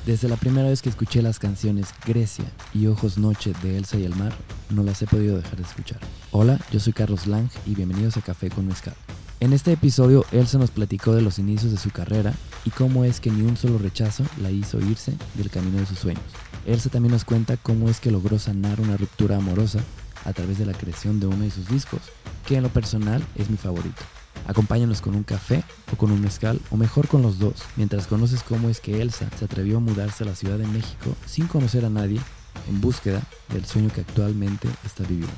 Desde la primera vez que escuché las canciones Grecia y Ojos Noche de Elsa y el Mar, no las he podido dejar de escuchar. Hola, yo soy Carlos Lang y bienvenidos a Café con Mezcal. En este episodio, Elsa nos platicó de los inicios de su carrera y cómo es que ni un solo rechazo la hizo irse del camino de sus sueños. Elsa también nos cuenta cómo es que logró sanar una ruptura amorosa a través de la creación de uno de sus discos, que en lo personal es mi favorito. Acompáñanos con un café o con un mezcal, o mejor con los dos, mientras conoces cómo es que Elsa se atrevió a mudarse a la Ciudad de México sin conocer a nadie, en búsqueda del sueño que actualmente está viviendo.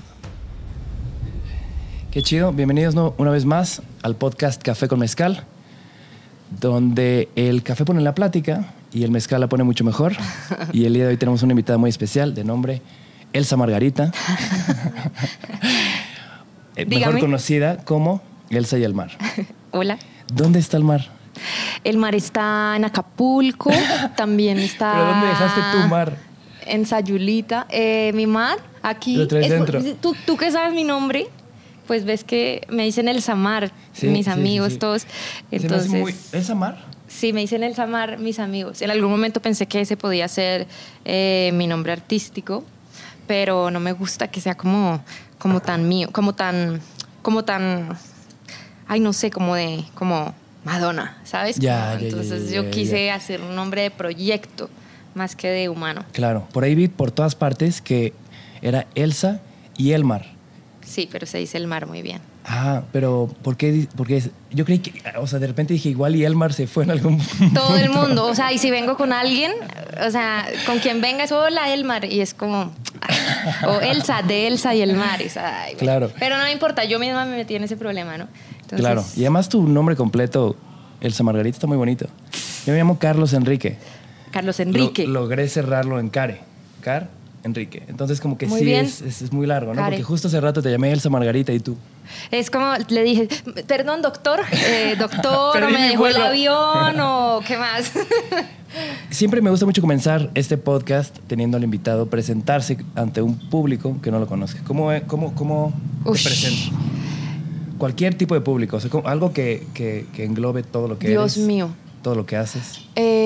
Qué chido, bienvenidos una vez más al podcast Café con Mezcal, donde el café pone la plática y el mezcal la pone mucho mejor. Y el día de hoy tenemos una invitada muy especial de nombre Elsa Margarita, mejor conocida como Elsa y el Mar. Hola. ¿Dónde está el mar? El mar está en Acapulco, también está... ¿Pero dónde dejaste tu mar? En Sayulita. Mi mar, aquí... Lo traes dentro. Tú que sabes mi nombre, pues ves que me dicen Elsa Mar, mis amigos, todos. Entonces, ¿Elsa Mar? Sí, me dicen Elsa Mar, mis amigos. En algún momento pensé que ese podía ser mi nombre artístico, pero no me gusta que sea como tan mío, como tan... Ay, no sé, como Madonna, ¿sabes? Entonces yo quise hacer un nombre de proyecto más que de humano. Claro, por ahí vi por todas partes que era Elsa y el mar. Sí, pero se dice el mar muy bien. Ah, pero ¿por qué? Porque yo creí que, o sea, de repente dije igual y Elmar se fue en algún momento. Todo el mundo, o sea, y si vengo con alguien, o sea, con quien venga es hola Elmar, y es como, o Elsa, de Elsa y el mar. Y, ay, claro. Pero no me importa, yo misma me metí en ese problema, ¿no? Entonces, claro, y además tu nombre completo, Elsa Margarita, está muy bonito. Yo me llamo Carlos Enrique. Carlos Enrique. Logré cerrarlo en Enrique. Entonces como que muy sí bien. Es muy largo, ¿no? Care. Porque justo hace rato te llamé Elsa Margarita y tú. Es como, le dije, perdón, doctor, o me dejó el avión, o qué más. Siempre me gusta mucho comenzar este podcast teniendo al invitado presentarse ante un público que no lo conozca. ¿Cómo te presento? Cualquier tipo de público, o sea, algo que englobe todo lo que Dios eres. mío. Todo lo que haces.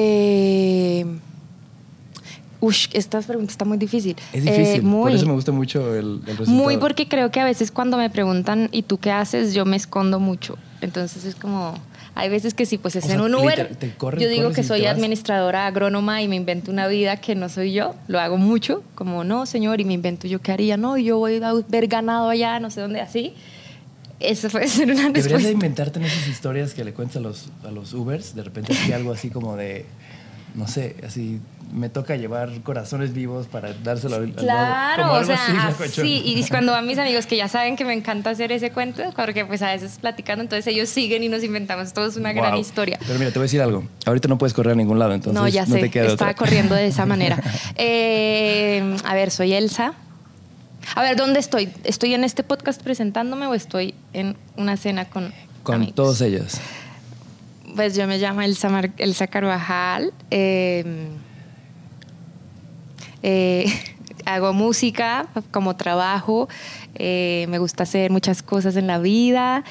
Esta pregunta está muy difícil. Es difícil, por eso me gusta mucho el resultado. Muy, porque creo que a veces cuando me preguntan ¿y tú qué haces? Yo me escondo mucho. Entonces es como... Hay veces que sí, pues es en un Uber. Yo digo que soy administradora agrónoma y me invento una vida que no soy yo. Lo hago mucho. Como, no, señor, y me invento yo qué haría. No, yo voy a ver ganado allá, no sé dónde, así. Eso puede ser una respuesta. Deberías de inventarte en esas historias que le cuentas a los Ubers. De repente así algo así como de... No sé, así me toca llevar corazones vivos para dárselo al claro, como o algo sea, así, sí, y cuando van mis amigos que ya saben que me encanta hacer ese cuento, porque pues a veces platicando, entonces ellos siguen y nos inventamos todos una gran historia. Pero mira, te voy a decir algo. Ahorita no puedes correr a ningún lado, entonces no, ya sé, te queda estaba corriendo de esa manera. A ver, soy Elsa. A ver, ¿dónde estoy? ¿Estoy en este podcast presentándome o estoy en una cena con amigos? Todos ellos? Pues yo me llamo Elsa Carvajal. Hago música como trabajo. Me gusta hacer muchas cosas en la vida.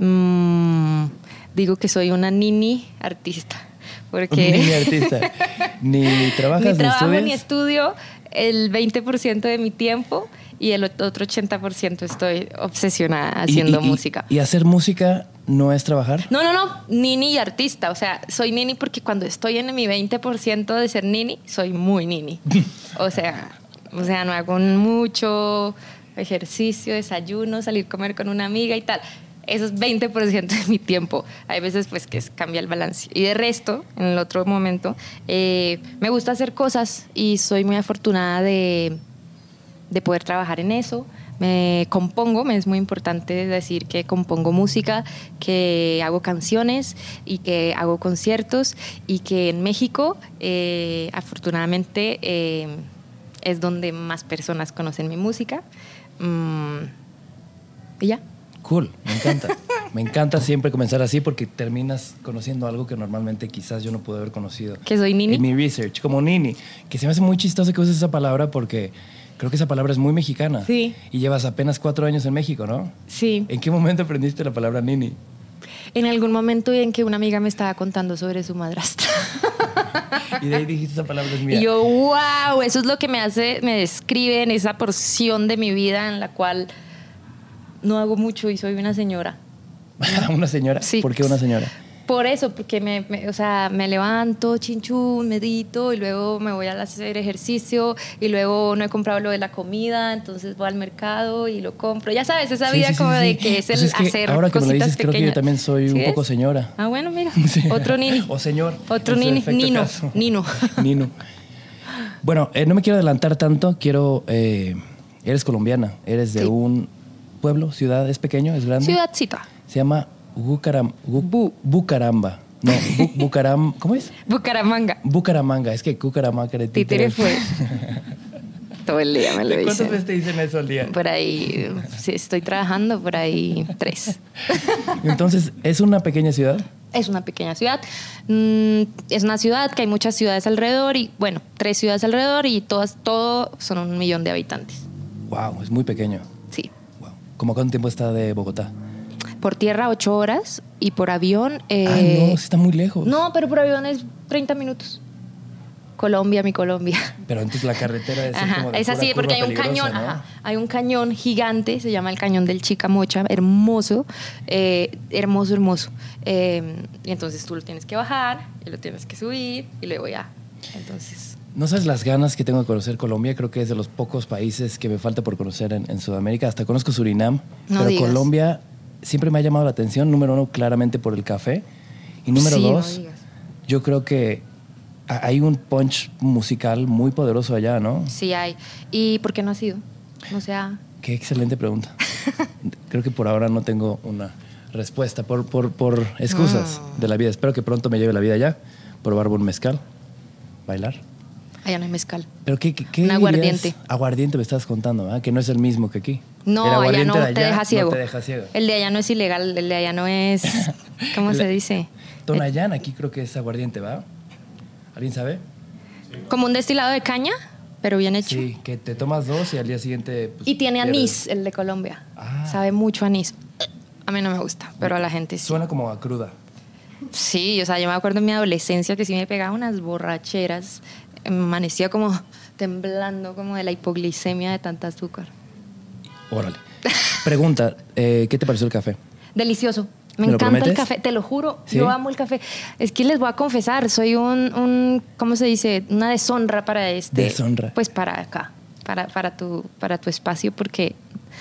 Digo que soy una nini artista. Porque Nini artista. Ni trabajas ni trabajo estudias. Ni estudio el 20% de mi tiempo y el otro 80% estoy obsesionada haciendo música. ¿Y hacer música no es trabajar? No. Nini y artista. O sea, soy nini porque cuando estoy en mi 20% de ser nini, soy muy nini. O sea, no hago mucho ejercicio, desayuno, salir a comer con una amiga y tal. Eso es 20% de mi tiempo. Hay veces pues que cambia el balance. Y de resto, en el otro momento, me gusta hacer cosas y soy muy afortunada de poder trabajar en eso. Me compongo, me es muy importante decir que compongo música, que hago canciones y que hago conciertos y que en México, afortunadamente, es donde más personas conocen mi música. Y ya. Cool, me encanta. Me encanta siempre comenzar así porque terminas conociendo algo que normalmente quizás yo no pude haber conocido. ¿Que soy nini? En mi research, como nini. Que se me hace muy chistoso que uses esa palabra porque creo que esa palabra es muy mexicana. Sí. Y llevas apenas 4 años en México, ¿no? Sí. ¿En qué momento aprendiste la palabra nini? En algún momento en que una amiga me estaba contando sobre su madrastra. Y de ahí dijiste, esa palabra es mía. Y yo, wow, eso es lo que me describe en esa porción de mi vida en la cual no hago mucho y soy una señora. ¿Una señora? Sí. ¿Por qué una señora? Por eso, porque me levanto, chinchún, medito y luego me voy a hacer ejercicio y luego no he comprado lo de la comida, entonces voy al mercado y lo compro. Ya sabes, esa vida de que es pues el es que hacer ahora que me lo cositas dices, creo que pequeñas. yo también soy ¿Sí un ves? poco señora. Ah, bueno, mira, Sí. otro nini. O señor. Otro en su nini, defecto Nino. caso. Nino. Nino. Bueno, no me quiero adelantar tanto. Eres colombiana. Eres de Sí. un pueblo, ciudad. ¿Es pequeño? ¿Es grande? Ciudadcita. Se llama Bucaramanga. No, ¿cómo es? Bucaramanga. Bucaramanga. Es que Bucaramanga de Títere fue. Todo el día me lo dicen. ¿Cuántas veces te dicen eso al día? Por ahí, si estoy trabajando, por ahí 3. Entonces, ¿es una pequeña ciudad? Es una pequeña ciudad. Es una ciudad que hay muchas ciudades alrededor y, bueno, 3 ciudades alrededor y todo son 1 millón de habitantes. Wow, es muy pequeño. Sí. Wow. ¿Cómo cuánto tiempo está de Bogotá? Por tierra 8 horas y por avión... No, sí está muy lejos. No, pero por avión es 30 minutos. Colombia, mi Colombia. Pero entonces la carretera es Ajá, como de es así, pura porque hay curva un cañón, peligrosa, ¿no? ajá, hay un cañón gigante, se llama el cañón del Chicamocha, hermoso, hermoso. Y entonces tú lo tienes que bajar, y lo tienes que subir, y luego ya. Entonces... No sabes las ganas que tengo de conocer Colombia. Creo que es de los pocos países que me falta por conocer en Sudamérica. Hasta conozco Surinam, No pero digas. Colombia siempre me ha llamado la atención. Número 1, claramente por el café. Y número Sí, no 2, digas. yo creo que hay un punch musical muy poderoso allá, ¿no? Sí hay. ¿Y por qué no ha sido? O sea... Qué excelente pregunta. Creo que por ahora no tengo una respuesta por excusas de la vida. Espero que pronto me lleve la vida allá, probar buen mezcal, bailar. Allá no hay mezcal. ¿Pero qué Un dirías? aguardiente. Aguardiente me estás contando, ¿verdad? Que no es el mismo que aquí. No, El allá aguardiente no de te allá deja ciego. No te deja ciego. El de allá no es ilegal, el de allá no es... ¿Cómo se dice? Tonayán, aquí creo que es aguardiente, ¿va? ¿Alguien sabe? Como un destilado de caña, pero bien hecho. Sí, que te tomas 2 y al día siguiente... pues, Y tiene pierdes. anís, el de Colombia. Ah. Sabe mucho a anís. A mí no me gusta, pero a la gente sí. Suena como a cruda. Sí, o sea, yo me acuerdo en mi adolescencia que sí me pegaba unas borracheras. Me amanecía como temblando, como de la hipoglicemia de tanta azúcar. Órale. Pregunta, ¿qué te pareció el café? Delicioso. ¿Me Me lo encanta el prometes? café, te lo juro. ¿Sí? Yo amo el café. Es que les voy a confesar, soy ¿cómo se dice? Una deshonra para Deshonra. Pues para acá, para tu espacio, porque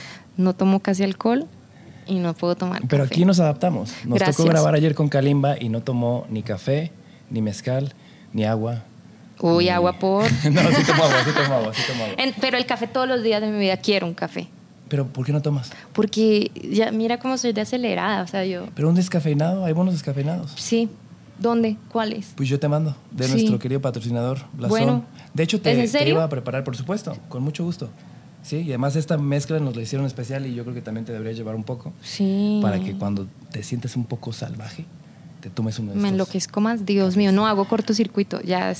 no tomo casi alcohol y no puedo tomar Pero café. aquí nos adaptamos. Nos Gracias. tocó grabar ayer con Kalimba y no tomó ni café, ni mezcal, ni agua. Uy, agua por... No, sí tomo agua, sí tomo agua, sí tomo agua. Pero el café todos los días de mi vida quiero un café. Pero ¿por qué no tomas? Porque ya mira cómo soy de acelerada, o sea, yo... Pero un descafeinado, hay buenos descafeinados. Sí. ¿Dónde? ¿Cuáles? Pues yo te mando, de Sí. nuestro querido patrocinador, Blasón. Bueno. De hecho, ¿Es te en serio? iba a preparar, por supuesto, con mucho gusto. Sí, y además esta mezcla nos la hicieron especial y yo creo que también te debería llevar un poco. Sí. Para que cuando te sientes un poco salvaje, te tomes uno de Me estos. enloquezco más, Dios mío, no hago cortocircuito, ya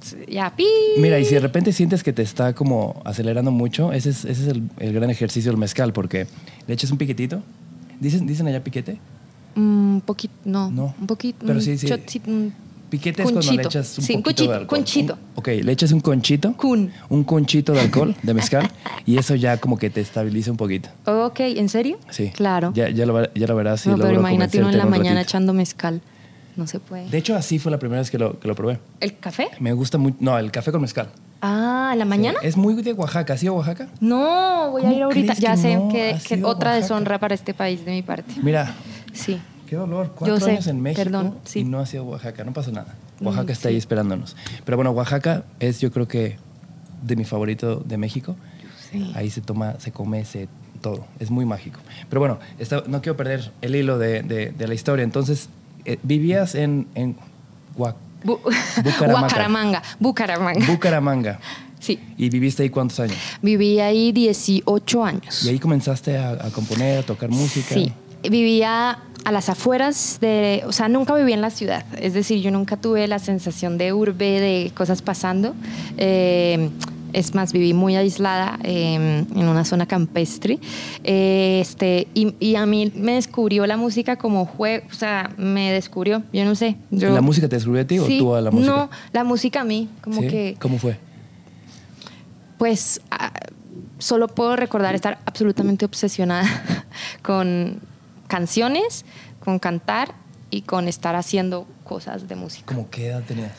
pi. Mira, y si de repente sientes que te está como acelerando mucho, ese es el gran ejercicio del mezcal, porque le echas un piquetito. ¿Dicen allá piquete? Un poquito, no, No. un poquito. Pero un sí, sí. shotcito, un Piquete es cuando le conchito. echas un Sí, un poquito de conchito, alcohol. conchito. Ok, le echas un conchito. Cun. Un conchito de alcohol, de mezcal, y eso ya como que te estabiliza un poquito. Ok, ¿en serio? Sí. Claro. Ya lo verás. y No, luego pero lo imagínate uno en la convencerte un mañana ratito. echando mezcal. No se puede. De hecho, así fue la primera vez que lo probé. ¿El café? Me gusta mucho. No, el café con mezcal. Ah, ¿en la mañana? Sí, es muy de Oaxaca. ¿Sí, Oaxaca? No, voy a ¿Cómo ir ahorita. crees Ya que sé no que has ido a otra Oaxaca? deshonra para este país de mi parte. Mira, Sí. qué dolor. 4 sé, años en México perdón, sí. y no ha sido Oaxaca. No pasa nada. Oaxaca está sí. ahí esperándonos. Pero bueno, Oaxaca es yo creo que de mi favorito de México. Sí. Ahí se come, todo. Es muy mágico. Pero bueno, no quiero perder el hilo de la historia. Entonces, vivías en Bucaramanga. Bucaramanga. Sí. ¿Y viviste ahí cuántos años? Viví ahí 18 años. ¿Y ahí comenzaste a componer, a tocar música? Sí. Vivía a las afueras o sea, nunca viví en la ciudad. Es decir, yo nunca tuve la sensación de urbe, de cosas pasando. Es más, viví muy aislada en una zona campestre. Y a mí me descubrió la música como juego, o sea, me descubrió, yo no sé. ¿La música te descubrió a ti sí, o tú a la música? No, la música a mí, como ¿Sí? que... ¿Cómo fue? Pues solo puedo recordar estar absolutamente obsesionada con canciones, con cantar y con estar haciendo cosas de música. ¿Cómo qué edad tenías?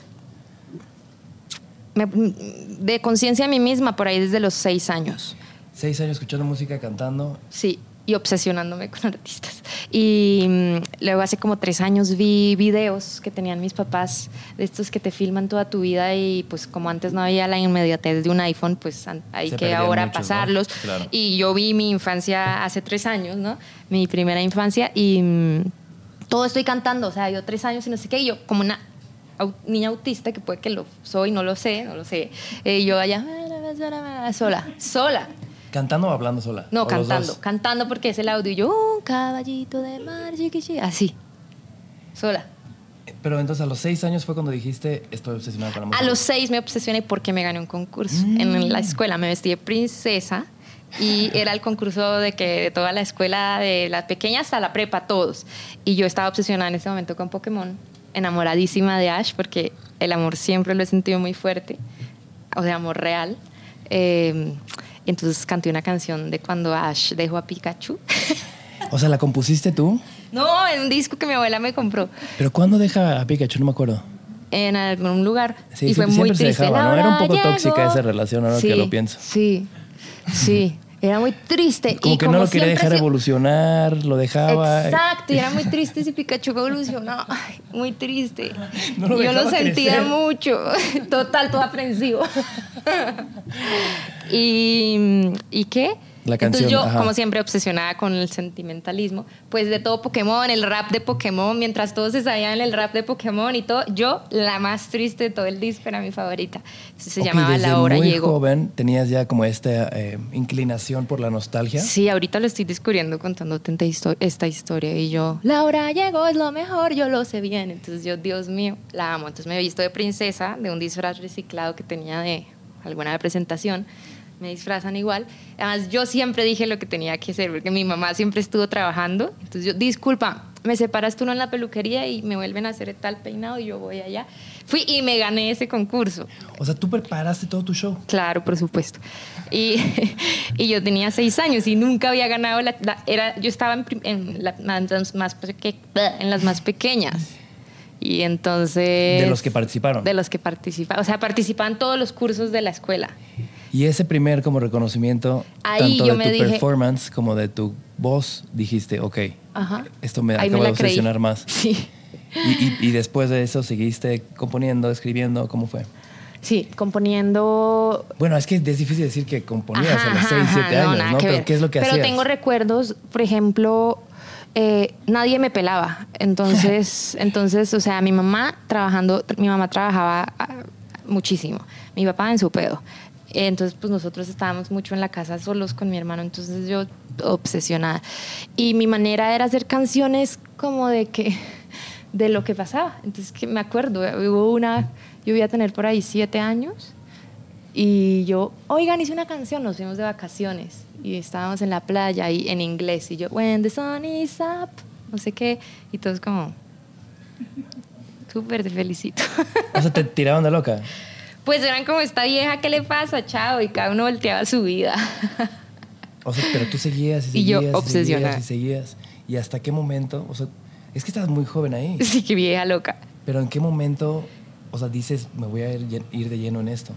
De conciencia a mí misma, por ahí desde los 6 años. 6 años escuchando música, cantando. Sí, y obsesionándome con artistas. Y luego hace como 3 años vi videos que tenían mis papás, de estos que te filman toda tu vida, y pues como antes no había la inmediatez de un iPhone, pues hay que ahora muchos, pasarlos. ¿No? Claro. Y yo vi mi infancia hace 3 años, ¿no? Mi primera infancia, y todo estoy cantando, o sea, yo 3 años y no sé qué, y yo como una niña autista, que puede que lo soy, no lo sé. Yo allá, sola. ¿Cantando o hablando sola? No, cantando porque es el audio. Y yo, un caballito de mar, chiquichi, así, sola. Pero entonces a los 6 años fue cuando dijiste, estoy obsesionada con la música. A los 6 me obsesioné porque me gané un concurso. En la escuela me vestí de princesa y era el concurso de toda la escuela, de la pequeña hasta la prepa, todos. Y yo estaba obsesionada en ese momento con Pokémon, enamoradísima de Ash, porque el amor siempre lo he sentido muy fuerte, o sea, amor real. Entonces canté una canción de cuando Ash dejó a Pikachu. O sea, ¿la compusiste tú? No, en un disco que mi abuela me compró. ¿Pero cuándo deja a Pikachu? No me acuerdo. En algún lugar. Sí, y fue muy triste. Se dejaba, ¿no? Era un poco tóxica esa relación, ahora que lo pienso. Sí. Era muy triste. Como que no lo quería dejar evolucionar, lo dejaba. Exacto, y era muy triste si Pikachu evolucionó. Ay, muy triste. No yo lo sentía crecer. mucho. Total, todo aprensivo. ¿Y qué? La canción, entonces yo, como siempre, obsesionada con el sentimentalismo, pues de todo Pokémon, el rap de Pokémon, mientras todos se sabían el rap de Pokémon y todo, yo, la más triste de todo el disco, era mi favorita. Entonces se llamaba La Hora Llegó. Desde muy joven tenías ya como esta inclinación por la nostalgia. Sí, ahorita lo estoy descubriendo contándote esta historia, y yo, La Hora Llegó, es lo mejor, yo lo sé bien. Entonces yo, Dios mío, la amo. Entonces me he visto de princesa, de un disfraz reciclado que tenía de alguna presentación. Me disfrazan igual. Además, yo siempre dije lo que tenía que hacer, porque mi mamá siempre estuvo trabajando. Entonces yo, disculpa, me separas tú no en la peluquería y me vuelven a hacer tal peinado y yo voy allá. Fui y me gané ese concurso. O sea, ¿tú preparaste todo tu show? Claro, por supuesto. Y yo tenía 6 años y nunca había ganado. Yo estaba en las más pequeñas. Y entonces... ¿De los que participaron? De los que participaban. O sea, participaban todos los cursos de la escuela. Y ese primer como reconocimiento, ahí tanto yo de tu performance como de tu voz, dijiste, ok, esto me acaba de obsesionar más. Sí. Y después de eso, ¿seguiste componiendo, escribiendo? ¿Cómo fue? Sí, componiendo... Bueno, es que es difícil decir que componías a los 6, 7 años, ¿no? Pero ¿qué es lo que hacías? Pero tengo recuerdos, por ejemplo... nadie me pelaba. Entonces, o sea, mi mamá trabajaba muchísimo. Mi papá en su pedo. Entonces, pues nosotros estábamos mucho en la casa solos con mi hermano. Entonces yo obsesionada. Y mi manera era hacer canciones como de lo que pasaba. Entonces, que me acuerdo, yo voy a tener por ahí 7 años. Y yo, oigan, hice una canción, nos fuimos de vacaciones y estábamos en la playa y en inglés, y yo, when the sun is up, no sé qué, y todos como, súper te felicito. O sea, te tiraban de loca. Pues eran como, esta vieja, ¿qué le pasa, chao? Y cada uno volteaba su vida. O sea, pero tú seguías y seguías, y yo obsesionada. y seguías. ¿Y hasta qué momento? O sea, es que estabas muy joven ahí. Sí, qué vieja loca. Pero ¿en qué momento, o sea, dices, me voy a ir de lleno en esto?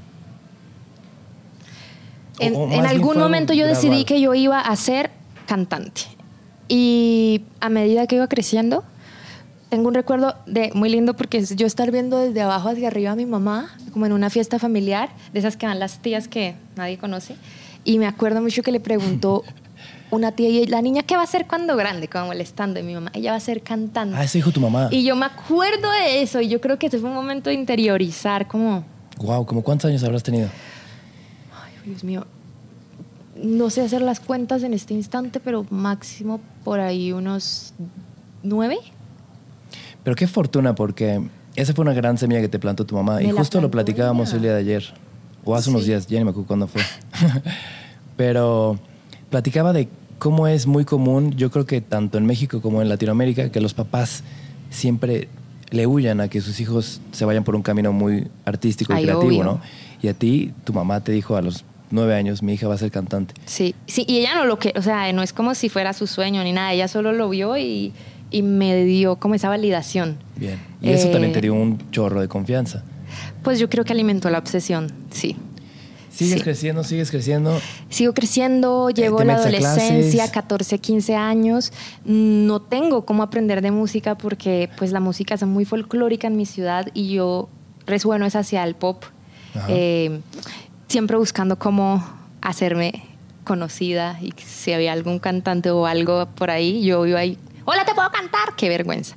En algún momento yo decidí que yo iba a ser cantante. Y a medida que iba creciendo, tengo un recuerdo muy lindo, porque es yo estar viendo desde abajo hacia arriba a mi mamá, como en una fiesta familiar, de esas que van las tías que nadie conoce. Y me acuerdo mucho que le preguntó una tía, ¿y la niña qué va a hacer cuando grande? Como molestando. Y mi mamá, ella va a ser cantante. Ah, eso dijo tu mamá. Y yo me acuerdo de eso. Y yo creo que ese fue un momento de interiorizar como... Wow, ¿cómo cuántos años habrás tenido? Dios mío, no sé hacer las cuentas en este instante, pero máximo por ahí unos 9. Pero qué fortuna, porque esa fue una gran semilla que te plantó tu mamá. Y justo lo platicábamos el día de ayer. o hace unos días, ya ni me acuerdo cuándo fue. Pero platicaba de cómo es muy común, yo creo que tanto en México como en Latinoamérica, que los papás siempre le huyan a que sus hijos se vayan por un camino muy artístico y creativo, obvio. ¿no? Y a ti, tu mamá te dijo a los 9 años, mi hija va a ser cantante. Sí, sí, y ella no lo que, o sea, no es como si fuera su sueño ni nada, ella solo lo vio y me dio como esa validación. Bien. Y eso también te dio un chorro de confianza. Pues yo creo que alimentó la obsesión, sí. Sigues Sí. creciendo, sigues creciendo. Sigo creciendo, llevo ¿Te la metes a adolescencia, clases? 14, 15 años. No tengo cómo aprender de música porque pues la música es muy folclórica en mi ciudad y yo resueno es hacia el pop. Ajá. Siempre buscando cómo hacerme conocida y si había algún cantante o algo por ahí, yo iba ahí, hola, ¿te puedo cantar? Qué vergüenza.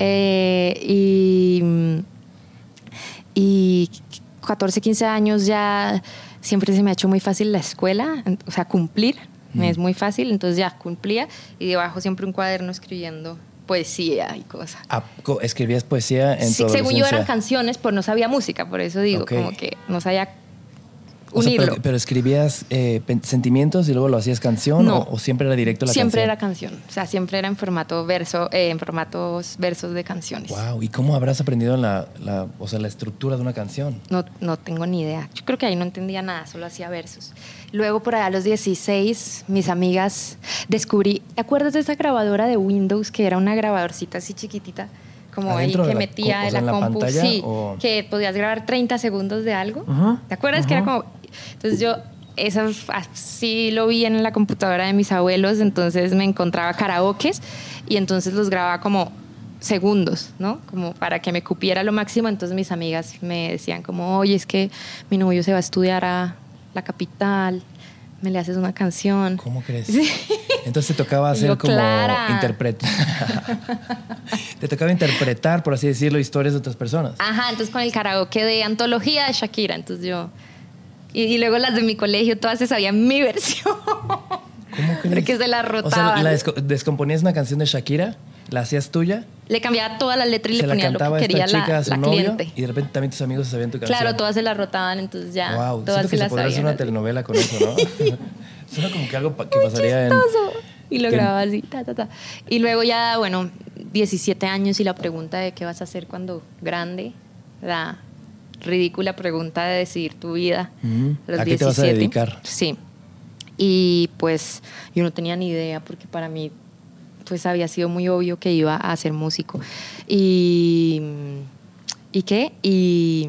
Y 14, 15 años ya siempre se me ha hecho muy fácil la escuela, o sea, cumplir, me es muy fácil, entonces ya cumplía y debajo siempre un cuaderno escribiendo poesía y cosas. ¿Escribías poesía en tu Sí, según yo adolescencia? eran canciones, pero no sabía música, por eso digo, Ok. como que no sabía O sea, unirlo. pero escribías sentimientos y luego lo hacías canción, No. o siempre era directo a la Siempre canción. era canción, o sea, siempre era en formato verso, en formatos versos de canciones. Wow, ¿y cómo habrás aprendido la estructura de una canción? No tengo ni idea. Yo creo que ahí no entendía nada, solo hacía versos. Luego, por allá a los 16, mis amigas descubrí. ¿Te acuerdas de esa grabadora de Windows que era una grabadorcita así chiquitita? Como ahí ¿Adentro de que la metía o en sea, en la la compu. pantalla, Sí, o? que podías grabar 30 segundos de algo. Ajá, ¿Te acuerdas que era como.? Entonces yo. Eso así lo vi en la computadora de mis abuelos, entonces me encontraba karaokes y entonces los grababa como segundos, ¿no? Como para que me cupiera lo máximo. Entonces mis amigas me decían como, oye, es que mi novio se va a estudiar a la capital, me le haces una canción. ¿Cómo crees? Sí. Entonces te tocaba Y hacer yo, como Clara. interpretar. Te tocaba interpretar, por así decirlo, historias de otras personas. Ajá, entonces con el karaoke de antología de Shakira, entonces yo... Y luego las de mi colegio, todas se sabían mi versión. ¿Cómo crees? Porque se la O sea, rotaban. descomponías una canción de Shakira, la hacías tuya, Le cambiaba toda la letra y se le la ponía lo cantaba que quería esta chica la, a su la novio, cliente. y de repente también tus amigos se sabían tu canción. Claro, todas se la rotaban, entonces ya Wow, todas siento que se se las podría hacer sabían. una telenovela con eso, ¿no? Suena como que algo que Muy pasaría chistoso. Y lo en- grababa así, ta, ta, ta. Y luego ya, bueno, 17 años y la pregunta de qué vas a hacer cuando grande, la ridícula pregunta de decidir tu vida. Ujú. A los ¿A qué te vas a 17. dedicar? Sí. Y pues yo no tenía ni idea porque para mí pues había sido muy obvio que iba a ser músico. ¿Y qué? Y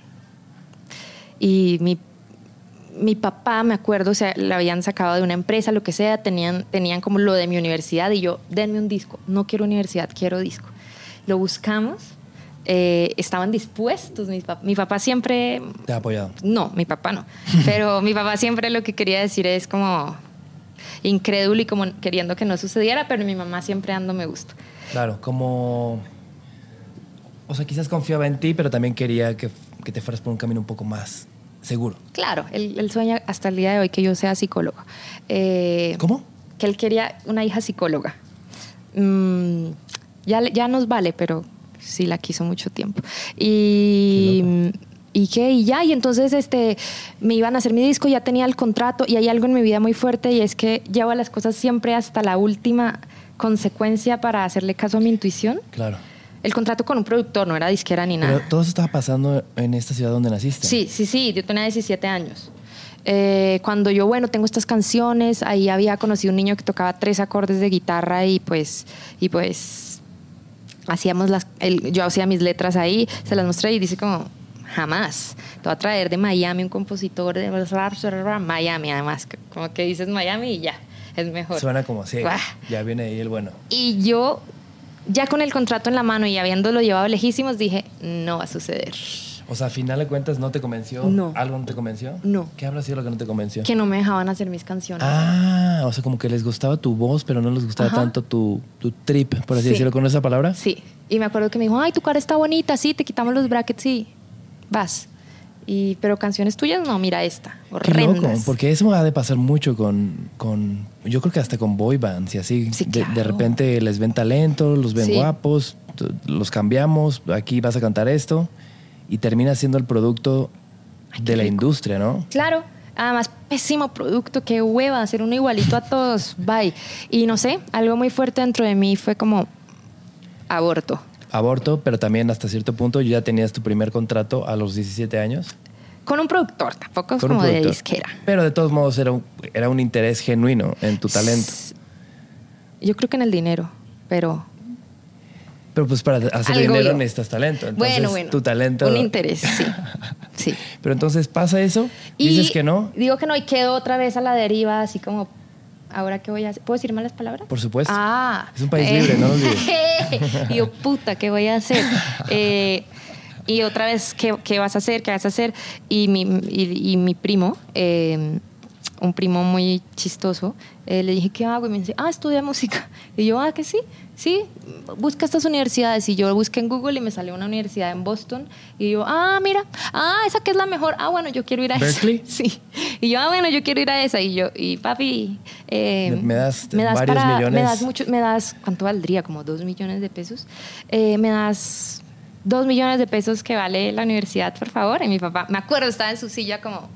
mi papá, me acuerdo, o sea, la habían sacado de una empresa, lo que sea, tenían como lo de mi universidad y yo, denme un disco, no quiero universidad, quiero disco. Lo buscamos, estaban dispuestos, mi papá siempre... Te ha apoyado. No, mi papá no, pero mi papá siempre lo que quería decir es como incrédulo y como queriendo que no sucediera, pero mi mamá siempre dándome gusto. Claro, como... O sea, quizás confiaba en ti, pero también quería que te fueras por un camino un poco más seguro. Claro, él sueña hasta el día de hoy que yo sea psicóloga. ¿Cómo? Que él quería una hija psicóloga. Ya nos vale, pero sí la quiso mucho tiempo. Y y entonces me iban a hacer mi disco, ya tenía el contrato y hay algo en mi vida muy fuerte y es que llevo las cosas siempre hasta la última consecuencia para hacerle caso a mi intuición. Claro. El contrato con un productor, no era disquera ni nada. Pero todo eso estaba pasando en esta ciudad donde naciste. Sí, yo tenía 17 años. Cuando yo, tengo estas canciones, ahí había conocido un niño que tocaba 3 acordes de guitarra y pues hacíamos yo hacía mis letras ahí, se las mostré y dice como, jamás, te voy a traer de Miami un compositor de Miami, además, como que dices Miami y ya, es mejor. Suena como así, Buah. ya viene ahí el bueno. Y yo, ya con el contrato en la mano y habiéndolo llevado lejísimos, dije, no va a suceder. O sea, a final de cuentas, ¿no te convenció? No. ¿Algo no te convenció? No. ¿Qué habrá sido lo que no te convenció? Que no me dejaban hacer mis canciones. Ah, o sea, como que les gustaba tu voz, pero no les gustaba Ajá. tanto tu trip, por así Sí. decirlo, con esa palabra. Sí, y me acuerdo que me dijo, ay, tu cara está bonita, sí, te quitamos los brackets y vas. Pero canciones tuyas, no, mira esta, Qué horrendas. loco, porque eso ha de pasar mucho con yo creo que hasta con boy bands y así. Sí, de claro. repente les ven talento, los ven Sí. guapos, los cambiamos, aquí vas a cantar esto y termina siendo el producto de la industria, ¿no? Claro. Además, pésimo producto, qué hueva, hacer uno igualito a todos, bye. Y no sé, algo muy fuerte dentro de mí fue como aborto. Aborto, pero también hasta cierto punto ya tenías tu primer contrato a los 17 años. Con un productor, tampoco es Con un como de productor. disquera. Pero de todos modos era un interés genuino en tu talento. Yo creo que en el dinero, pero pues para hacer algo dinero yo. necesitas talento. Entonces, Bueno. tu talento... Un interés, sí. Sí. Pero entonces pasa eso, Y dices que no. Digo que no y quedo otra vez a la deriva, así como, ¿ahora qué voy a hacer? ¿Puedo decir malas palabras? Por supuesto. Ah. Es un país libre, no lo olvides. Y yo, puta, ¿qué voy a hacer? Y otra vez, ¿qué vas a hacer? ¿Qué vas a hacer? Y mi primo, un primo muy chistoso, le dije, ¿qué hago? Y me dice, estudia música. Y yo, que sí, busca estas universidades. Y yo busqué en Google y me salió una universidad en Boston. Y yo, mira, esa que es la mejor. Bueno, yo quiero ir a ¿Berkeley? esa. Sí. Y yo, bueno, yo quiero ir a esa. Y papi, me das varios millones. Me das, ¿cuánto valdría? Como 2 millones de pesos. Me das 2 millones de pesos que vale la universidad, por favor. Y mi papá, me acuerdo, estaba en su silla como,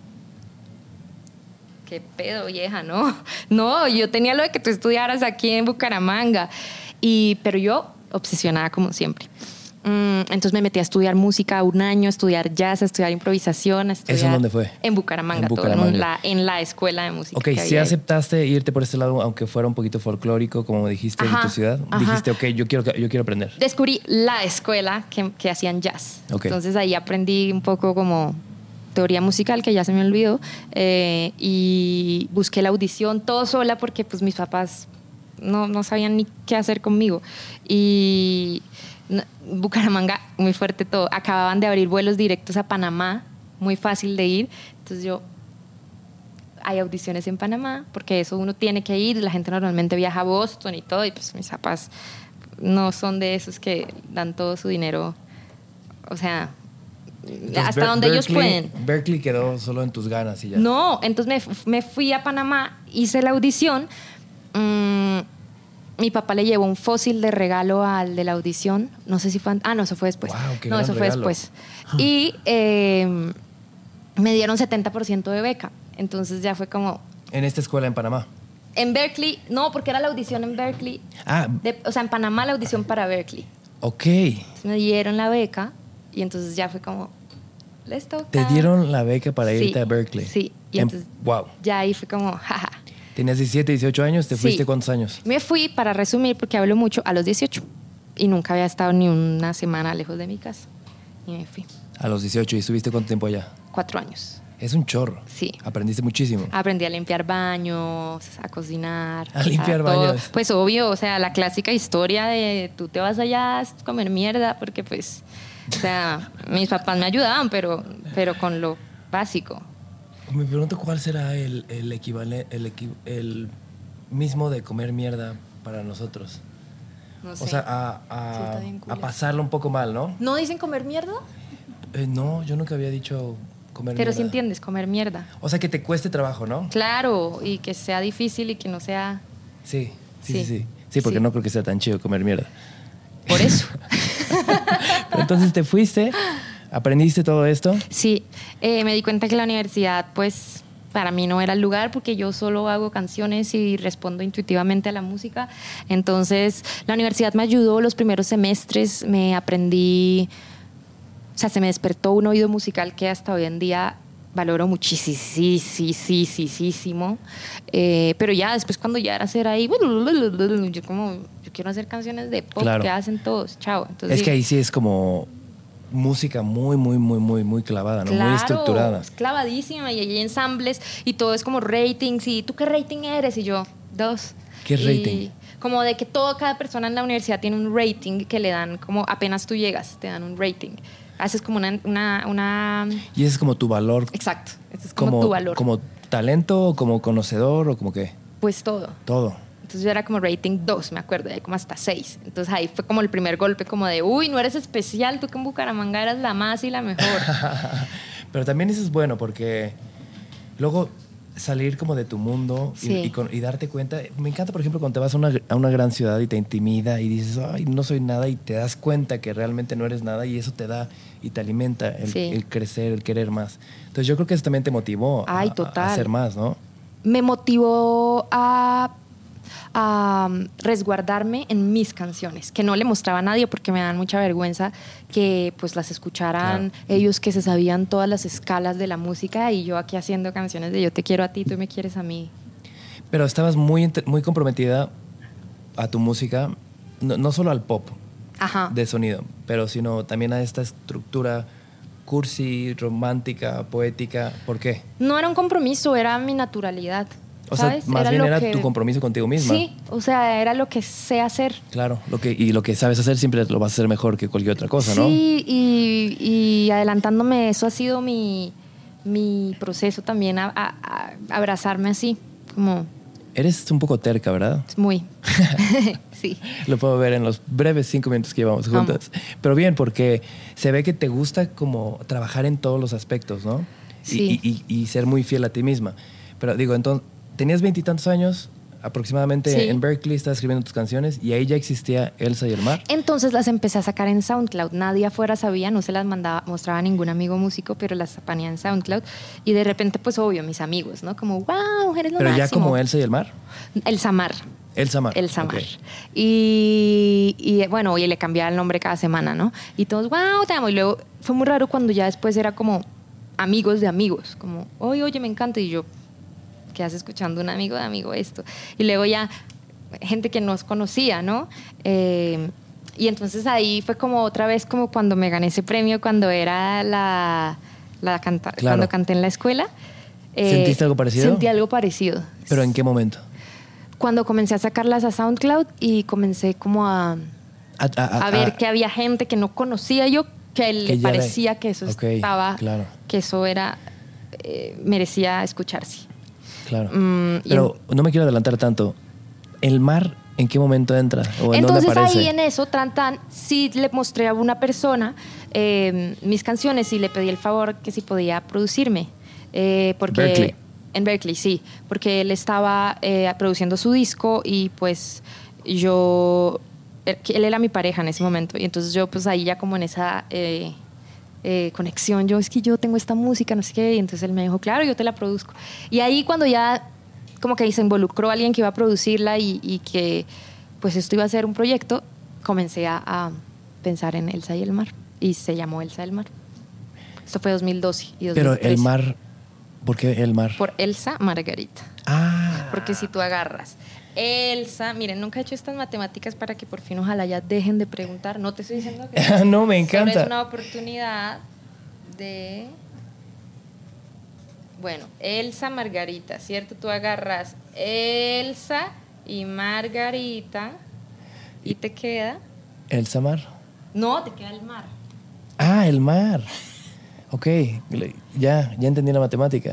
qué pedo, vieja, ¿no? No, yo tenía lo de que tú estudiaras aquí en Bucaramanga. Pero yo, obsesionada como siempre. Entonces me metí a estudiar música 1 año, a estudiar jazz, a estudiar improvisación. ¿Eso en dónde fue? En Bucaramanga, en la escuela de música. Ok, si aceptaste irte por este lado, aunque fuera un poquito folclórico, como dijiste, de tu ciudad, dijiste, ok, yo quiero aprender. Descubrí la escuela que hacían jazz. Okay. Entonces ahí aprendí un poco como teoría musical, que ya se me olvidó, y busqué la audición todo sola porque pues mis papás no sabían ni qué hacer conmigo. Y Bucaramanga, muy fuerte todo. Acababan de abrir vuelos directos a Panamá, muy fácil de ir. Entonces hay audiciones en Panamá, porque eso uno tiene que ir. La gente normalmente viaja a Boston y todo, y pues mis papás no son de esos que dan todo su dinero, o sea, entonces, hasta donde ellos pueden. Berkeley quedó solo en tus ganas y ya. No, entonces me fui a Panamá, hice la audición. Mi papá le llevó un fósil de regalo al de la audición. No sé si fue... no, eso fue después. Wow, qué no, eso fue regalo. después. Y me dieron 70% de beca. Entonces ya fue como... ¿En esta escuela en Panamá? En Berkeley, no, porque era la audición en Berkeley. O sea, en Panamá la audición para Berkeley. Ok. Entonces me dieron la beca y entonces ya fue como... Les toca. ¿Te dieron la beca para irte a Berkeley? Sí. Y entonces wow. Ya ahí fue como, jaja. ¿Tenías 17, 18 años? ¿Te fuiste cuántos años? Me fui, para resumir, porque hablo mucho, a los 18. Y nunca había estado ni una semana lejos de mi casa. Y me fui. A los 18. ¿Y estuviste cuánto tiempo allá? 4 años. Es un chorro. Sí. Aprendiste muchísimo. Aprendí a limpiar baños, a cocinar. A limpiar baños. Pues obvio, o sea, la clásica historia de tú te vas allá a comer mierda, porque pues, o sea, mis papás me ayudaban, pero con lo básico. Me pregunto cuál será el equivalente, el mismo de comer mierda para nosotros. No sé. O sea, a pasarlo un poco mal, ¿no? ¿No dicen comer mierda? No, yo nunca había dicho comer mierda. Pero sí entiendes, comer mierda. O sea, que te cueste trabajo, ¿no? Claro, y que sea difícil y que no sea... Sí, porque no creo que sea tan chido comer mierda. Por eso. Pero entonces te fuiste, aprendiste todo esto. Sí, me di cuenta que la universidad, pues, para mí no era el lugar porque yo solo hago canciones y respondo intuitivamente a la música. Entonces, la universidad me ayudó los primeros semestres, me aprendí... O sea, se me despertó un oído musical que hasta hoy en día valoro muchísimo. Pero ya después cuando ya era hacer ahí, yo quiero hacer canciones de pop, claro, que hacen todos, chao. Entonces, es que ahí sí es como música muy clavada, ¿no? Claro, muy estructurada. Es clavadísima y hay ensambles y todo es como ratings. ¿Y tú qué rating eres? Y yo, 2. ¿Qué rating? Como de que cada persona en la universidad tiene un rating que le dan como apenas tú llegas, te dan un rating. Haces como una... Y ese es como tu valor. Exacto, ese es como tu valor. ¿Como talento, como conocedor o como qué? Pues todo. Todo. Entonces yo era como rating 2, me acuerdo, como hasta 6. Entonces ahí fue como el primer golpe como de, uy, no eres especial, tú que en Bucaramanga eras la más y la mejor. Pero también eso es bueno porque luego salir como de tu mundo Sí. y darte cuenta. Me encanta, por ejemplo, cuando te vas a una gran ciudad y te intimida y dices, ay, no soy nada, y te das cuenta que realmente no eres nada, y eso te da y te alimenta Sí. el crecer, el querer más. Entonces yo creo que eso también te motivó Ay, a total. hacer más, ¿no? Me motivó a resguardarme en mis canciones, que no le mostraba a nadie porque me dan mucha vergüenza que pues las escucharan ellos, que se sabían todas las escalas de la música, y yo aquí haciendo canciones de yo te quiero a ti, tú me quieres a mí. Pero estabas muy comprometida a tu música, no solo al pop Ajá. de sonido, pero sino también a esta estructura cursi, romántica, poética. ¿Por qué? No era un compromiso, era mi naturalidad. O ¿Sabes? sea, más bien lo era que... tu compromiso contigo misma. Sí, o sea, era lo que sé hacer. Claro, lo que sabes hacer siempre lo vas a hacer mejor que cualquier otra cosa, ¿no? Sí, y adelantándome, eso ha sido mi proceso también, a abrazarme así, como Eres un poco terca, ¿verdad? muy. Sí. Lo puedo ver en los breves 5 minutos que llevamos juntas. Pero bien, porque se ve que te gusta como trabajar en todos los aspectos, ¿no? Sí. Y ser muy fiel a ti misma. Pero digo, entonces, tenías 20 y tantos años aproximadamente Sí. en Berkeley, estabas escribiendo tus canciones y ahí ya existía Elsa y el mar. Entonces las empecé a sacar en SoundCloud. Nadie afuera sabía, no se las mostraba a ningún amigo músico, pero las ponía en SoundCloud. Y de repente, pues obvio, mis amigos, ¿no? Como, wow, eres lo Pero máximo. ya como Elsa y el mar. El Samar. Elsa Mar. El Samar. Ok. Y bueno, y le cambiaba el nombre cada semana, ¿no? Y todos, wow, te amo. Y luego fue muy raro cuando ya después era como amigos de amigos. Como, oye, me encanta. Y yo, ¿qué haces escuchando un amigo de amigo esto? Y luego ya gente que nos conocía, ¿no? Y entonces ahí fue como otra vez como cuando me gané ese premio, cuando era Claro. cuando canté en la escuela. ¿Sentiste algo parecido? Sentí algo parecido. ¿Pero en qué momento? Cuando comencé a sacarlas a SoundCloud y comencé como a ver que había gente que no conocía yo, que le ya parecía que eso Ok, estaba, claro. que eso era, merecía escucharse. Claro. Pero no me quiero adelantar tanto. ¿El mar en qué momento entra? ¿O en Entonces dónde aparece? ahí en eso, sí le mostré a una persona mis canciones y le pedí el favor que si podía producirme. Porque Berkeley. En Berkeley, sí. Porque él estaba produciendo su disco y pues él era mi pareja en ese momento. Y entonces yo pues ahí ya como en esa conexión, es que yo tengo esta música, no sé qué. Y entonces él me dijo, claro, yo te la produzco. Y ahí cuando ya como que se involucró alguien que iba a producirla y que pues esto iba a ser un proyecto, comencé a pensar en Elsa y el mar. Y se llamó Elsa y el mar. Esto fue 2012 y 2013. Pero el mar, ¿por qué el mar? Por Elsa Margarita. Ah. Porque si tú agarras Elsa, miren, nunca he hecho estas matemáticas para que por fin ojalá ya dejen de preguntar. No te estoy diciendo que No, me solo encanta. es una oportunidad de... Bueno, Elsa Margarita, ¿cierto? Tú agarras Elsa y Margarita y te queda... ¿Elsa mar? No, te queda el mar. Ah, el mar. Ok, ya entendí la matemática.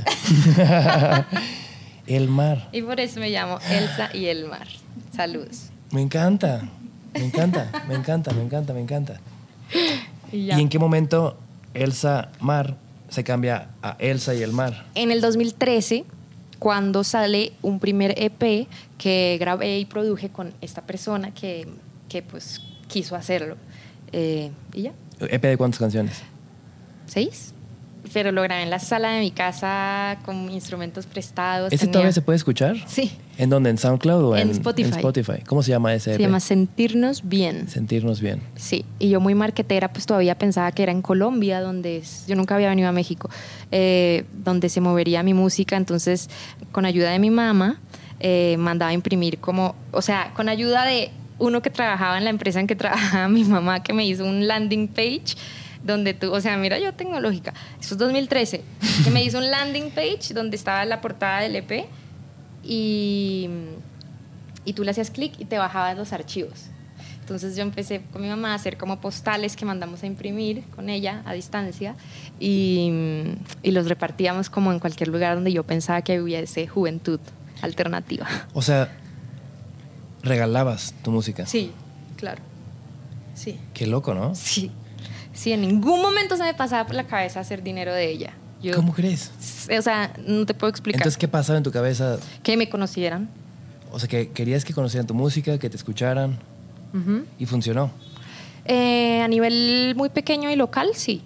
El mar. Y por eso me llamo Elsa y el mar. Saludos. Me encanta, me encanta, me encanta, me encanta, me encanta. Y ¿Y en qué momento Elsa Mar se cambia a Elsa y el mar? En el 2013, cuando sale un primer EP que grabé y produje con esta persona que pues quiso hacerlo. Y ya. ¿EP de cuántas canciones? 6. Pero lo grabé en la sala de mi casa con instrumentos prestados. ¿Ese todavía se puede escuchar? Sí. ¿En dónde? ¿En SoundCloud o En Spotify. ¿Cómo se llama ese EP? Se llama Sentirnos Bien. Sentirnos bien. Sí, y yo muy marquetera, pues todavía pensaba que era en Colombia, yo nunca había venido a México, donde se movería mi música. Entonces, con ayuda de mi mamá, mandaba a imprimir con ayuda de uno que trabajaba en la empresa en que trabajaba mi mamá, que me hizo un landing page donde mira yo tecnológica, eso es 2013, que me hizo un landing page donde estaba la portada del EP y tú le hacías clic y te bajabas los archivos. Entonces yo empecé con mi mamá a hacer como postales que mandamos a imprimir con ella a distancia y los repartíamos como en cualquier lugar donde yo pensaba que hubiese juventud alternativa. O sea, regalabas tu música. Sí, claro. Sí. Qué loco, ¿no? Sí. Sí, en ningún momento se me pasaba por la cabeza hacer dinero de ella. ¿Cómo crees? O sea, no te puedo explicar. Entonces, ¿qué pasaba en tu cabeza? Que me conocieran. O sea, que querías que conocieran tu música, que te escucharan. Y funcionó. A nivel muy pequeño y local, sí.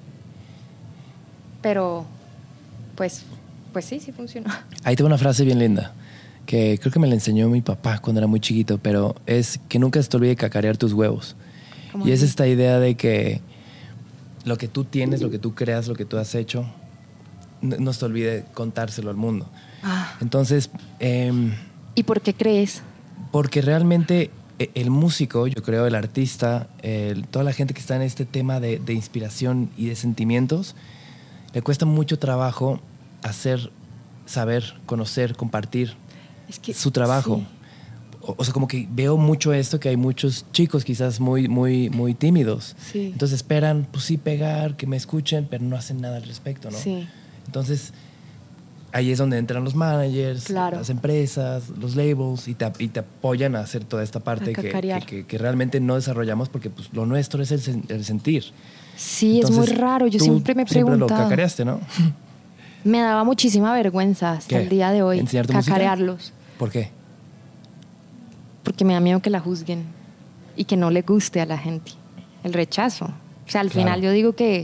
Pero, pues sí funcionó. Ahí tengo una frase bien linda, que creo que me la enseñó mi papá cuando era muy chiquito, pero es que nunca se te olvide cacarear tus huevos. Y es esta idea de que lo que tú tienes, lo que tú creas, lo que tú has hecho, no se te olvide contárselo al mundo. Entonces... ¿Y por qué crees? Porque realmente el músico, yo creo, el artista, toda la gente que está en este tema de inspiración y de sentimientos, le cuesta mucho trabajo hacer, saber, conocer, compartir su trabajo. Sí. O sea, como que veo mucho esto, que hay muchos chicos quizás muy, muy, muy tímidos. Sí. Entonces esperan, pues sí, pegar, que me escuchen, pero no hacen nada al respecto, ¿no? Sí. Entonces... ahí es donde entran los managers, claro, las empresas, los labels y te apoyan a hacer toda esta parte que realmente no desarrollamos porque pues, lo nuestro es el sentir. Sí, entonces, es muy raro. Yo siempre me he preguntado. Siempre lo cacareaste, ¿no? Me daba muchísima vergüenza hasta el día de hoy ¿enseñar tu cacarearlos. música? ¿Por qué? Porque me da miedo que la juzguen y que no le guste a la gente. El rechazo. O sea, al final yo digo que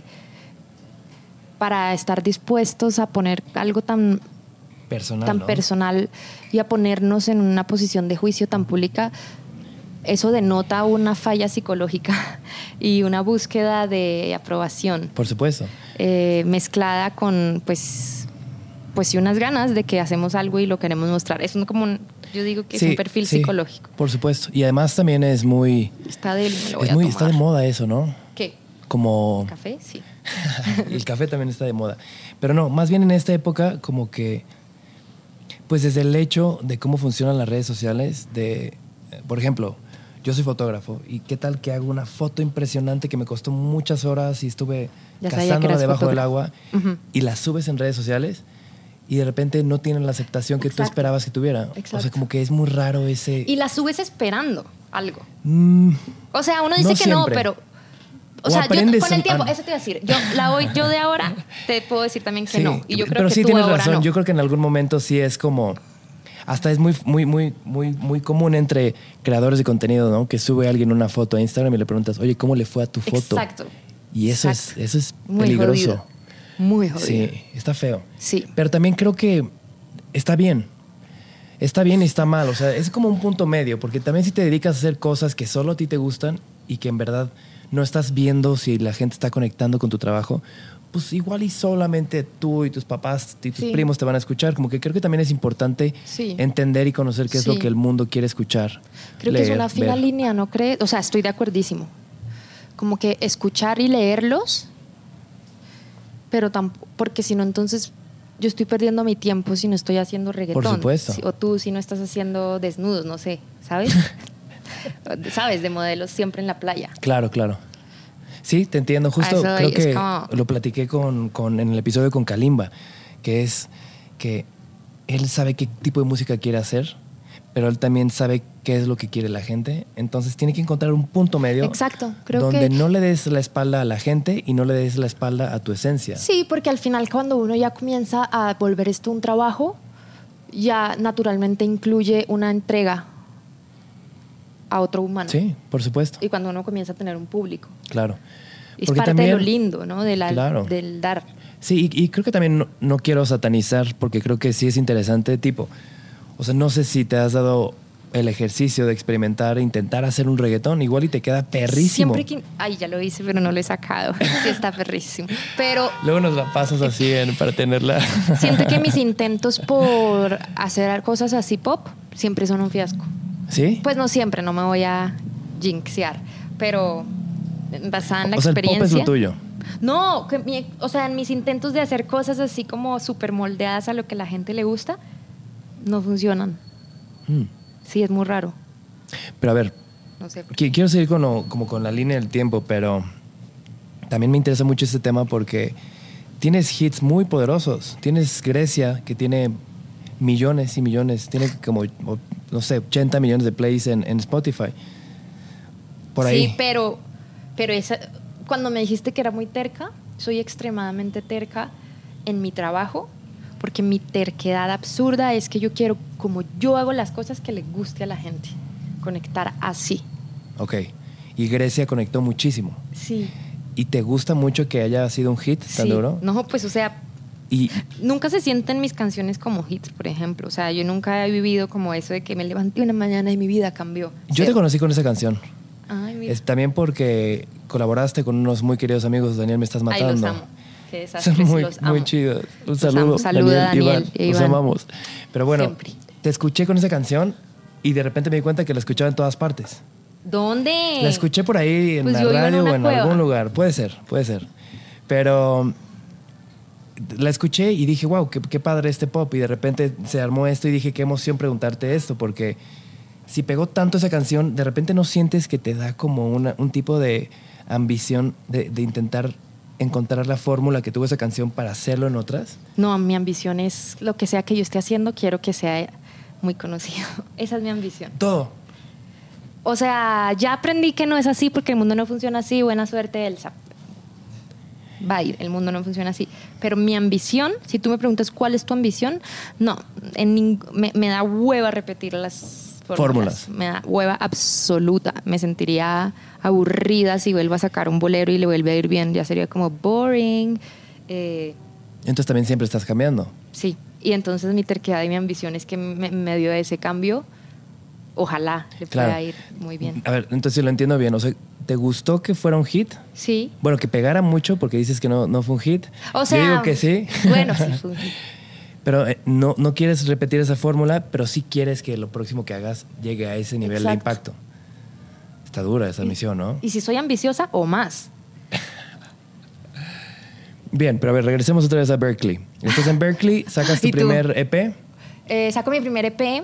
para estar dispuestos a poner algo tan personal y a ponernos en una posición de juicio tan pública, eso denota una falla psicológica y una búsqueda de aprobación. Por supuesto. Mezclada con, pues sí, unas ganas de que hacemos algo y lo queremos mostrar. Es como yo digo que es un perfil psicológico. Por supuesto. Y además también es muy... Está de moda eso, ¿no? ¿Qué? Como... ¿El café? Sí. El café también está de moda. Pero no, más bien en esta época como que, pues desde el hecho de cómo funcionan las redes sociales, por ejemplo, yo soy fotógrafo y qué tal que hago una foto impresionante que me costó muchas horas y estuve cazándola debajo del agua y la subes en redes sociales y de repente no tienen la aceptación que tú esperabas que tuviera. O sea, como que es muy raro ese... Y la subes esperando algo. O sea, uno dice que no, pero... O sea, yo con el tiempo, eso te iba a decir. Yo de ahora te puedo decir también que no. Y yo creo pero que sí tú tienes ahora razón. no. Yo creo que en algún momento sí es como... Hasta es muy común entre creadores de contenido, ¿no? Que sube alguien una foto a Instagram y le preguntas, oye, ¿cómo le fue a tu foto? Exacto. Y eso es muy peligroso. Jodido. Muy jodido. Sí, está feo. Sí. Pero también creo que está bien. Está bien y está mal. O sea, es como un punto medio. Porque también si te dedicas a hacer cosas que solo a ti te gustan y que en verdad no estás viendo si la gente está conectando con tu trabajo, pues igual y solamente tú y tus papás y tus primos te van a escuchar. Como que creo que también es importante entender y conocer qué es lo que el mundo quiere escuchar. Creo que es una fina línea, ¿no crees? O sea, estoy de acuerdísimo. Como que escuchar y leerlos, pero tampoco, porque si no, entonces yo estoy perdiendo mi tiempo si no estoy haciendo reggaetón. Por supuesto. O tú si no estás haciendo desnudos, no sé, ¿sabes? ¿Sabes? De modelos siempre en la playa. Claro. Sí, te entiendo. Justo creo que lo platiqué en el episodio con Kalimba, que es que él sabe qué tipo de música quiere hacer, pero él también sabe qué es lo que quiere la gente. Entonces tiene que encontrar un punto medio. Exacto. Donde no le des la espalda a la gente y no le des la espalda a tu esencia. Sí, porque al final cuando uno ya comienza a volver esto un trabajo, ya naturalmente incluye una entrega a otro humano. Sí, por supuesto. Y cuando uno comienza a tener un público. Claro. Es parte también, de lo lindo, ¿no? Del dar. Sí, y creo que también no quiero satanizar porque creo que sí es interesante, tipo, o sea, no sé si te has dado el ejercicio de experimentar e intentar hacer un reggaetón, igual y te queda perrísimo. Siempre que... Ay, ya lo hice, pero no lo he sacado. Sí está perrísimo. Pero... Luego nos la pasas así para tenerla. Siento que mis intentos por hacer cosas así pop siempre son un fiasco. ¿Sí? Pues no siempre, no me voy a jinxear, pero basada en la experiencia. El pop es lo tuyo. No, o sea, en mis intentos de hacer cosas así como súper moldeadas a lo que a la gente le gusta, no funcionan. Sí, es muy raro. Pero a ver, no sé quiero seguir como con la línea del tiempo, pero también me interesa mucho este tema porque tienes hits muy poderosos. Tienes Grecia, que tiene millones y millones, tiene como, no sé, 80 millones de plays en Spotify. Por ahí. Sí, pero esa, cuando me dijiste que era muy terca, soy extremadamente terca en mi trabajo, porque mi terquedad absurda es que yo quiero, como yo hago las cosas, que le guste a la gente, conectar así. Ok. Y Grecia conectó muchísimo. Sí. ¿Y te gusta mucho que haya sido un hit tan duro? No, pues o sea, Y nunca se sienten mis canciones como hits, por ejemplo. O sea, yo nunca he vivido como eso de que me levanté una mañana y mi vida cambió. yo te conocí con esa canción. Ay, mira. Es también porque colaboraste con unos muy queridos amigos. Daniel, me estás matando. Ay, los amo. Qué desastre, Son muy, los amo. muy chidos. Un Los saludo. amo. Saluda, Daniel Iván. e Los Iván. amamos. Pero bueno, Siempre. te escuché con esa canción y de repente me di cuenta que la escuchaba en todas partes. ¿Dónde? La escuché por ahí en Pues la yo vivo en radio una o en cueva. algún lugar. Puede ser. Pero la escuché y dije, wow, qué padre este pop. Y de repente se armó esto y dije, qué emoción preguntarte esto, porque si pegó tanto esa canción, de repente no sientes que te da como un tipo de ambición de intentar encontrar la fórmula que tuvo esa canción para hacerlo en otras. No, mi ambición es lo que sea que yo esté haciendo, quiero que sea muy conocido. Esa es mi ambición. Todo. O sea, ya aprendí que no es así porque el mundo no funciona así. Buena suerte, Elsa. Bye, el mundo no funciona así. Pero mi ambición, si tú me preguntas cuál es tu ambición, no, me da hueva repetir las fórmulas. Me da hueva absoluta. Me sentiría aburrida si vuelvo a sacar un bolero y le vuelve a ir bien. Ya sería como boring. Entonces también siempre estás cambiando. Sí, y entonces mi terquedad y mi ambición es que me dio ese cambio. Ojalá le pueda ir muy bien. A ver, entonces si lo entiendo bien, o sea, ¿te gustó que fuera un hit? Sí. Bueno, que pegara mucho porque dices que no fue un hit. O sea, yo digo que sí. Bueno, sí fue un hit. Pero no quieres repetir esa fórmula, pero sí quieres que lo próximo que hagas llegue a ese nivel de impacto. Está dura esa misión, ¿no? Y si soy ambiciosa o más. Bien, pero a ver, regresemos otra vez a Berkeley. Estás en Berkeley, sacas tu primer EP. Saco mi primer EP.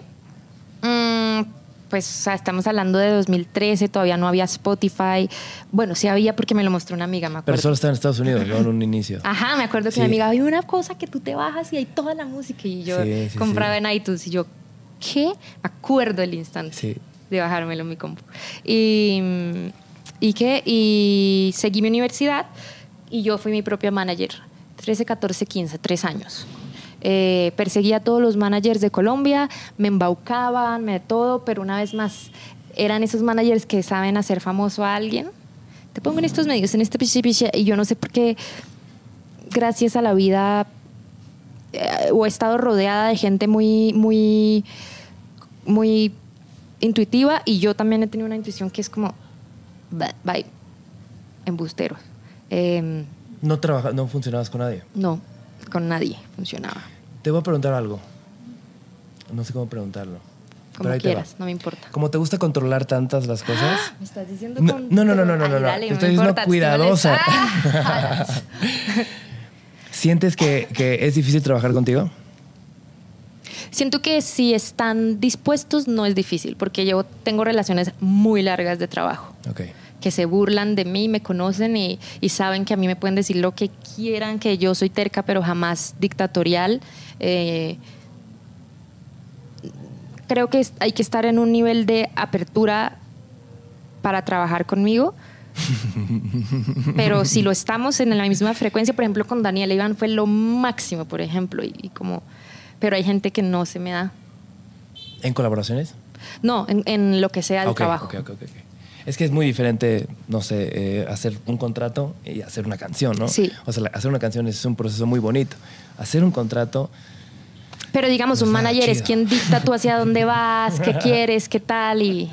Pues o sea, estamos hablando de 2013, todavía no había Spotify. Bueno, sí había porque me lo mostró una amiga, me acuerdo. Pero solo estaba en Estados Unidos, yo en un inicio. Ajá, me acuerdo que mi amiga, hay una cosa que tú te bajas y hay toda la música. Y yo compraba en iTunes y yo, ¿qué? Me acuerdo el instante de bajármelo en mi compu. Y seguí mi universidad y yo fui mi propia manager. 13, 14, 15, 3 años. Perseguía a todos los managers de Colombia, me embaucaban, de todo, pero una vez más, eran esos managers que saben hacer famoso a alguien. Te pongo en estos medios, en este piche, y yo no sé por qué, gracias a la vida, he estado rodeada de gente muy, muy, muy intuitiva, y yo también he tenido una intuición que es como, bye, embusteros. ¿No funcionabas con nadie? No, con nadie funcionaba. Te voy a preguntar algo. No sé cómo preguntarlo. Como quieras, no me importa. ¿Cómo te gusta controlar tantas las cosas? ¿Me estás diciendo No. Dale, te estoy diciendo cuidadosa. ¿Sientes que es difícil trabajar contigo? Siento que si están dispuestos no es difícil, porque tengo relaciones muy largas de trabajo. Okay. Que se burlan de mí, me conocen y saben que a mí me pueden decir lo que quieran, que yo soy terca, pero jamás dictatorial. Creo que hay que estar en un nivel de apertura para trabajar conmigo. Pero si lo estamos en la misma frecuencia, por ejemplo, con Daniel Iván fue lo máximo, por ejemplo, pero hay gente que no se me da. ¿En colaboraciones? No, en lo que sea el trabajo. Okay. Es que es muy diferente, no sé, hacer un contrato y hacer una canción, ¿no? Sí. O sea, hacer una canción es un proceso muy bonito. Hacer un contrato... Pero digamos, un manager es quien dicta tú hacia dónde vas, qué quieres, qué tal, y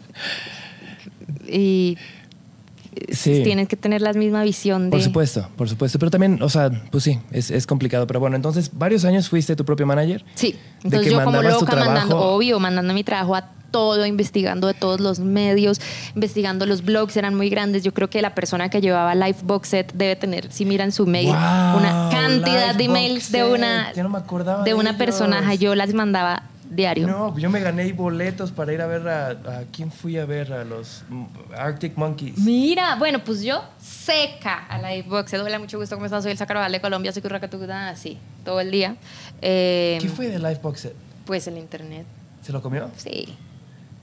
tienes que tener la misma visión de... Por supuesto. Pero también, o sea, pues sí, es complicado. Pero bueno, entonces, ¿varios años fuiste tu propio manager? Sí. Entonces yo como loca mandando mi trabajo a todo, investigando de todos los medios, investigando los blogs, eran muy grandes. Yo creo que la persona que llevaba Lifebox Set debe tener, si miran su mail, una cantidad de emails de una personaje. Yo las mandaba diario. No, yo me gané boletos para ir a ver a ¿quién fui a ver? A los Arctic Monkeys. Mira, bueno, pues yo seca a Lifebox Set. Hola, mucho gusto, ¿cómo estás? Soy el Carvajal de Colombia, soy Curracatucutá, así, todo el día. ¿Qué fue de Lifebox Set? Pues el internet. ¿Se lo comió? Sí.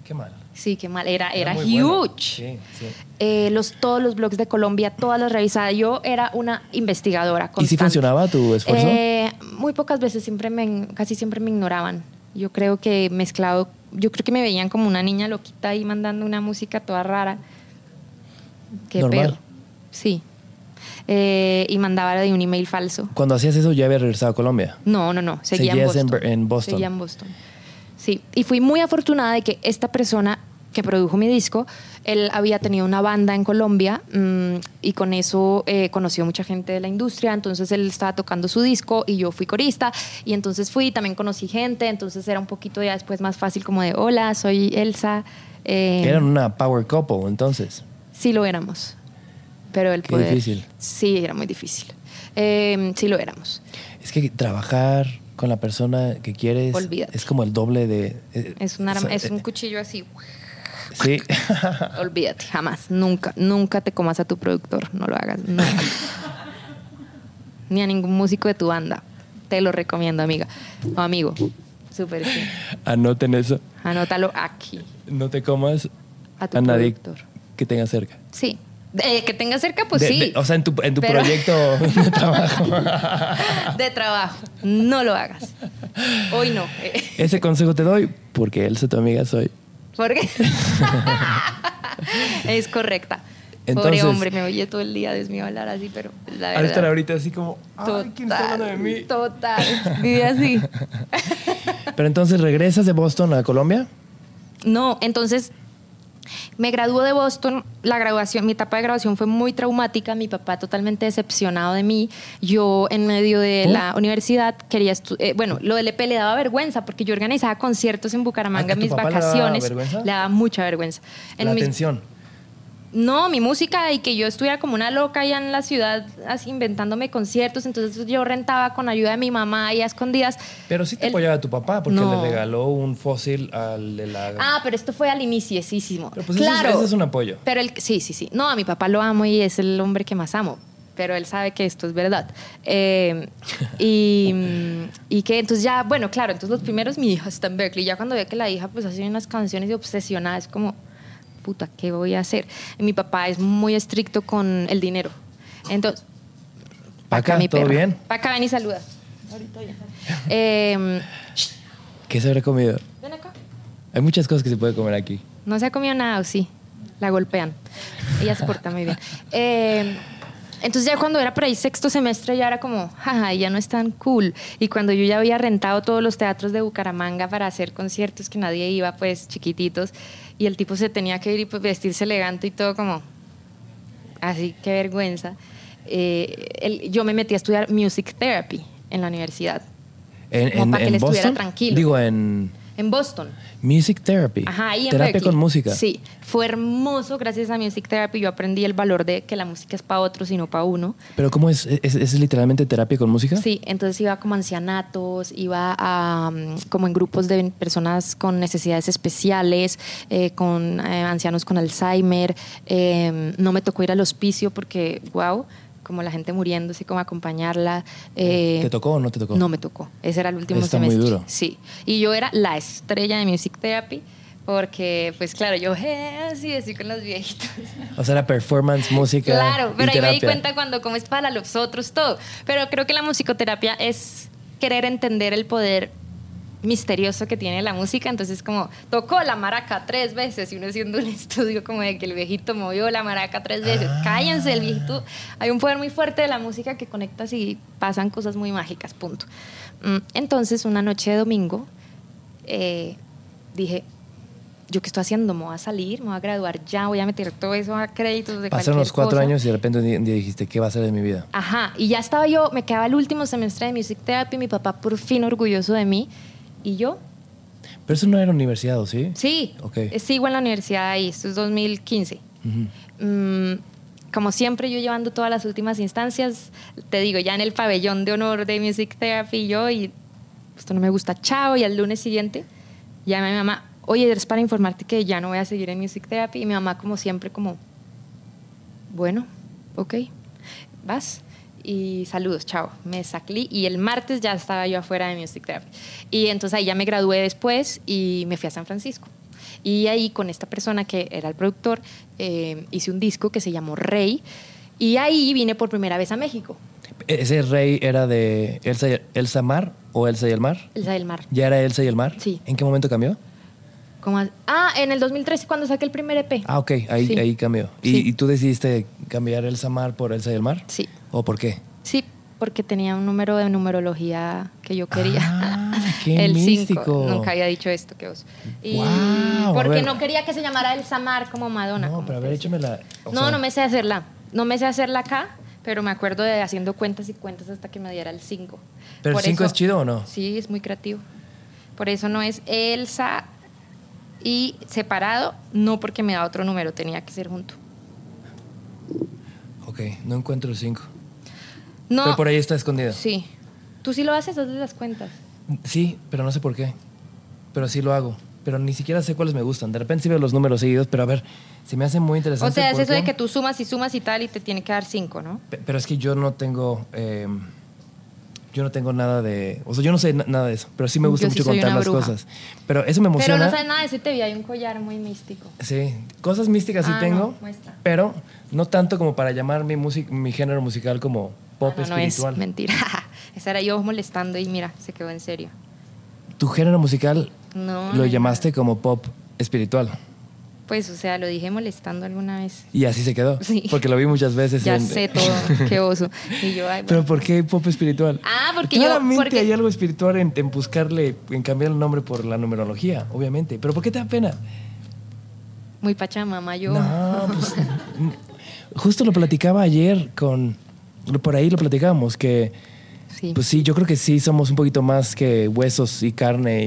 Qué mal. Sí, qué mal. Era muy huge. bueno. Sí, sí. Todos los blogs de Colombia, todas las revisadas. Yo era una investigadora constante. ¿Y si funcionaba tu esfuerzo? Muy pocas veces, casi siempre me ignoraban. Yo creo que me veían como una niña loquita ahí mandando una música toda rara. Qué Normal. pedo. Sí. Y mandaba de un email falso. Cuando hacías eso, ¿ya habías regresado a Colombia? No. Seguía ¿Seguías en Boston. Seguía en Boston. Sí. Y fui muy afortunada de que esta persona que produjo mi disco, él había tenido una banda en Colombia y con eso conoció mucha gente de la industria. Entonces él estaba tocando su disco y yo fui corista. Y entonces también conocí gente. Entonces era un poquito ya después más fácil como de, hola, soy Elsa. Eran una power couple, entonces. Sí lo éramos. Pero el Qué poder... difícil. Sí, era muy difícil. Sí lo éramos. Es que trabajar con la persona que quieres Olvídate. es como el doble de... Es un arma, es un cuchillo así. Sí. Olvídate, jamás. Nunca te comas a tu productor. No lo hagas. Nunca. Ni a ningún músico de tu banda. Te lo recomiendo, amiga. O amigo. Súper sí. Anoten eso. Anótalo aquí. No te comas A tu nadie productor. que tenga cerca. Sí. Que tenga cerca, pues sí. O sea, en tu Pero- proyecto de trabajo. De trabajo. No lo hagas. Hoy no. Ese consejo te doy porque Elsa, tu amiga, soy. ¿Por qué? Es correcta. Entonces- Pobre hombre, me oye todo el día, Dios mío, hablar así, pero la verdad. Al estar ahorita así como, ay, ¿quién está hablando de mí? Total. Vive así. Pero entonces, ¿regresas de Boston a Colombia? No, entonces me graduó de Boston. Mi etapa de graduación fue muy traumática. Mi papá totalmente decepcionado de mí. Yo en medio de ¿Por? la universidad quería bueno, lo del EP le daba vergüenza porque yo organizaba conciertos en Bucaramanga ¿A en tu mis papá le daba vacaciones. vergüenza? Le daba mucha vergüenza. En La mis- atención. No, mi música y que yo estuviera como una loca allá en la ciudad, así inventándome conciertos. Entonces yo rentaba con ayuda de mi mamá y a escondidas. Pero sí te Él- apoyaba a tu papá porque No. le regaló un fósil al de la... Ah, pero esto fue al iniciesísimo. Pero pues claro. eso es un apoyo. Pero sí. No, a mi papá lo amo y es el hombre que más amo. Pero él sabe que esto es verdad. Y que entonces ya, bueno, claro, entonces los primeros, mi hija está en Berkeley. Ya cuando ve que la hija pues hace unas canciones y obsesionada, es como, puta, ¿qué voy a hacer? Y mi papá es muy estricto con el dinero. Entonces, Paca, mi ¿todo perra. bien? Paca, ven y saluda. Ahorita ya. ¿Qué se habrá comido? Ven acá. Hay muchas cosas que se puede comer aquí. No se ha comido nada, ¿o sí? La golpean. Ella se porta muy bien. Entonces ya cuando era por ahí sexto semestre ya era como, jaja, ya no es tan cool. Y cuando yo ya había rentado todos los teatros de Bucaramanga para hacer conciertos que nadie iba, pues chiquititos, y el tipo se tenía que ir y pues, vestirse elegante y todo como, así, qué vergüenza. Yo me metí a estudiar music therapy en la universidad. Como para que él estuviera Boston? tranquilo. Digo, en En Boston. Music Therapy. Ajá, ahí en Terapia Berkeley. con música. Sí, fue hermoso gracias a Music Therapy. Yo aprendí el valor de que la música es para otros y no para uno. ¿Pero cómo es? ¿Es literalmente terapia con música? Sí, entonces iba como a ancianatos, iba a como en grupos de personas con necesidades especiales, con ancianos con Alzheimer. No me tocó ir al hospicio porque, wow, como la gente muriéndose, como acompañarla. ¿Te tocó o no te tocó? No me tocó. Ese era el último Está muy semestre. duro. Sí. Y yo era la estrella de Music Therapy porque, pues claro, yo así con los viejitos. O sea, era performance, música. Claro, pero y ahí me di terapia. cuenta cuando como es para los otros todo. Pero creo que la musicoterapia es querer entender el poder misterioso que tiene la música. Entonces como tocó la maraca 3 veces y uno haciendo un estudio como de que el viejito movió la maraca 3 veces. Cállense, el viejito. Hay un poder muy fuerte de la música que conectas y pasan cosas muy mágicas, punto. Entonces una noche de domingo dije, ¿yo qué estoy haciendo? Me voy a salir, me voy a graduar ya, voy a meter todo eso a créditos de Pasaron los cualquier 4 cosa. años y de repente un día dijiste, ¿qué va a ser de mi vida? Ajá, y ya estaba yo, me quedaba el último semestre de Music Therapy, mi papá por fin orgulloso de mí, y yo, Pero eso no era universidad, ¿o sí? sí, Ok. sigo en la universidad ahí, esto es 2015. Como siempre, yo llevando todas las últimas instancias, te digo, ya en el pabellón de honor de Music Therapy, yo, y esto no me gusta, chao, y al lunes siguiente, llamé a mi mamá, oye, es para informarte que ya no voy a seguir en Music Therapy, y mi mamá como siempre, como, bueno, ok, vas, y saludos, chao, me salí, y el martes ya estaba yo afuera de Music Therapy, y entonces ahí ya me gradué después, y me fui a San Francisco. Y ahí con esta persona que era el productor, hice un disco que se llamó Rey. Y ahí vine por primera vez a México. ¿Ese Rey era de Elsa Mar o Elsa y el Mar? Elsa del Mar. ¿Ya era Elsa y el Mar? Sí. ¿En qué momento cambió? En el 2013 cuando saqué el primer EP. Ah, ok, ahí, Sí. ahí cambió. Sí. ¿Y tú decidiste cambiar Elsa Mar por Elsa y el Mar? Sí. ¿O por qué? Sí, porque tenía un número de numerología que yo quería. Ah, qué el místico. 5. Nunca había dicho esto, que vos. Y Guau, a porque ver. no quería que se llamara Elsa Mar como Madonna. No, como pero a te ver, decía. échamela. No me sé hacerla. No me sé hacerla acá, pero me acuerdo de haciendo cuentas y cuentas hasta que me diera el 5. ¿Pero el 5 es chido o no? Sí, es muy creativo. Por eso no es Elsa y separado, no porque me da otro número, tenía que ser junto. Ok, no encuentro el 5. No. Pero por ahí está escondido. Sí. ¿Tú sí lo haces o haces las cuentas? Sí, pero no sé por qué. Pero sí lo hago. Pero ni siquiera sé cuáles me gustan. De repente sí veo los números seguidos, pero a ver, se me hace muy interesante. O sea, es eso porque- de que tú sumas y tal y te tiene que dar 5, ¿no? Pero es que yo no tengo... yo no tengo nada de... O sea, yo no sé nada de eso. Pero sí me gusta Yo sí mucho soy contar una las bruja. cosas. Pero eso me Pero emociona. no sabes nada de eso y te vi, hay un collar muy místico. Sí, cosas místicas sí Ah, tengo. no, muestra. Pero no tanto como para llamar mi género musical como pop No, no es espiritual. mentira. Esa era yo molestando y mira, se quedó en serio. Tu género musical No, lo no, llamaste como pop espiritual. Pues, o sea, lo dije molestando alguna vez. Y así se quedó. Sí. Porque lo vi muchas veces. Ya sé todo, qué oso. Y yo, ay, Pero bueno. ¿por qué pop espiritual? Ah, porque Claramente hay algo espiritual en buscarle, en cambiar el nombre por la numerología, obviamente. Pero ¿por qué te da pena? Muy pachamama yo. No, pues... justo lo platicaba ayer con... Por ahí lo platicábamos, que... Sí. Pues sí, yo creo que sí somos un poquito más que huesos y carne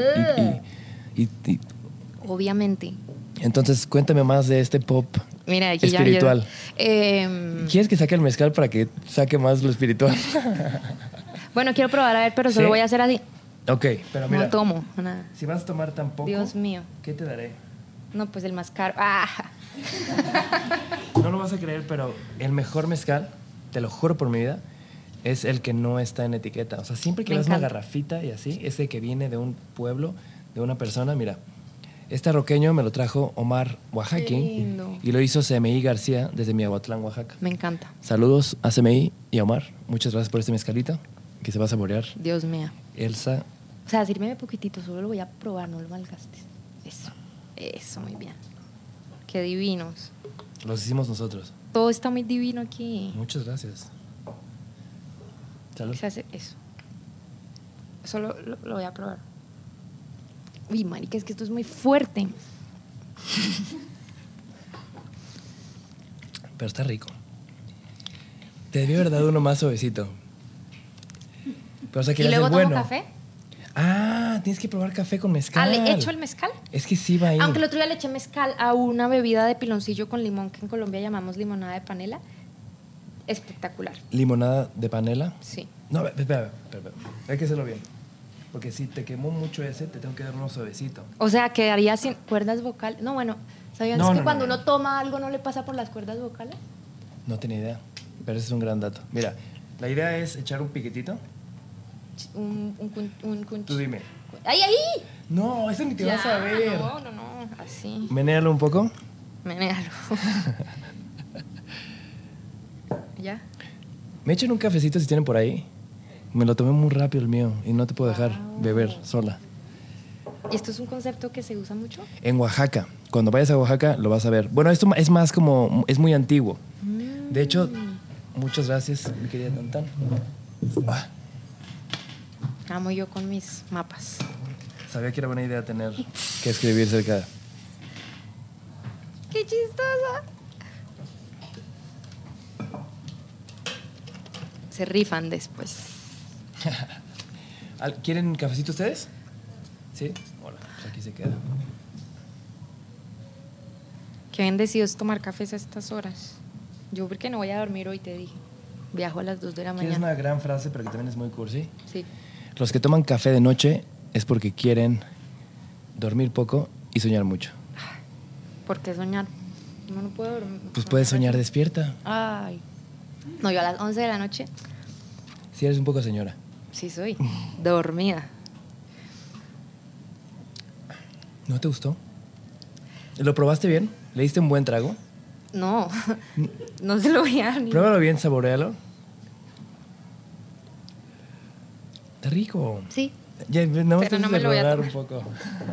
y Obviamente. entonces cuéntame más de este pop Mira, aquí espiritual. ya. ¿Quieres que saque el mezcal para que saque más lo espiritual? Bueno, quiero probar a ver, pero solo ¿Sí? voy a hacer así. Ok, pero mira, No tomo nada. si vas a tomar tan poco, Dios mío. ¿qué te daré? No, pues el más caro. Ah. No lo vas a creer, pero el mejor mezcal, te lo juro por mi vida, es el que no está en etiqueta. O sea, siempre que Me ves una encanta. garrafita y así, ese que viene de un pueblo, de una persona, mira. Este arroqueño me lo trajo Omar Qué Oaxaquí lindo. y lo hizo CMI García desde Miahuatlán, Oaxaca. Me encanta. Saludos a CMI y a Omar. Muchas gracias por este mezcalito que se va a saborear. Dios mío. Elsa, O sea, sírveme poquitito, solo lo voy a probar, no lo malgastes. Eso, muy bien. Qué divinos. los hicimos nosotros. Todo está muy divino aquí. Muchas gracias. Salud. Se hace eso. Solo lo voy a probar. Uy, marica, es que esto es muy fuerte. Pero está rico. Te debió haber dado uno más suavecito. Pero o sea, ¿Y querías luego el tomo bueno. café? Ah, tienes que probar café con mezcal. Ah, ¿le echo el mezcal? Es que sí va ahí. Aunque el otro día le eché mezcal a una bebida de piloncillo con limón que en Colombia llamamos limonada de panela. Espectacular. Limonada de panela. Sí. No, espera. Hay que hacerlo bien. Porque si te quemó mucho ese, te tengo que dar uno suavecito. O sea, quedaría sin cuerdas vocales. No, bueno, ¿sabían No, que no, cuando no. uno toma algo no le pasa por las cuerdas vocales? No tenía idea. Pero ese es un gran dato. Mira, la idea es echar un piquetito. Un Tú dime. ¡Ay, ahí! No, eso ni te Ya, vas a ver. No, así. Menéalo un poco. Menéalo. ¿Ya? Me echan un cafecito si tienen por ahí. Me lo tomé muy rápido el mío y no te puedo dejar Wow. beber sola. ¿Y esto es un concepto que se usa mucho? En Oaxaca. Cuando vayas a Oaxaca lo vas a ver. Bueno, esto es más como... Es muy antiguo. De hecho, muchas gracias, mi querida Tantan. Ah, Amo yo con mis mapas. sabía que era buena idea tener que escribir cerca. ¡Qué chistosa! Se rifan después. ¿Quieren cafecito ustedes? ¿Sí? Hola, pues aquí se queda. Qué bendecido es tomar cafés a estas horas. Yo porque no voy a dormir hoy, te dije. Viajo a las 2 de la ¿Quieres mañana. una gran frase, pero que también es muy cursi? Sí. Los que toman café de noche es porque quieren dormir poco y soñar mucho. ¿Por qué soñar? No puedo dormir. Pues puedes soñar despierta. Ay. No, yo a las 11 de la noche Si eres un poco señora. sí soy dormida. ¿No te gustó? ¿Lo probaste bien? ¿Le diste un buen trago? No, no se lo voy a dar ni... Pruébalo bien, saborealo. Está rico. Sí. Ya, Pero no me lo voy a tomar. un poco.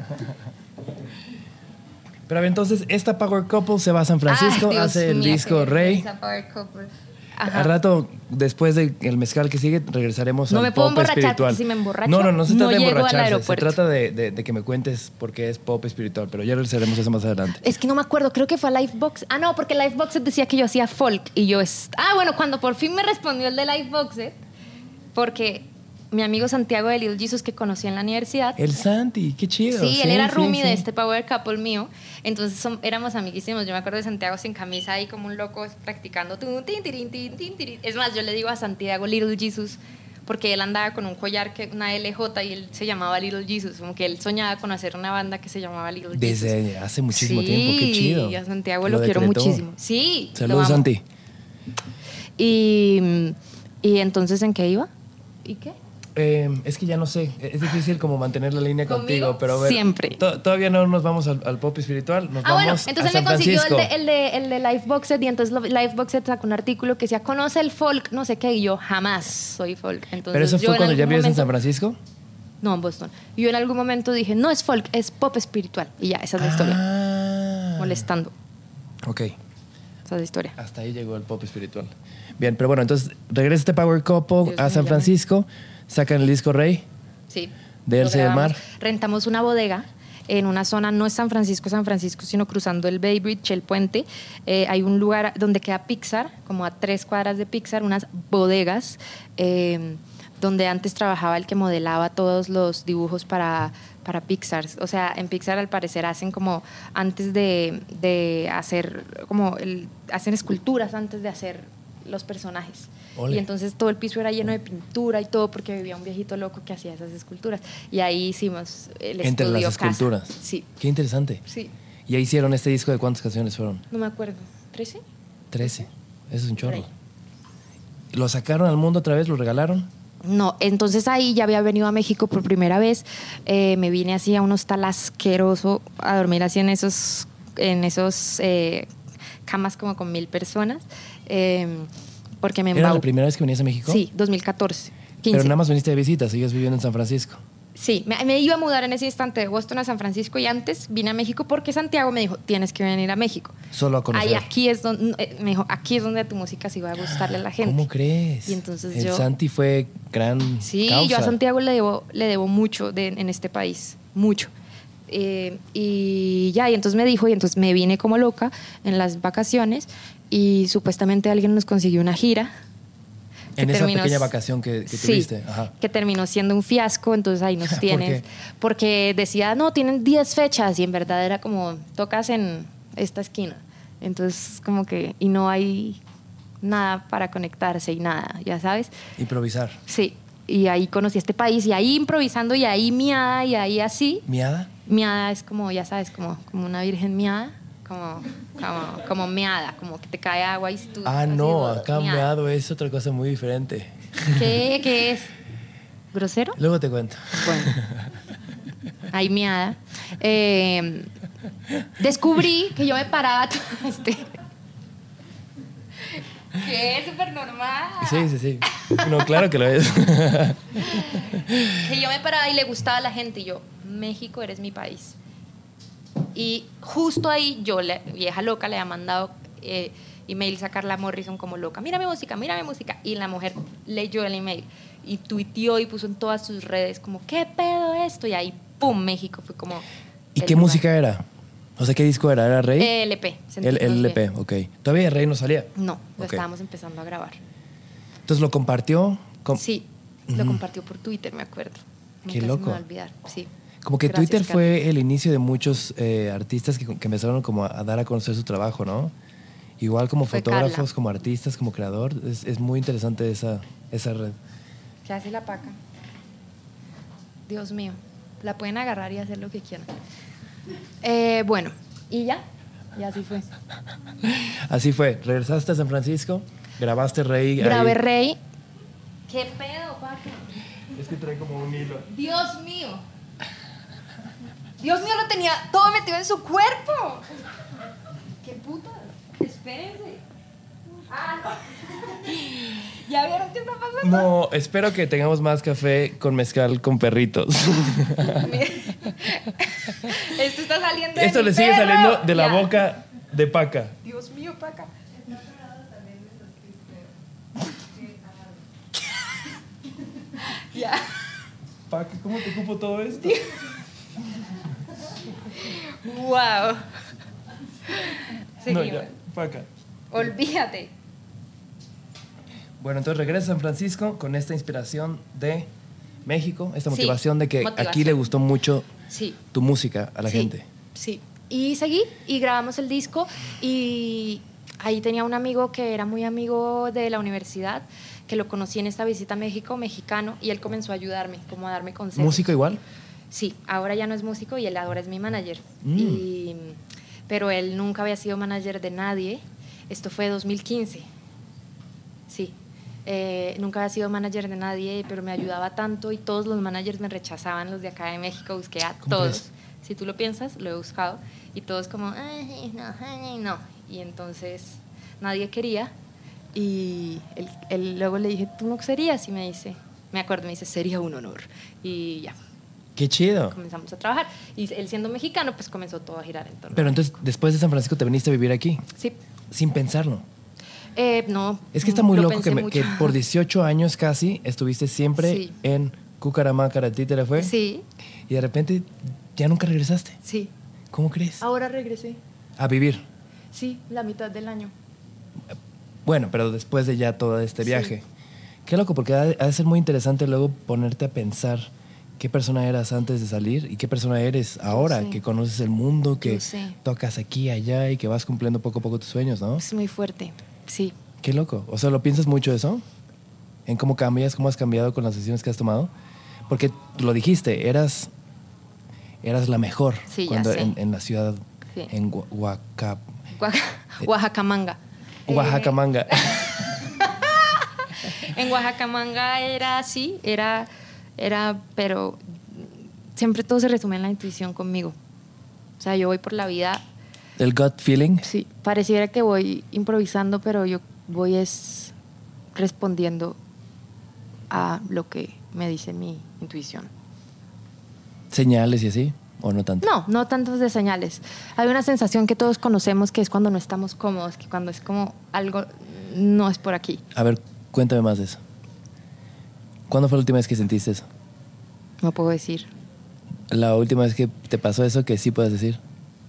Pero a ver, entonces, esta Power Couple se va a San Francisco, Ay, Dios hace el mío, disco qué Rey. vergüenza, Power Couple. Ajá. Al rato, después del mezcal que sigue, regresaremos No al me puedo pop emborrachar, espiritual. porque si me emborracho, no se no trata de llego al emborracharse. Se aeropuerto. trata de que me cuentes por qué es pop espiritual, pero ya regresaremos a eso más adelante. Es que no me acuerdo, creo que fue a Lifebox. Ah, no, porque Lifebox decía que yo hacía folk y yo... bueno, cuando por fin me respondió el de Lifebox, porque mi amigo Santiago de Little Jesus que conocí en la universidad... El Santi, qué chido. Sí, él era roomie de este Power Couple mío. Entonces éramos amiguísimos. Yo me acuerdo de Santiago sin camisa ahí como un loco practicando. Tin, tirin, tin, tirin. Es más, yo le digo a Santiago Little Jesus porque él andaba con un collar, una LJ, y él se llamaba Little Jesus. Como que él soñaba con hacer una banda que se llamaba Little Jesus. Desde hace muchísimo tiempo, qué chido. Y a Santiago lo quiero muchísimo. Sí. Saludos, Santi. Y entonces, ¿en qué iba? ¿Y qué? Es que ya no sé, es difícil como mantener la línea contigo, pero a ver, siempre. Todavía no nos vamos al pop espiritual, nos vamos bueno, a entonces San me consiguió Francisco. el de Lifeboxed, y entonces Lifeboxed sacó un artículo que decía, conoce el folk, no sé qué, y yo jamás soy folk. Entonces, ¿Pero eso yo fue cuando ya vives en momento, San Francisco? No, en Boston. Y yo en algún momento dije, no es folk, es pop espiritual. Y ya, esa es la historia. Molestando. Ok. Esa es la historia. Hasta ahí llegó el pop espiritual. Bien, pero bueno, entonces regresa este Power Couple Dios a mío, San Francisco, sacan el disco Rey. Sí. De Elsa y el Mar. Rentamos una bodega en una zona, no es San Francisco, sino cruzando el Bay Bridge, el puente. Hay un lugar donde queda Pixar, como a 3 cuadras de Pixar, unas bodegas donde antes trabajaba el que modelaba todos los dibujos para Pixar. O sea, en Pixar al parecer hacen como antes de hacer, hacen esculturas antes de hacer los personajes. Ole. Y entonces todo el piso era lleno de pintura y todo porque vivía un viejito loco que hacía esas esculturas. Y ahí hicimos el Entre estudio las esculturas. casa. Sí. Qué interesante. Sí. ¿Y ahí hicieron este disco de cuántas canciones fueron? No me acuerdo. ¿13? 13. Eso es un chorro. Rey. ¿Lo sacaron al mundo otra vez? ¿Lo regalaron? No, entonces ahí ya había venido a México por primera vez. Me vine así a un hostal asqueroso a dormir así en esos camas como con 1,000 personas. Porque me ¿Era la primera vez que venías a México? Sí, 2014, 15. Pero nada más viniste de visita, sigues viviendo en San Francisco. Sí, me iba a mudar en ese instante de Boston a San Francisco y antes vine a México porque Santiago me dijo, tienes que venir a México. Solo a conocer. Ahí, aquí es donde, me dijo, aquí es donde tu música sí va a gustarle a la gente. ¿Cómo crees? Y entonces el Santi fue gran Sí, causa. yo a Santiago le debo mucho en este país, mucho. Y entonces me dijo, y entonces me vine como loca en las vacaciones y supuestamente alguien nos consiguió una gira. En esa pequeña vacación que tuviste. Ajá. Que terminó siendo un fiasco, entonces ahí nos tienes. ¿Por qué? Porque decía, no, tienen 10 fechas y en verdad era como, tocas en esta esquina. Entonces como que, y no hay nada para conectarse y nada, ya sabes. Improvisar. Sí, y ahí conocí este país y ahí improvisando y ahí miada y ahí así. ¿Miada? Miada es como, ya sabes, como una virgen miada. Como meada, como que te cae agua y tú... No, acá meado es otra cosa muy diferente. ¿Qué es? ¿Grosero? Luego te cuento. Bueno, ahí meada. Descubrí que yo me paraba... que es súper normal. Sí. No, claro que lo es. Que yo me paraba y le gustaba a la gente y yo, México, eres mi país. Y justo ahí yo, vieja loca, le había mandado emails a Carla Morrison como loca, mira mi música, y la mujer leyó el email y tuiteó y puso en todas sus redes como, ¿qué pedo esto? Y ahí, ¡pum!, México fue como... ¿Y qué música era? O sea, ¿qué disco era? ¿Era Rey? LP. El LP, ok. ¿Todavía Rey no salía? No, lo Ok. estábamos empezando a grabar. Entonces, ¿lo compartió? Sí, lo compartió por Twitter, me acuerdo. Qué Nunca loco. se me va a olvidar, sí. Como que Gracias, Twitter Carla. fue el inicio de muchos artistas que empezaron como a dar a conocer su trabajo, ¿no? Igual como Fue fotógrafos, Carla. como artistas, como creador. Es muy interesante esa red. ¿Qué hace la paca? Dios mío, la pueden agarrar y hacer lo que quieran. Bueno, ¿y ya? Y así fue. Así fue. Regresaste a San Francisco, grabaste Rey. Grabé ahí. Rey. ¿Qué pedo, paca? Es que trae como un hilo. Dios mío. Dios mío, lo tenía todo metido en su cuerpo. ¡Qué puta! Espérense. Ah, no. ¿Ya vieron qué está pasando? No, espero que tengamos más café con mezcal con perritos. Esto está saliendo de Esto mi le sigue perro. saliendo de la Ya. boca de Paca. Dios mío, Paca. Ya. Paca, ¿cómo te ocupo todo esto? Wow. No, Seguimos. ya, Paca. Olvídate. Bueno, entonces regresa a San Francisco con esta inspiración de México, esta Sí, motivación de que motivación. aquí le gustó mucho Sí. tu música a la Sí, gente. Sí. Y seguí y grabamos el disco y ahí tenía un amigo que era muy amigo de la universidad, que lo conocí en esta visita a México, mexicano, y él comenzó a ayudarme, como a darme consejos. ¿Músico igual? Sí, ahora ya no es músico y él ahora es mi manager. Mm. Pero él nunca había sido manager de nadie. Esto fue 2015. Sí. Nunca había sido manager de nadie, pero me ayudaba tanto y todos los managers me rechazaban, los de acá de México. Busqué a ¿Cómo todos. crees? Si tú lo piensas, lo he buscado. Y todos como, ay, no, ay, no. Y entonces nadie quería. Y él luego le dije, ¿tú no serías? Y me dice, me acuerdo, me dice, sería un honor. Y ya, ¡Qué chido! comenzamos a trabajar. Y él siendo mexicano, pues comenzó todo a girar en torno. Pero entonces, después de San Francisco, te viniste a vivir aquí, Sí. sin pensarlo. No. Es que está muy lo loco pensé que mucho. por 18 años casi estuviste siempre Sí. en Cucaramanga, ¿Títere fue? Sí, Y de repente ya nunca regresaste. sí. ¿Cómo crees? Ahora regresé. A vivir. Sí, la mitad del año. Bueno, pero después de ya todo este Sí. viaje. Qué loco, porque ha de ser muy interesante luego ponerte a pensar qué persona eras antes de salir y qué persona eres ahora, sé. que conoces el mundo, que Yo sé. tocas aquí y allá y que vas cumpliendo poco a poco tus sueños, ¿no? Es muy fuerte. Sí. Qué loco. O sea, ¿lo piensas mucho eso? ¿En cómo cambias, cómo has cambiado con las decisiones que has tomado? Porque lo dijiste, eras la mejor Sí, ya cuando sé. en la ciudad, Sí. en Oaxacamanga. Oaxacamanga. En Oaxacamanga era así, era, pero siempre todo se resume en la intuición conmigo. O sea, yo voy por la vida, El gut feeling. sí, pareciera que voy improvisando, pero yo voy es respondiendo a lo que me dice mi intuición. Señales y así, o no tanto. No tantos de señales. Hay una sensación que todos conocemos que es cuando no estamos cómodos, que cuando es como algo no es por aquí. A ver, cuéntame más de eso. ¿Cuándo fue la última vez que sentiste eso? No puedo decir. La última vez que te pasó eso que sí puedes decir.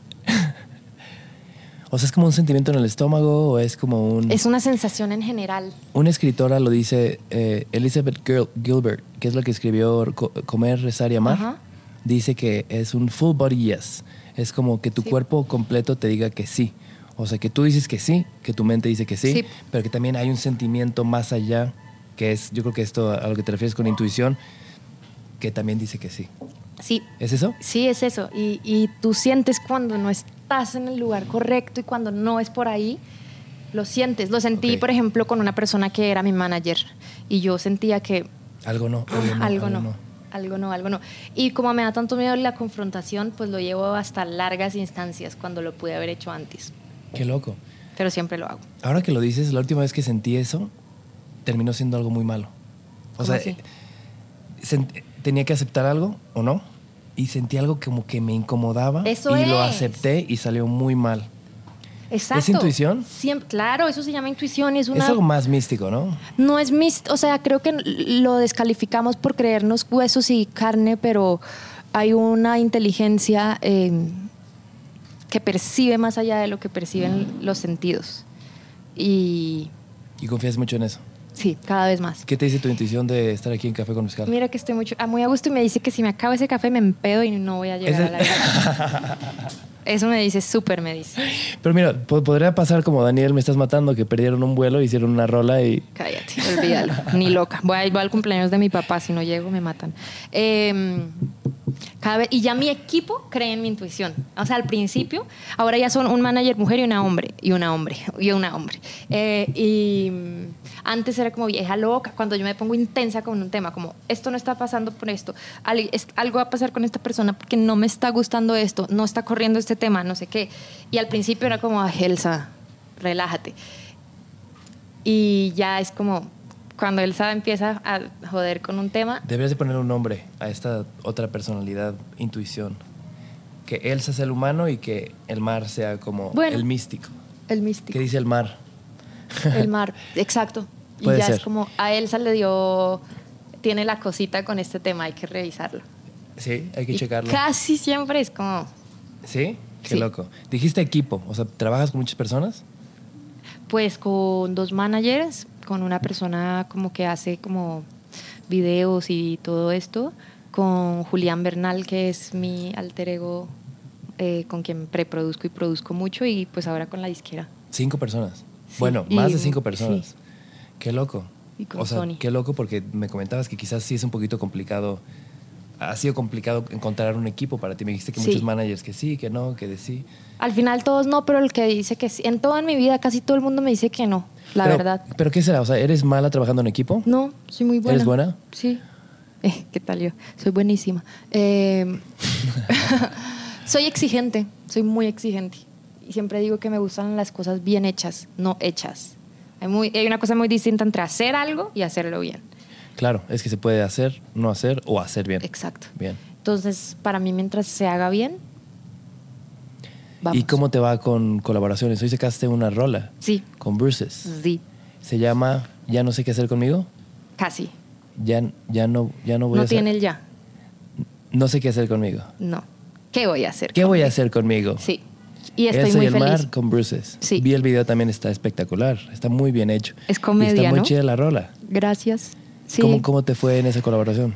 O sea, ¿es como un sentimiento en el estómago o es como un...? Es una sensación en general. Una escritora lo dice, Elizabeth Gilbert, que es la que escribió Comer, Rezar y Amar. Ajá. Dice que es un full body yes. Es como que tu Sí. cuerpo completo te diga que sí. O sea, que tú dices que sí, que tu mente dice que sí, Sí. pero que también hay un sentimiento más allá, que es, yo creo que esto a lo que te refieres con intuición, que también dice que sí. Sí, ¿Es eso? sí, es eso. Y tú sientes cuando no estás en el lugar correcto y cuando no es por ahí, lo sientes. Lo sentí, Ok. por ejemplo, con una persona que era mi manager y yo sentía que Algo no, algo no. algo no. Y como me da tanto miedo la confrontación, pues lo llevo hasta largas instancias cuando lo pude haber hecho antes. Qué loco. Pero siempre lo hago. Ahora que lo dices, la última vez que sentí eso, terminó siendo algo muy malo. O ¿Cómo sea, así? tenía que aceptar algo o no, y sentí algo como que me incomodaba Eso y lo es. acepté y salió muy mal. Exacto. ¿Es intuición? Claro, eso se llama intuición. Es Es algo más místico, ¿no? No es o sea, creo que lo descalificamos por creernos huesos y carne, pero hay una inteligencia que percibe más allá de lo que perciben los sentidos. Y Y confías mucho en eso. sí, cada vez más. ¿Qué te dice tu intuición de estar aquí en Café con Mezcal? Mira que estoy muy a gusto y me dice que si me acabo ese café me empedo y no voy a llegar a la vida. Eso me dice, súper me dice. Pero mira, podría pasar como Daniel, me estás matando, que perdieron un vuelo, hicieron una rola y... Cállate, olvídalo, ni loca. Voy al cumpleaños de mi papá, si no llego me matan. Cada vez, y ya mi equipo cree en mi intuición. O sea, al principio, ahora ya son un manager mujer y una hombre. Antes era como vieja loca, cuando yo me pongo intensa con un tema, como esto no está pasando por esto, algo va a pasar con esta persona porque no me está gustando esto, no está corriendo este tema, no sé qué. Y al principio era como, "Ay, Elsa, relájate". Y ya es como, cuando Elsa empieza a joder con un tema... Deberías de poner un nombre a esta otra personalidad, intuición. Que Elsa sea el humano y que el mar sea como el místico. El místico. ¿Qué dice el mar? El mar, exacto. Y Puede ya ser. es como, a Elsa le dio... Tiene la cosita con este tema, hay que revisarlo. Sí, hay que Y checarlo. casi siempre es como... ¿Sí? Qué Sí. loco. Dijiste equipo, o sea, ¿trabajas con muchas personas? Pues con 2 managers, con una persona como que hace como videos y todo esto, con Julián Bernal, que es mi alter ego, con quien preproduzco y produzco mucho, y pues ahora con la disquera. 5 personas. Sí, Bueno, y- más de 5 personas. sí. Qué loco. Y con O sea, Sony. qué loco porque me comentabas que quizás sí es un poquito complicado. Ha sido complicado encontrar un equipo para ti. Me dijiste que Sí. muchos managers que sí, que no, que de sí. Al final todos no, pero el que dice que sí. En toda mi vida casi todo el mundo me dice que no, la Pero- verdad. ¿Pero qué será? O sea, ¿eres mala trabajando en equipo? No, soy muy buena. ¿Eres buena? Sí. ¿Qué tal yo? Soy buenísima. Soy exigente, soy muy exigente. Y siempre digo que me gustan las cosas bien hechas, no hechas. Hay una cosa muy distinta entre hacer algo y hacerlo bien. Claro, es que se puede hacer, no hacer o hacer bien. Exacto. Bien. Entonces, para mí, mientras se haga bien, vamos. ¿Y cómo te va con colaboraciones? Hoy sacaste una rola Sí, con Bruces. sí, Se llama Ya no sé qué hacer conmigo. casi. Ya no voy a No hacer. tiene el ya. No sé qué hacer conmigo. No. ¿Qué voy a hacer? ¿Qué voy a conmigo? hacer conmigo? Sí. Y estoy Elsa y muy el feliz. mar con Bruces. Sí. Vi el video, también está espectacular. Está muy bien hecho. Es comedia, y está muy ¿no? chida la rola. Gracias. Sí. ¿Cómo te fue en esa colaboración?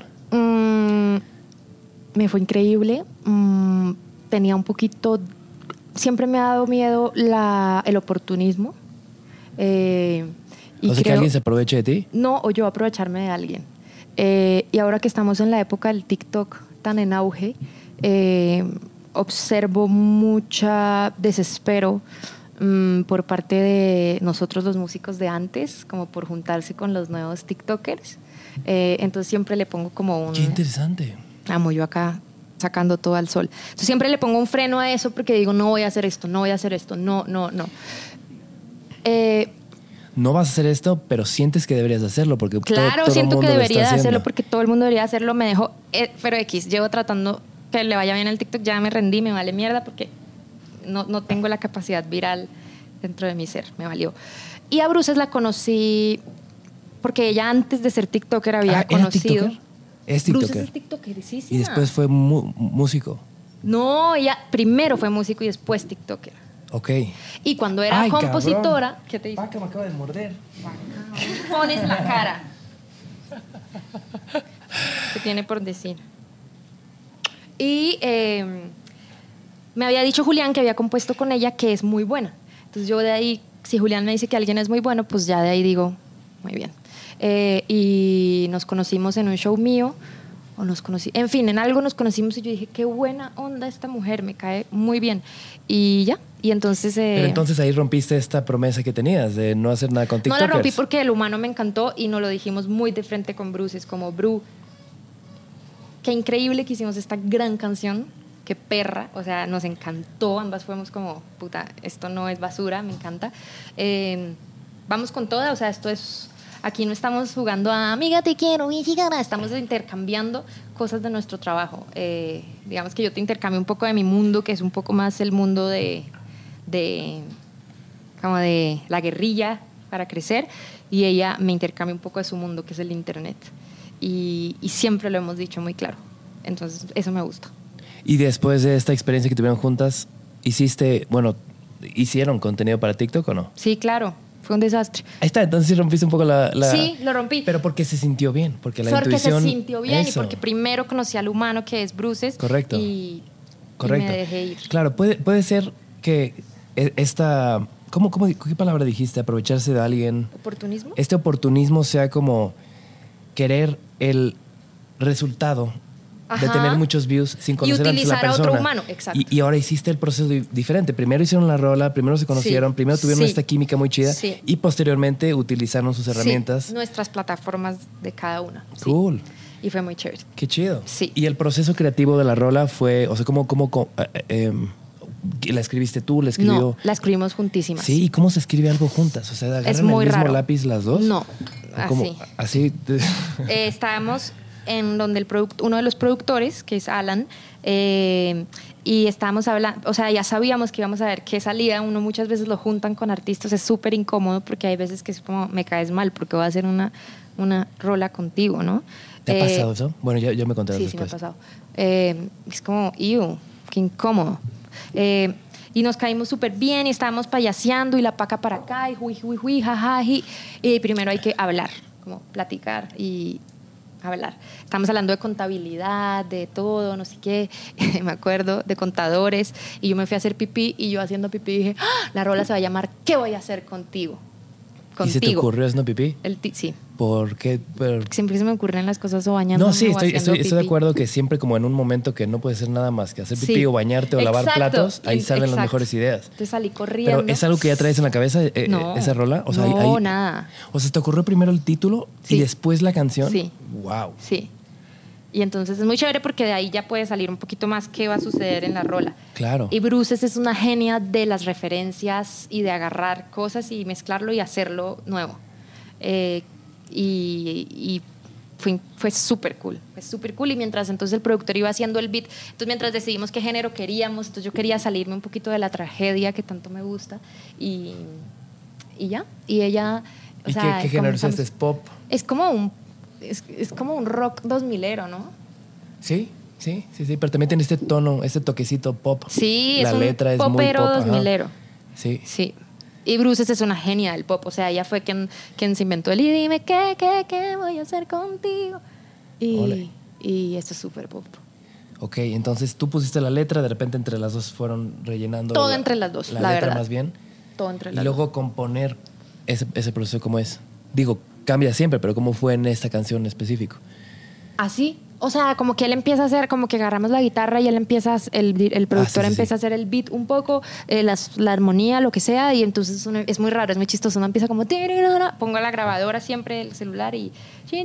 Me fue increíble. Tenía un poquito... Siempre me ha dado miedo el oportunismo. Y O sea, que creo- alguien se aproveche de ti. No, o yo aprovecharme de alguien. Y ahora que estamos en la época del TikTok tan en auge, observo mucha desespero por parte de nosotros los músicos de antes, como por juntarse con los nuevos TikTokers. Entonces siempre le pongo como un... Qué interesante. Amo yo acá sacando todo al sol. Entonces siempre le pongo un freno a eso porque digo, no voy a hacer esto, no voy a hacer esto, no. No vas a hacer esto, pero sientes que deberías hacerlo porque Claro, todo el siento que mundo lo debería está de hacerlo haciendo. porque todo el mundo debería hacerlo. Me dejó, pero X, llevo tratando que le vaya bien el TikTok, ya me rendí, me vale mierda porque no tengo la capacidad viral dentro de mi ser, me valió. Y a Bruces la conocí porque ella antes de ser TikToker había ¿Era conocido... TikToker? Es Bruces TikToker. es TikTokerísima. Y después fue músico. No, ella primero fue músico y después TikToker. Ok. Y cuando era Ay, compositora... cabrón. ¿Qué te dice? Vaca me acaba de morder. Pones la cara. ¿Qué tiene por decir? Y me había dicho Julián que había compuesto con ella que es muy buena. Entonces yo de ahí, si Julián me dice que alguien es muy bueno, pues ya de ahí digo, muy bien. Y nos conocimos en un show mío, en fin, en algo nos conocimos y yo dije, qué buena onda esta mujer, me cae muy bien. Y ya, y entonces... Pero entonces ahí rompiste esta promesa que tenías de no hacer nada con no TikTokers. la rompí porque el humano me encantó y nos lo dijimos muy de frente con Bruces, como Bru, qué increíble que hicimos esta gran canción, qué perra, o sea, nos encantó, ambas fuimos como, puta, esto no es basura, me encanta. Vamos con toda, o sea, esto es, aquí no estamos jugando a amiga te quiero, estamos intercambiando cosas de nuestro trabajo. Digamos que yo te intercambio un poco de mi mundo, que es un poco más el mundo de como de la guerrilla para crecer, y ella me intercambia un poco de su mundo, que es el internet. Y siempre lo hemos dicho muy claro. Entonces, eso me gusta. Y después de esta experiencia que tuvieron juntas, ¿hicieron contenido para TikTok o no? Sí, claro. Fue un desastre. Ahí está, entonces sí rompiste un poco la... Sí, lo rompí. Pero porque se sintió bien, porque la porque intuición... se sintió bien eso. y porque primero conocí al humano, que es Bruces. Correcto. Y Correcto. me dejé ir. Claro, puede ser que esta... ¿Qué palabra dijiste? Aprovecharse de alguien. ¿Oportunismo? Este oportunismo sea como querer el resultado de Ajá. tener muchos views sin conocer antes a la utilizar a persona. otro humano, exacto. Y ahora hiciste el proceso diferente. Primero hicieron la rola, primero se conocieron, Sí. primero tuvieron Sí. esta química muy chida Sí. y posteriormente utilizaron sus herramientas. Sí, nuestras plataformas de cada una. Sí. Cool. Y fue muy chévere. Qué chido. Sí. Y el proceso creativo de la rola fue, o sea, ¿cómo la escribiste tú? ¿La escribió? No, la escribimos juntísimas. Sí, ¿y cómo se escribe algo juntas? O sea, ¿agarran Es el muy mismo raro. lápiz las dos? No, ¿O cómo? así. Así. Estábamos en donde uno de los productores, que es Alan, y estábamos hablando, o sea, ya sabíamos que íbamos a ver qué salía. Uno muchas veces lo juntan con artistas, es súper incómodo porque hay veces que es como, me caes mal porque voy a hacer una rola contigo, ¿no? ¿Te ha pasado eso? Bueno, ya me contarás Sí, después. sí me ha pasado. Es como, qué incómodo. Y nos caímos súper bien y estábamos payaseando y la paca para acá y hui, jaja. Y primero hay que hablar, como platicar y hablar. Estamos hablando de contabilidad, de todo, no sé qué, me acuerdo, de contadores. Y yo me fui a hacer pipí y yo haciendo pipí dije, ¡ah! La rola se va a llamar ¿Qué voy a hacer contigo? ¿Y se te ocurrió haciendo pipí? Sí. ¿Por qué? Siempre se me ocurren las cosas o bañándome No, sí, o haciendo estoy de pipí. acuerdo que siempre como en un momento que no puedes hacer nada más que hacer pipí Sí. o bañarte o lavar Exacto. platos, ahí salen las Exacto. mejores ideas. Entonces salí corriendo. Pero ¿es algo que ya traes en la cabeza, No. esa rola? O sea, No, nada. O sea, ¿te ocurrió primero el título y Sí. después la canción? Sí. Wow. Sí. Y entonces es muy chévere porque de ahí ya puede salir un poquito más qué va a suceder en la rola. Claro. Y Bruces es una genia de las referencias y de agarrar cosas y mezclarlo y hacerlo nuevo. Y fue súper cool. Fue súper cool. Y mientras entonces el productor iba haciendo el beat, entonces mientras decidimos qué género queríamos, entonces yo quería salirme un poquito de la tragedia que tanto me gusta. Y ya. Y ella... O ¿Y sea, qué género es comenzamos- este? ¿Es pop? Es como un rock 2000ero, ¿no? Sí, pero también tiene este tono, este toquecito pop. Sí, la es un letra es muy popero pop. ajá. 2000ero. Sí. Sí. Y Bruces es una genia del pop. O sea, ella fue quien se inventó el y dime qué voy a hacer contigo. Ole. Y esto es súper pop. Ok, entonces tú pusiste la letra, de repente entre las dos fueron rellenando. Todo entre las dos, la letra verdad. más bien. Todo entre Y las luego componer ese proceso, ¿cómo es? Digo, cambia siempre, pero ¿cómo fue en esta canción en específico? Así. O sea, como que él empieza a hacer, como que agarramos la guitarra y él empieza, el productor sí, empieza a hacer el beat un poco, la armonía, lo que sea, y entonces es muy raro, es muy chistoso. Uno empieza como, pongo la grabadora siempre, el celular y,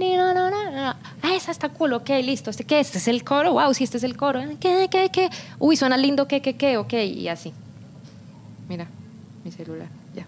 esa está cool, ok, listo. ¿Este es el coro? Wow, sí, este es el coro. ¿Qué? Uy, suena lindo, ¿qué? Ok, y así. Mira, mi celular, ya.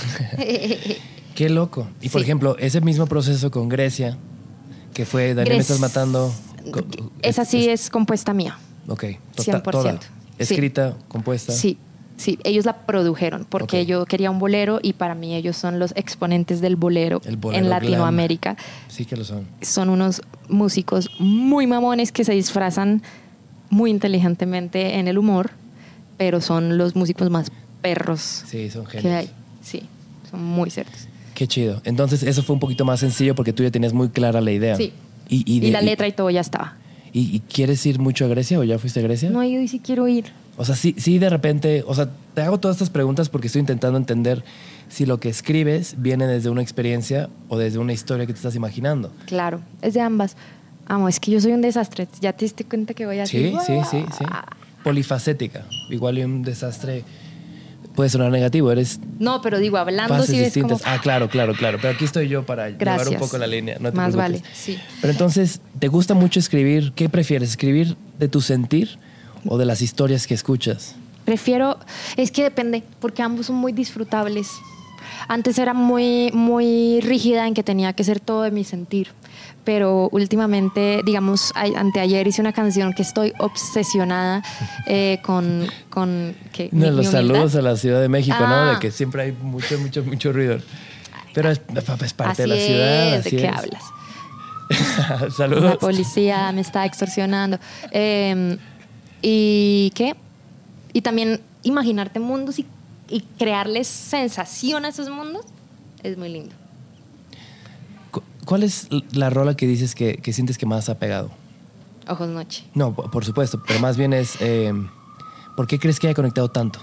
Qué loco. Y por Sí. ejemplo, ese mismo proceso con Grecia, que fue Daniel me estás matando. Esa sí es compuesta mía. Ok, 100%. toda. Sí. Escrita, compuesta. Sí, ellos la produjeron porque Ok. yo quería un bolero y para mí ellos son los exponentes del bolero, El bolero en glam. Latinoamérica. Sí que lo son. Son unos músicos muy mamones que se disfrazan muy inteligentemente en el humor, pero son los músicos más perros Sí, son genios. que hay. Sí, son muy cerdos. Qué chido. Entonces eso fue un poquito más sencillo porque tú ya tenías muy clara la idea. Sí. Y Y la letra y todo ya estaba. ¿Y quieres ir mucho a Grecia o ya fuiste a Grecia? No he ido y sí quiero ir. O sea, sí de repente, o sea, te hago todas estas preguntas porque estoy intentando entender si lo que escribes viene desde una experiencia o desde una historia que te estás imaginando. Claro, es de ambas. Amo, es que yo soy un desastre. ¿Ya te diste cuenta que voy así? Sí. Polifacética. Igual y un desastre puede sonar negativo. Eres No, pero digo, hablando fases sí ves como... distintas. Ah, claro. Pero aquí estoy yo para llevar un Gracias. poco la línea. No te Más preocupes. vale, sí. Pero entonces, ¿te gusta mucho escribir? ¿Qué prefieres? ¿Escribir de tu sentir o de las historias que escuchas? Prefiero... Es que depende, porque ambos son muy disfrutables. Antes era muy, muy rígida en que tenía que ser todo de mi sentir. Pero últimamente, digamos, anteayer hice una canción que estoy obsesionada con ¿qué? No, Mi los humildad. saludos a la Ciudad de México, ¿no? Ah. De que siempre hay mucho ruido. Pero es parte de la Así ciudad. es, ¿de así qué es. hablas? La Saludos. policía me está extorsionando. ¿Y qué? Y también imaginarte mundos y crearles sensación a esos mundos es muy lindo. ¿Cuál es la rola que dices que sientes que más ha pegado? Ojos Noche. No, por supuesto, pero más bien es... ¿por qué crees que haya conectado tanto?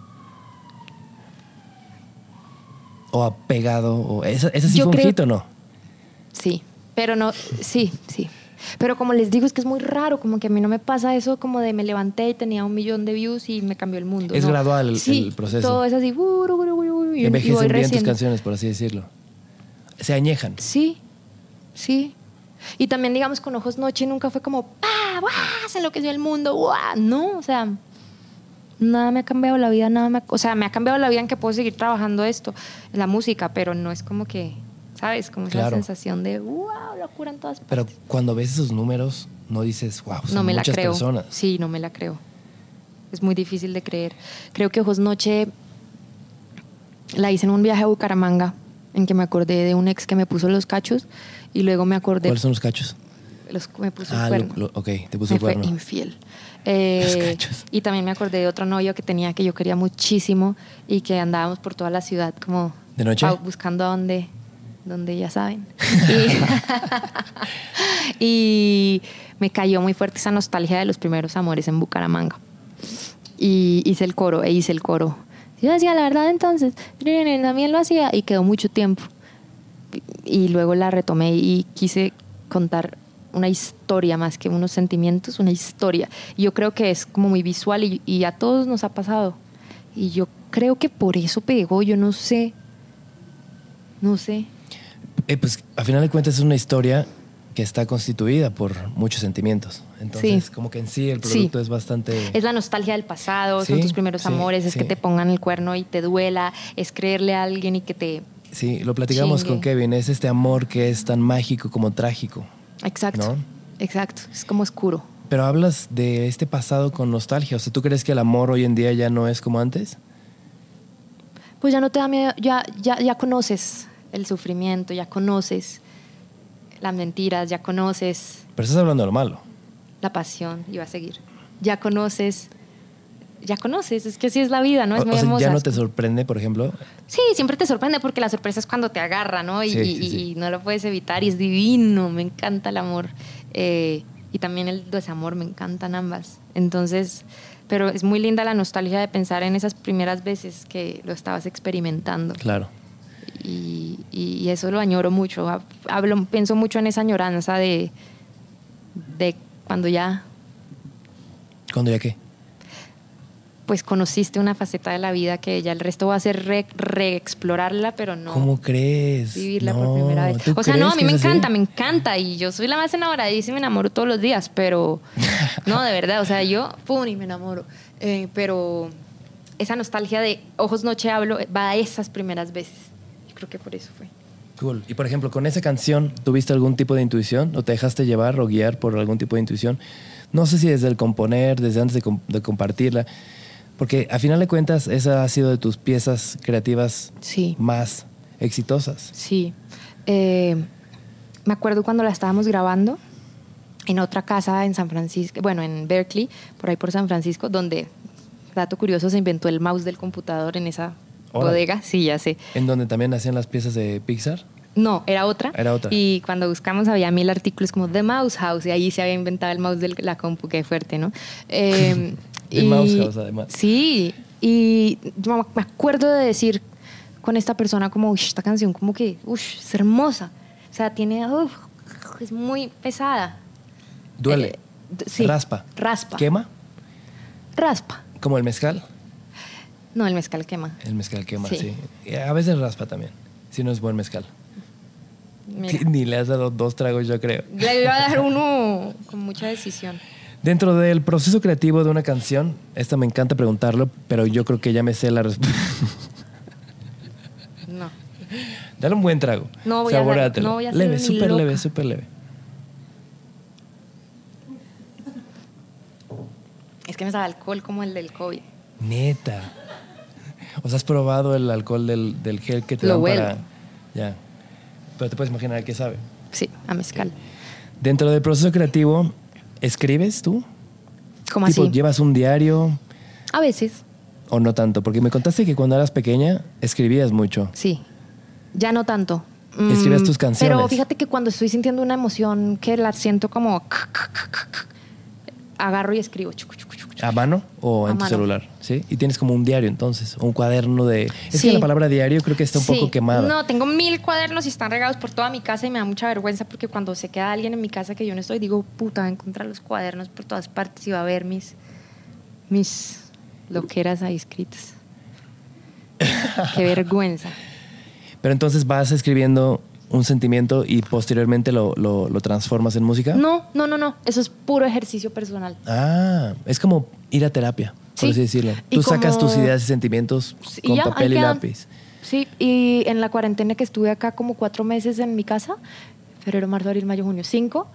¿O ha pegado? ¿Esa sí Yo fue un creo- hit o no? Sí, pero no, sí. Pero como les digo, es que es muy raro, como que a mí no me pasa eso como de me levanté y tenía 1 millón de views y me cambió el mundo. Es no. gradual Sí, el proceso. todo es así. Y voy Envejecen bien tus recién. canciones, por así decirlo. Se añejan. Sí, sí. Y también, digamos, con Ojos Noche nunca fue como, ¡pah! ¡Guau! Se enloqueció el mundo, ¡guau! No, o sea, nada me ha cambiado la vida, o sea, me ha cambiado la vida en que puedo seguir trabajando esto, en la música, pero no es como que, ¿sabes? Como esa sensación de, ¡wow! Locura en todas partes. Pero cuando ves esos números, no dices, ¡wow! Son no me muchas la creo. personas. Sí, no me la creo. Es muy difícil de creer. Creo que Ojos Noche la hice en un viaje a Bucaramanga, en que me acordé de un ex que me puso los cachos y luego me acordé... ¿Cuáles son los cachos? Me puso el cuerno. Ok, te puso el cuerno. Me fue infiel. Los cachos. Y también me acordé de otro novio que tenía que yo quería muchísimo y que andábamos por toda la ciudad como... ¿De noche? Buscando a donde ya saben. Y me cayó muy fuerte esa nostalgia de los primeros amores en Bucaramanga. Y hice el coro. Yo decía, la verdad, entonces, también lo hacía y quedó mucho tiempo. Y luego la retomé y quise contar una historia más que unos sentimientos, una historia. Y yo creo que es como muy visual y a todos nos ha pasado. Y yo creo que por eso pegó, yo no sé. Pues a final de cuentas es una historia que está constituida por muchos sentimientos. Entonces, como que en sí el producto es bastante... Es la nostalgia del pasado, son tus primeros amores, es que te pongan el cuerno y te duela, es creerle a alguien y que te... Sí, lo platicamos chingue. con Kevin, es este amor que es tan mágico como trágico. Exacto, ¿no? Exacto, es como oscuro. Pero hablas de este pasado con nostalgia, o sea, ¿tú crees que el amor hoy en día ya no es como antes? Pues ya no te da miedo, ya conoces el sufrimiento, ya conoces las mentiras, ya conoces... Pero estás hablando de lo malo. La pasión, iba a seguir. Ya conoces, es que así es la vida, ¿no? Es muy hermosa. ¿Ya no te sorprende, por ejemplo? Sí, siempre te sorprende porque la sorpresa es cuando te agarra, ¿no? Y no lo puedes evitar y es divino, me encanta el amor. Y también el desamor, me encantan ambas. Entonces, pero es muy linda la nostalgia de pensar en esas primeras veces que lo estabas experimentando. Claro. Y eso lo añoro mucho. Pienso mucho en esa añoranza de cuando ya... ¿Cuándo ya qué? Pues conociste una faceta de la vida que ya el resto va a ser reexplorarla, pero no... ¿Cómo crees? Vivirla por primera vez. O sea, no, a mí me encanta. Y yo soy la más enamoradísima y me enamoro todos los días, pero... No, de verdad, o sea, yo... ¡Pum! Y me enamoro. Pero esa nostalgia de Ojos Noche hablo va a esas primeras veces. Yo creo que por eso fue. Cool. Y por ejemplo, con esa canción, ¿tuviste algún tipo de intuición? ¿O te dejaste llevar o guiar por algún tipo de intuición? No sé si desde el componer, desde antes de compartirla, porque a final de cuentas esa ha sido de tus piezas creativas más exitosas. Sí. Me acuerdo cuando la estábamos grabando en otra casa en San Francisco, bueno, en Berkeley, por ahí por San Francisco, donde, dato curioso, se inventó el mouse del computador en esa bodega. Sí, ya sé. ¿En donde también hacían las piezas de Pixar? No, era otra. Era otra. Y cuando buscamos había 1000 artículos como The Mouse House y ahí se había inventado el mouse de la compu, qué fuerte, ¿no? The Mouse House, además. Sí, y yo me acuerdo de decir con esta persona como, esta canción como que, es hermosa. O sea, tiene, es muy pesada. Duele. Sí. Raspa. ¿Quema? Raspa. ¿Como el mezcal? No, el mezcal quema. El mezcal quema, sí. Y a veces raspa también, si no es buen mezcal. Ni le has dado 2 tragos, yo creo. Le iba a dar uno con mucha decisión. Dentro del proceso creativo de una canción, esta me encanta preguntarlo, pero yo creo que ya me sé la respuesta. No. Dale un buen trago. No voy a hacer leve, súper leve. Es que me sabe alcohol como el del COVID. Neta. O sea, ¿has probado el alcohol del gel que te dan para...? Ya. Pero te puedes imaginar a qué sabe. Sí, a mezcal. Dentro del proceso creativo, ¿escribes tú? ¿Cómo así? ¿Llevas un diario? A veces. ¿O no tanto? Porque me contaste que cuando eras pequeña escribías mucho. Sí. Ya no tanto. ¿Escribías tus canciones? Pero fíjate que cuando estoy sintiendo una emoción que la siento como... agarro y escribo. mucho. ¿A mano o en tu celular? ¿Sí? Y tienes como un diario entonces, un cuaderno de... Es que la palabra diario creo que está un poco quemada. No, tengo 1000 cuadernos y están regados por toda mi casa y me da mucha vergüenza porque cuando se queda alguien en mi casa que yo no estoy, digo, puta, va a encontrar los cuadernos por todas partes y va a ver mis loqueras ahí escritas. Qué vergüenza. Pero entonces vas escribiendo un sentimiento y posteriormente lo transformas en música. No. Eso es puro ejercicio personal. Ah, es como ir a terapia, por así decirlo. Tú sacas tus ideas y sentimientos con papel y lápiz. Sí, y en la cuarentena que estuve acá como 4 meses en mi casa, febrero, marzo, abril, mayo, junio, 5,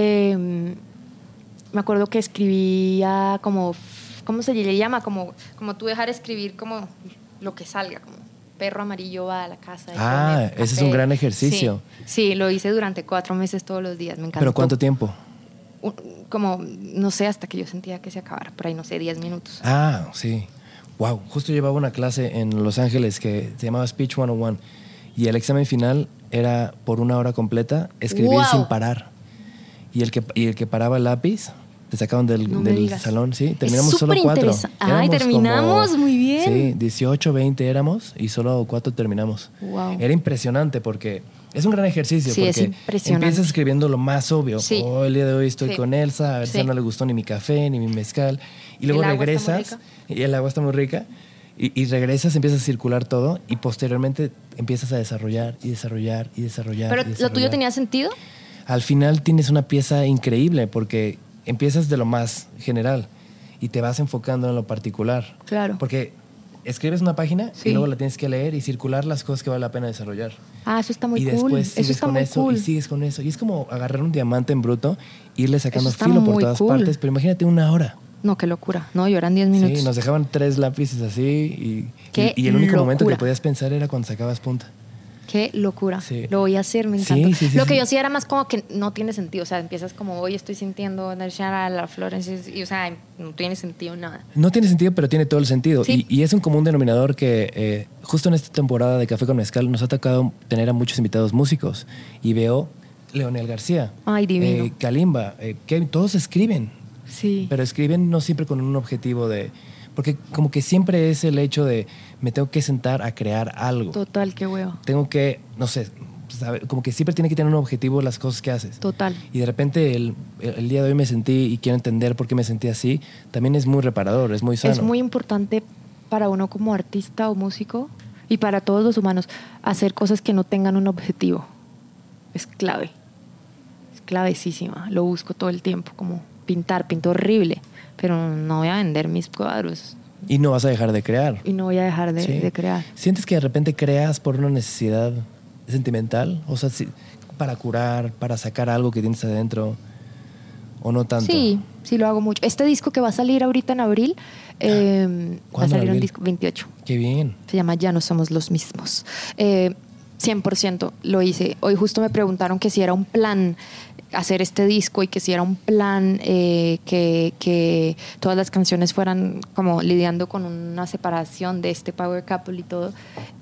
me acuerdo que escribía como, ¿cómo se le llama? Como tú dejar escribir como lo que salga, como perro amarillo va a la casa. Ese es un gran ejercicio. Sí, lo hice durante 4 meses todos los días, me encantó. ¿Pero cuánto tiempo? Como, no sé, hasta que yo sentía que se acabara, por ahí, no sé, 10 minutos. Sí. Wow, justo llevaba una clase en Los Ángeles que se llamaba Speech 101 y el examen final era por 1 hora completa escribir sin parar. Y el que paraba el lápiz te sacaban del salón, sí. Terminamos solo 4. Terminamos muy bien. Sí, 18, 20 éramos y solo 4 terminamos. Wow. Era impresionante porque es un gran ejercicio. Sí, porque es impresionante. empiezas escribiendo lo más obvio. Sí. El día de hoy estoy con Elsa, a ver si no le gustó ni mi café, ni mi mezcal. Y luego regresas y el agua está muy rica. Y regresas, empiezas a circular todo y posteriormente empiezas a desarrollar. ¿Pero lo tuyo tenía sentido? Al final tienes una pieza increíble porque empiezas de lo más general y te vas enfocando en lo particular. Claro. Porque escribes una página y luego la tienes que leer y circular las cosas que vale la pena desarrollar. Eso está muy cool. Y después sigues con eso y sigues con eso. Y es como agarrar un diamante en bruto e irle sacando filo por todas partes. Pero imagínate 1 hora. No, qué locura. No, yo eran 10 minutos. Sí, nos dejaban 3 lápices así y el único momento que podías pensar era cuando sacabas punta. Qué locura. Sí. Lo voy a hacer, me encanta. Sí, lo que yo hacía era más como que no tiene sentido. O sea, empiezas como, hoy estoy sintiendo energía a la Florence y, o sea, no tiene sentido nada. No tiene sentido, pero tiene todo el sentido. Sí. Y es un común denominador que justo en esta temporada de Café con Mezcal nos ha tocado tener a muchos invitados músicos. Y veo Leonel García. Ay, divino. Kalimba, que todos escriben. Sí. Pero escriben no siempre con un objetivo de... Porque como que siempre es el hecho de me tengo que sentar a crear algo. Total, qué huevo. Tengo que, no sé, como que siempre tiene que tener un objetivo las cosas que haces. Total. Y de repente el día de hoy me sentí y quiero entender por qué me sentí así, también es muy reparador, es muy sano. Es muy importante para uno como artista o músico y para todos los humanos hacer cosas que no tengan un objetivo. Es clave. Es clavecísima. Lo busco todo el tiempo, como pinto horrible, pero no voy a vender mis cuadros. Y no vas a dejar de crear. Y no voy a dejar de crear. ¿Sientes que de repente creas por una necesidad sentimental? O sea, para curar, para sacar algo que tienes adentro, ¿o no tanto? Sí lo hago mucho. Este disco que va a salir ahorita en abril, va a salir un disco 28. Qué bien. Se llama Ya no somos los mismos. 100% lo hice. Hoy justo me preguntaron que si era un plan hacer este disco y que si era un plan que todas las canciones fueran como lidiando con una separación de este power couple y todo.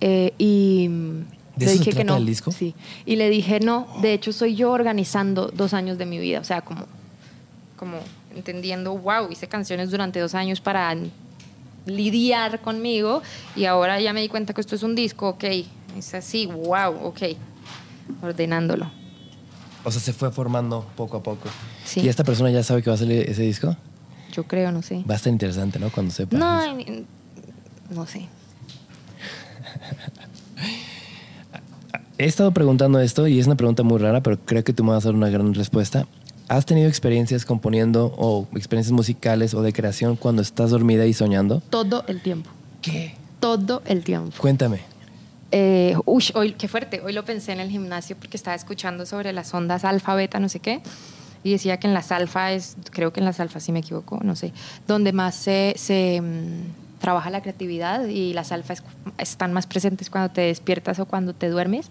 Y ¿De le eso dije se que trata no. el disco? Sí. Y le dije no. De hecho, soy yo organizando 2 años de mi vida. O sea, como entendiendo, wow, hice canciones durante 2 años para lidiar conmigo y ahora ya me di cuenta que esto es un disco, ok, es así, wow, ok, ordenándolo. O sea, se fue formando poco a poco. Sí. ¿Y esta persona ya sabe que va a salir ese disco? Yo creo, no sé. Va a estar interesante, ¿no? Cuando sepa. No sé. He estado preguntando esto y es una pregunta muy rara, pero creo que tú me vas a dar una gran respuesta. ¿Has tenido experiencias componiendo o experiencias musicales o de creación cuando estás dormida y soñando? Todo el tiempo. ¿Qué? Todo el tiempo. Cuéntame. Hoy, qué fuerte. Hoy lo pensé en el gimnasio porque estaba escuchando sobre las ondas alfa, beta, no sé qué. Y decía que en las alfa creo que en las alfa, si me equivoco, no sé, donde más se trabaja la creatividad y las alfas están más presentes cuando te despiertas o cuando te duermes.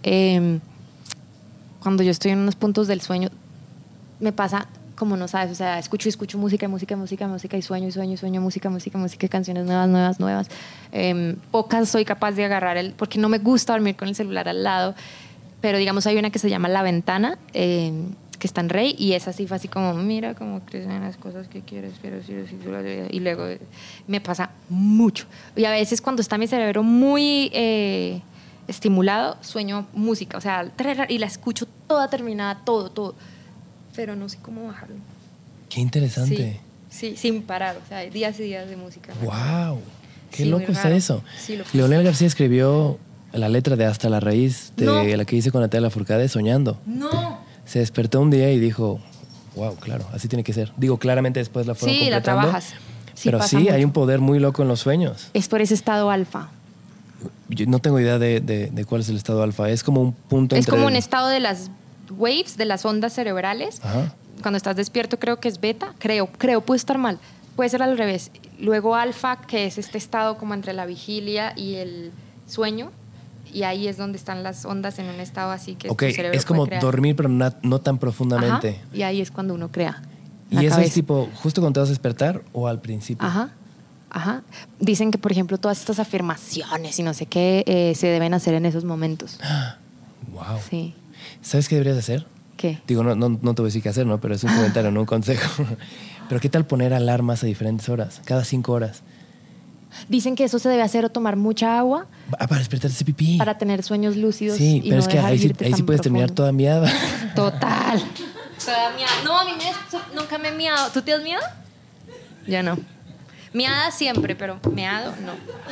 Cuando yo estoy en unos puntos del sueño, me pasa como no sabes, o sea, escucho música y sueño, música, canciones nuevas. Pocas soy capaz de agarrar porque no me gusta dormir con el celular al lado, pero digamos hay una que se llama La Ventana, que está en Rey, y esa sí fue así como, mira cómo crecen las cosas que quieres, pero sí, y luego me pasa mucho. Y a veces cuando está mi cerebro muy estimulado, sueño música, o sea, y la escucho toda terminada, todo, pero no sé cómo bajarlo. Qué interesante. Sí, sin parar, o sea, días y días de música. ¡Wow! ¡Qué Sí, loco muy está raro. eso! Sí, Leonel García escribió la letra de Hasta la raíz de No. la que hice con Natalia Lafourcade, soñando. No. Se despertó un día y dijo, wow, claro, así tiene que ser. Digo, claramente después la fueron Sí, la completando. trabajas. Sí, pero pasa sí, mucho. hay un poder muy loco en los sueños. Es por ese estado alfa. Yo no tengo idea de cuál es el estado alfa. Es como un punto Es entre... como un estado de las waves, de las ondas cerebrales. Ajá. Cuando estás despierto creo que es beta. Creo, puede estar mal. Puede ser al revés. Luego alfa, que es este estado como entre la vigilia y el sueño. Y ahí es donde están las ondas en un estado así que Ok, tu cerebro es como puede crear. dormir, pero no tan profundamente. Ajá, y ahí es cuando uno crea. ¿Y eso es tipo justo cuando te vas a despertar o al principio? Ajá. Dicen que, por ejemplo, todas estas afirmaciones y no sé qué se deben hacer en esos momentos. Wow. Sí. ¿Sabes qué deberías hacer? ¿Qué? Digo, no te voy a decir qué hacer, ¿no? Pero es un comentario, no un consejo. Pero ¿qué tal poner alarmas a diferentes horas? Cada 5 horas. Dicen que eso se debe hacer o tomar mucha agua Para despertarse pipí. para tener sueños lúcidos. Sí, y pero no es que dejar ahí sí irte tan puedes terminar profundo. toda miada. Total. Toda miada. No, a mí nunca me he miado. ¿Tú te has miado? Yo no. Miada siempre, pero meado no.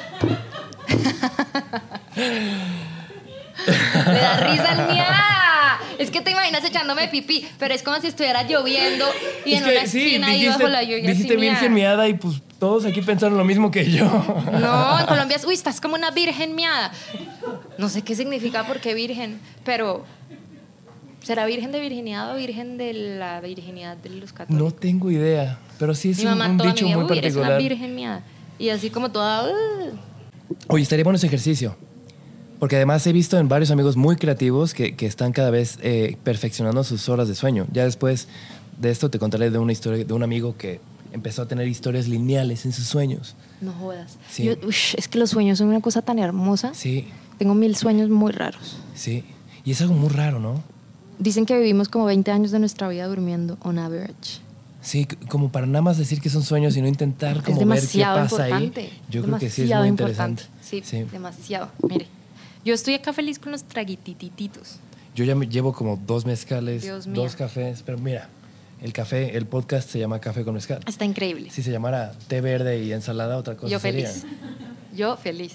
Le da risa el miada. Es que te imaginas echándome pipí, pero es como si estuviera lloviendo y Es en que una esquina ahí bajo la lluvia. Dijiste así, virgen miada y pues todos aquí pensaron lo mismo que yo. No, en Colombia es, uy, estás como una virgen miada. No sé qué significa por qué virgen, pero ¿será virgen de virginidad o virgen de la virginidad de los católicos? No tengo idea, pero sí es Mi mamá un toda dicho mi vida, muy uy, eres una particular. virgen miada. Y así como toda... Oye, estaría bueno ese ejercicio. Porque además he visto en varios amigos muy creativos que están cada vez perfeccionando sus horas de sueño. Ya después de esto te contaré de una historia de un amigo que empezó a tener historias lineales en sus sueños. No jodas. Sí. Es que los sueños son una cosa tan hermosa. Sí, Tengo 1000 sueños muy raros. sí. Y es algo muy raro, ¿no? Dicen que vivimos como 20 años de nuestra vida durmiendo, on average. Sí, como para nada más decir que son sueños y no intentar como Es ver qué demasiado pasa importante. ahí. Yo creo que sí es muy Demasiado interesante. importante. Sí, demasiado. Mire, yo estoy acá feliz con los traguitititos. Yo ya me llevo como 2 mezcales, Dios mío. 2 cafés, pero mira, el podcast se llama Café con Mezcal. Está increíble. Si se llamara té verde y ensalada, otra cosa Yo sería. feliz. Yo feliz.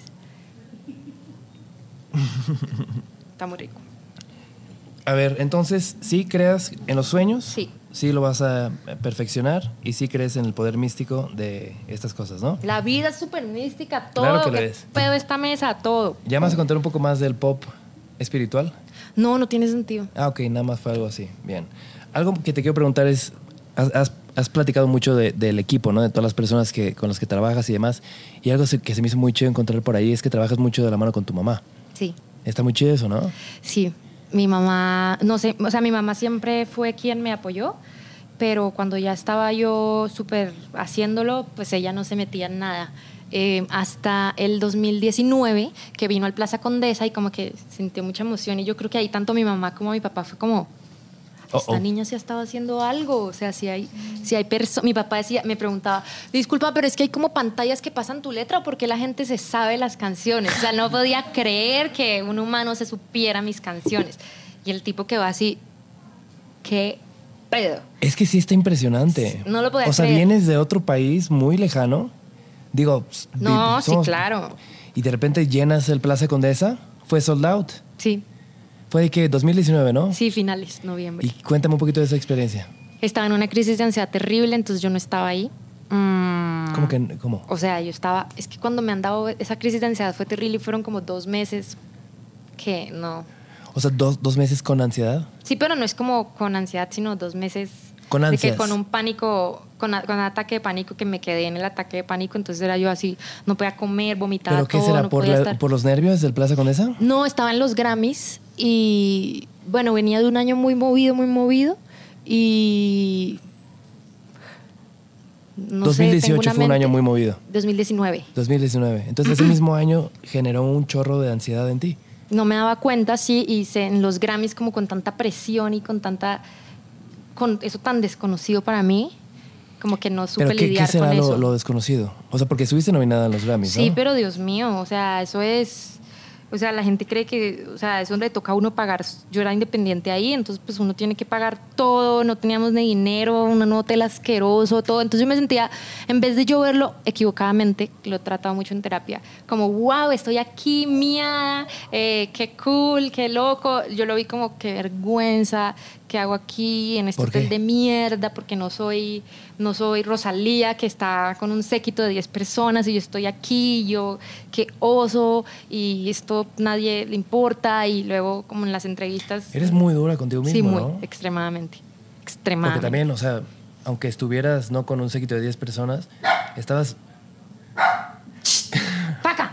Está muy rico. A ver, entonces, ¿sí creas en los sueños? Sí. Sí lo vas a perfeccionar y sí crees en el poder místico de estas cosas, ¿no? La vida es súper mística, todo. Claro que lo ¿Qué es. pedo esta mesa? Todo. ¿Ya me vas a contar un poco más del pop espiritual? No, no tiene sentido. Ah, ok, nada más fue algo así. Bien. Algo que te quiero preguntar es, has platicado mucho del equipo, ¿no? De todas las personas con las que trabajas y demás. Y algo que se me hizo muy chido encontrar por ahí es que trabajas mucho de la mano con tu mamá. Sí. Está muy chido eso, ¿no? Sí, mi mamá, no sé, o sea, mi mamá siempre fue quien me apoyó, pero cuando ya estaba yo súper haciéndolo, pues ella no se metía en nada. Hasta el 2019, que vino al Plaza Condesa y como que sintió mucha emoción, y yo creo que ahí tanto mi mamá como mi papá fue como, esta niña sí ha estado haciendo algo, o sea, si hay mi papá me preguntaba, disculpa, pero es que hay como pantallas que pasan tu letra, ¿por qué la gente se sabe las canciones? O sea, no podía creer que un humano se supiera mis canciones. Y el tipo que va así, ¿qué pedo? Es que sí está impresionante. No lo podía O sea, creer. vienes de otro país muy lejano. Digo, No, sí, claro. Y de repente llenas el Plaza Condesa. Fue sold out. Sí, Fue de que 2019, ¿no? sí, finales, noviembre. Y cuéntame un poquito de esa experiencia. Estaba en una crisis de ansiedad terrible, entonces yo no estaba ahí. ¿Cómo? O sea, yo estaba... Es que cuando me han dado esa crisis de ansiedad fue terrible y fueron como 2 meses que no... O sea, 2 meses con ansiedad. Sí, pero no es como con ansiedad, sino 2 meses... Con de ansias. que con un pánico, con ataque de pánico, que me quedé en el ataque de pánico, entonces era yo así, no podía comer, vomitaba ¿Pero qué todo, será? no podía estar... ¿Por los nervios del Plaza Condesa? No, estaba en los Grammys y bueno, venía de un año muy movido y no 2018 sé, fue un año muy movido. 2019. 2019. Entonces ese mismo año generó un chorro de ansiedad en ti. No me daba cuenta, sí, y en los Grammys como con tanta presión y con tanta... con eso tan desconocido para mí, como que no supe ¿Pero lidiar qué será con eso. lo desconocido? O sea, porque estuviste nominada en los Grammys, ¿no? Sí, pero Dios mío, o sea, eso es... O sea, la gente cree que, o sea, eso le toca a uno pagar. Yo era independiente ahí, entonces pues uno tiene que pagar todo, no teníamos ni dinero, un hotel asqueroso, todo. Entonces yo me sentía, en vez de yo verlo equivocadamente, lo he tratado mucho en terapia, como, wow, estoy aquí, mía, qué cool, qué loco. Yo lo vi como, qué vergüenza, qué hago aquí en este ¿Por qué? hotel de mierda, porque no soy Rosalía, que está con un séquito de 10 personas y yo estoy aquí, yo qué oso, y esto nadie le importa. Y luego, como en las entrevistas... Eres muy dura contigo mismo, Sí, muy, ¿no? extremadamente. Porque también, o sea, aunque estuvieras no con un séquito de 10 personas, estabas... ¡Paca!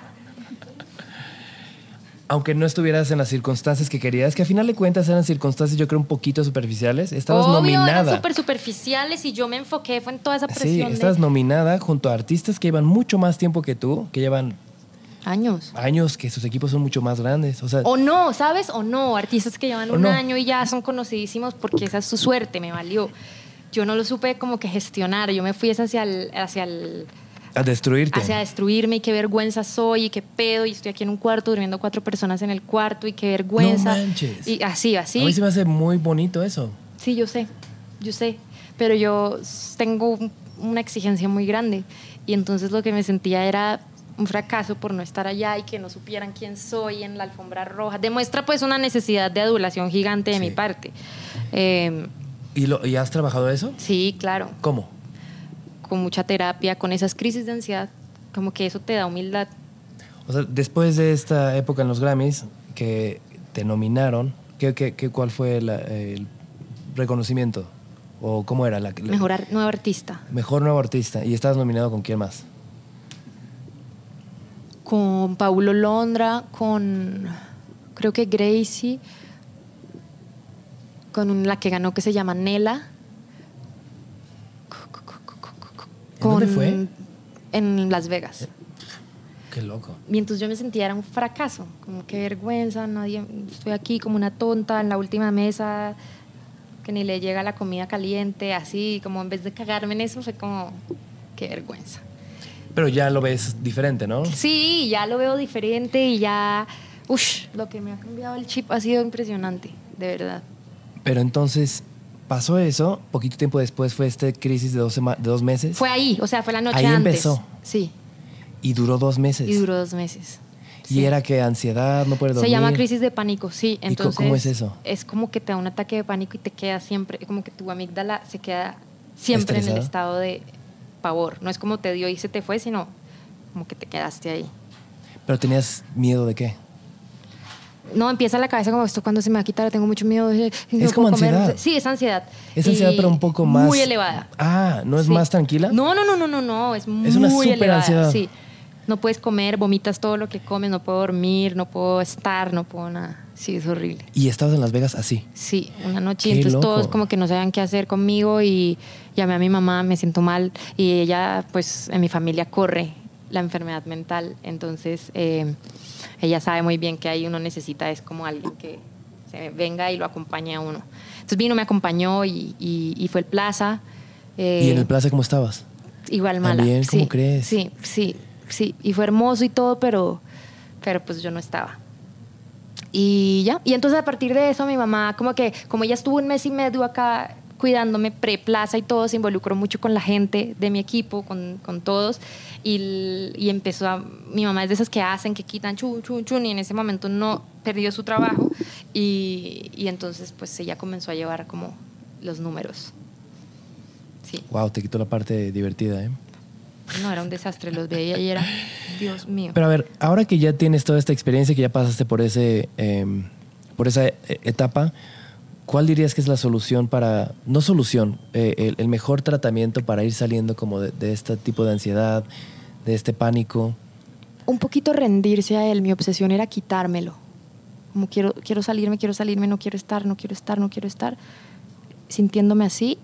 Aunque no estuvieras en las circunstancias que querías, que a final de cuentas eran circunstancias, yo creo, un poquito superficiales, estabas Obvio, nominada. eran súper superficiales y yo me enfoqué, fue en toda esa presión. Sí, estabas nominada junto a artistas que llevan mucho más tiempo que tú, que llevan años. años, que sus equipos son mucho más grandes. O sea, O no, ¿sabes? O no, artistas que llevan O un no. año y ya son conocidísimos porque esa es su suerte, me valió. Yo no lo supe como que gestionar, yo me fui hacia a destruirte. hacia destruirme, y qué vergüenza soy, y qué pedo, y estoy aquí en un cuarto durmiendo 4 personas en el cuarto, y qué vergüenza. No manches. Y así. A mí se me hace muy bonito eso. Sí, yo sé, pero yo tengo una exigencia muy grande, y entonces lo que me sentía era un fracaso por no estar allá y que no supieran quién soy en la alfombra roja. Demuestra pues una necesidad de adulación gigante de Sí. mi parte. ¿Y has trabajado eso? Sí, claro, ¿Cómo? con mucha terapia, con esas crisis de ansiedad, como que eso te da humildad. O sea, después de esta época en los Grammys, que te nominaron, ¿cuál fue el reconocimiento? ¿O cómo era? Mejorar nuevo artista. Mejor nuevo artista. ¿Y estabas nominado con quién más? Con Paulo Londra, con creo que Gracie, con la que ganó que se llama Nela. ¿En dónde fue? En Las Vegas. Qué loco. Y entonces yo me sentía, era un fracaso, como qué vergüenza, estoy aquí como una tonta en la última mesa, que ni le llega la comida caliente, así, como en vez de cagarme en eso, fue como, qué vergüenza. Pero ya lo ves diferente, ¿no? Sí, ya lo veo diferente y ya, lo que me ha cambiado el chip ha sido impresionante, de verdad. Pero entonces pasó eso, poquito tiempo después fue esta crisis de 2 meses. Fue ahí, o sea, fue la noche Ahí antes. empezó. Sí, Y duró 2 meses. y duró 2 meses. Y Sí. era que ansiedad, no puedes dormir. Se llama crisis de pánico, sí. ¿Y Entonces, cómo es eso? Es como que te da un ataque de pánico y te queda siempre, como que tu amígdala se queda siempre en el ¿Estresada? estado de pavor. No es como te dio y se te fue, sino como que te quedaste ahí. ¿Pero tenías miedo de qué? No, empieza la cabeza como esto, cuando se me va a quitar, tengo mucho miedo. Es como ansiedad. Sí, es ansiedad. Es ansiedad, pero un poco más... Muy elevada. Ah, ¿no es Sí. más tranquila? No, es muy una súper elevada. ansiedad. Sí. No puedes comer, vomitas todo lo que comes, no puedo dormir, no puedo estar, no puedo nada. Sí, es horrible. Y estabas en Las Vegas así. Sí, una noche. Qué Entonces loco. todos como que no sabían qué hacer conmigo y llamé a mi mamá, me siento mal. Y ella, pues en mi familia corre la enfermedad mental. Entonces ella sabe muy bien que ahí uno necesita, es como alguien que se venga y lo acompañe a uno. Entonces vino, me acompañó y fue el Plaza. ¿Y en el Plaza cómo estabas? Igual mala. ¿También? ¿Cómo Sí, crees? Sí. Y fue hermoso y todo, pero pues yo no estaba. Y ya. Y entonces a partir de eso mi mamá, como ella estuvo 1 mes y medio acá cuidándome pre-plaza y todo, se involucró mucho con la gente de mi equipo, con todos. Y empezó mi mamá es de esas que hacen, que quitan, chun, chun, chun, y en ese momento no perdió su trabajo. Y entonces pues ella comenzó a llevar como los números. Sí. Wow, te quitó la parte divertida, ¿eh? No, era un desastre, los veía y era, Dios mío. Pero a ver, ahora que ya tienes toda esta experiencia, que ya pasaste por esa etapa, ¿cuál dirías que es la solución para, no solución, el mejor tratamiento para ir saliendo como de este tipo de ansiedad, de este pánico? Un poquito rendirse a él. Mi obsesión era quitármelo. Como quiero salirme, no quiero estar, sintiéndome así.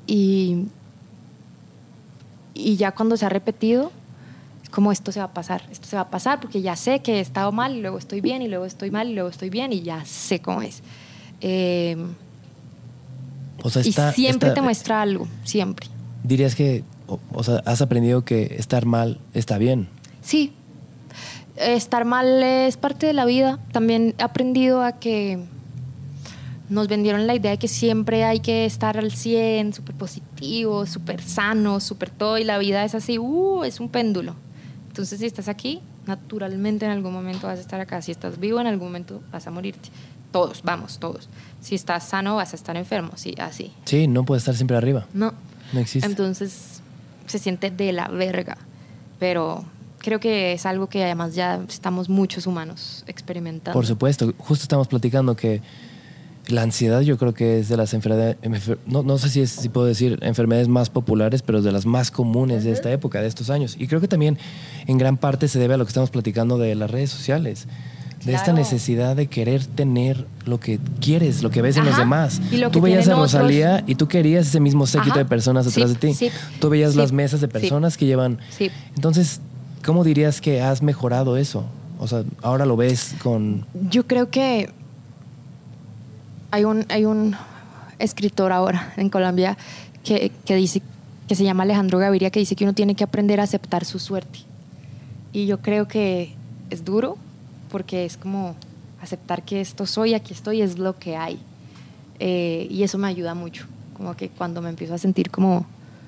Y ya cuando se ha repetido, es como esto se va a pasar porque ya sé que he estado mal y luego estoy bien y luego estoy mal y luego estoy bien y ya sé cómo es. O sea, y siempre te muestra algo, siempre. Dirías que, o sea, has aprendido que estar mal está bien. Sí, estar mal es parte de la vida. También he aprendido a que nos vendieron la idea de que siempre hay que estar al 100, súper positivo, súper sano, súper todo, y la vida es así, es un péndulo. Entonces, si estás aquí, naturalmente en algún momento vas a estar acá. Si estás vivo, en algún momento vas a morirte. Todos, vamos, todos. Si estás sano, vas a estar enfermo, sí, así. Sí, no puedes estar siempre arriba. No. No existe. Entonces, se siente de la verga. Pero creo que es algo que además ya estamos muchos humanos experimentando. Por supuesto. Justo estamos platicando que la ansiedad yo creo que es de las enfermedades, no sé si puedo decir enfermedades más populares, pero de las más comunes de esta época, de estos años. Y creo que también en gran parte se debe a lo que estamos platicando de las redes sociales. De esta necesidad de querer tener lo que quieres, lo que ves en los demás. Tú veías a Rosalía otros, y tú querías ese mismo séquito de personas detrás de ti. Tú veías las mesas de personas que llevan... Entonces, ¿cómo dirías que has mejorado eso? O sea, ahora lo ves con... Yo creo que hay un escritor ahora en Colombia que dice, que se llama Alejandro Gaviria, que dice que uno tiene que aprender a aceptar su suerte. Y yo creo que es duro, porque es como aceptar que esto soy, aquí estoy, es lo que hay. Y eso me ayuda mucho. Como que cuando me empiezo a sentir como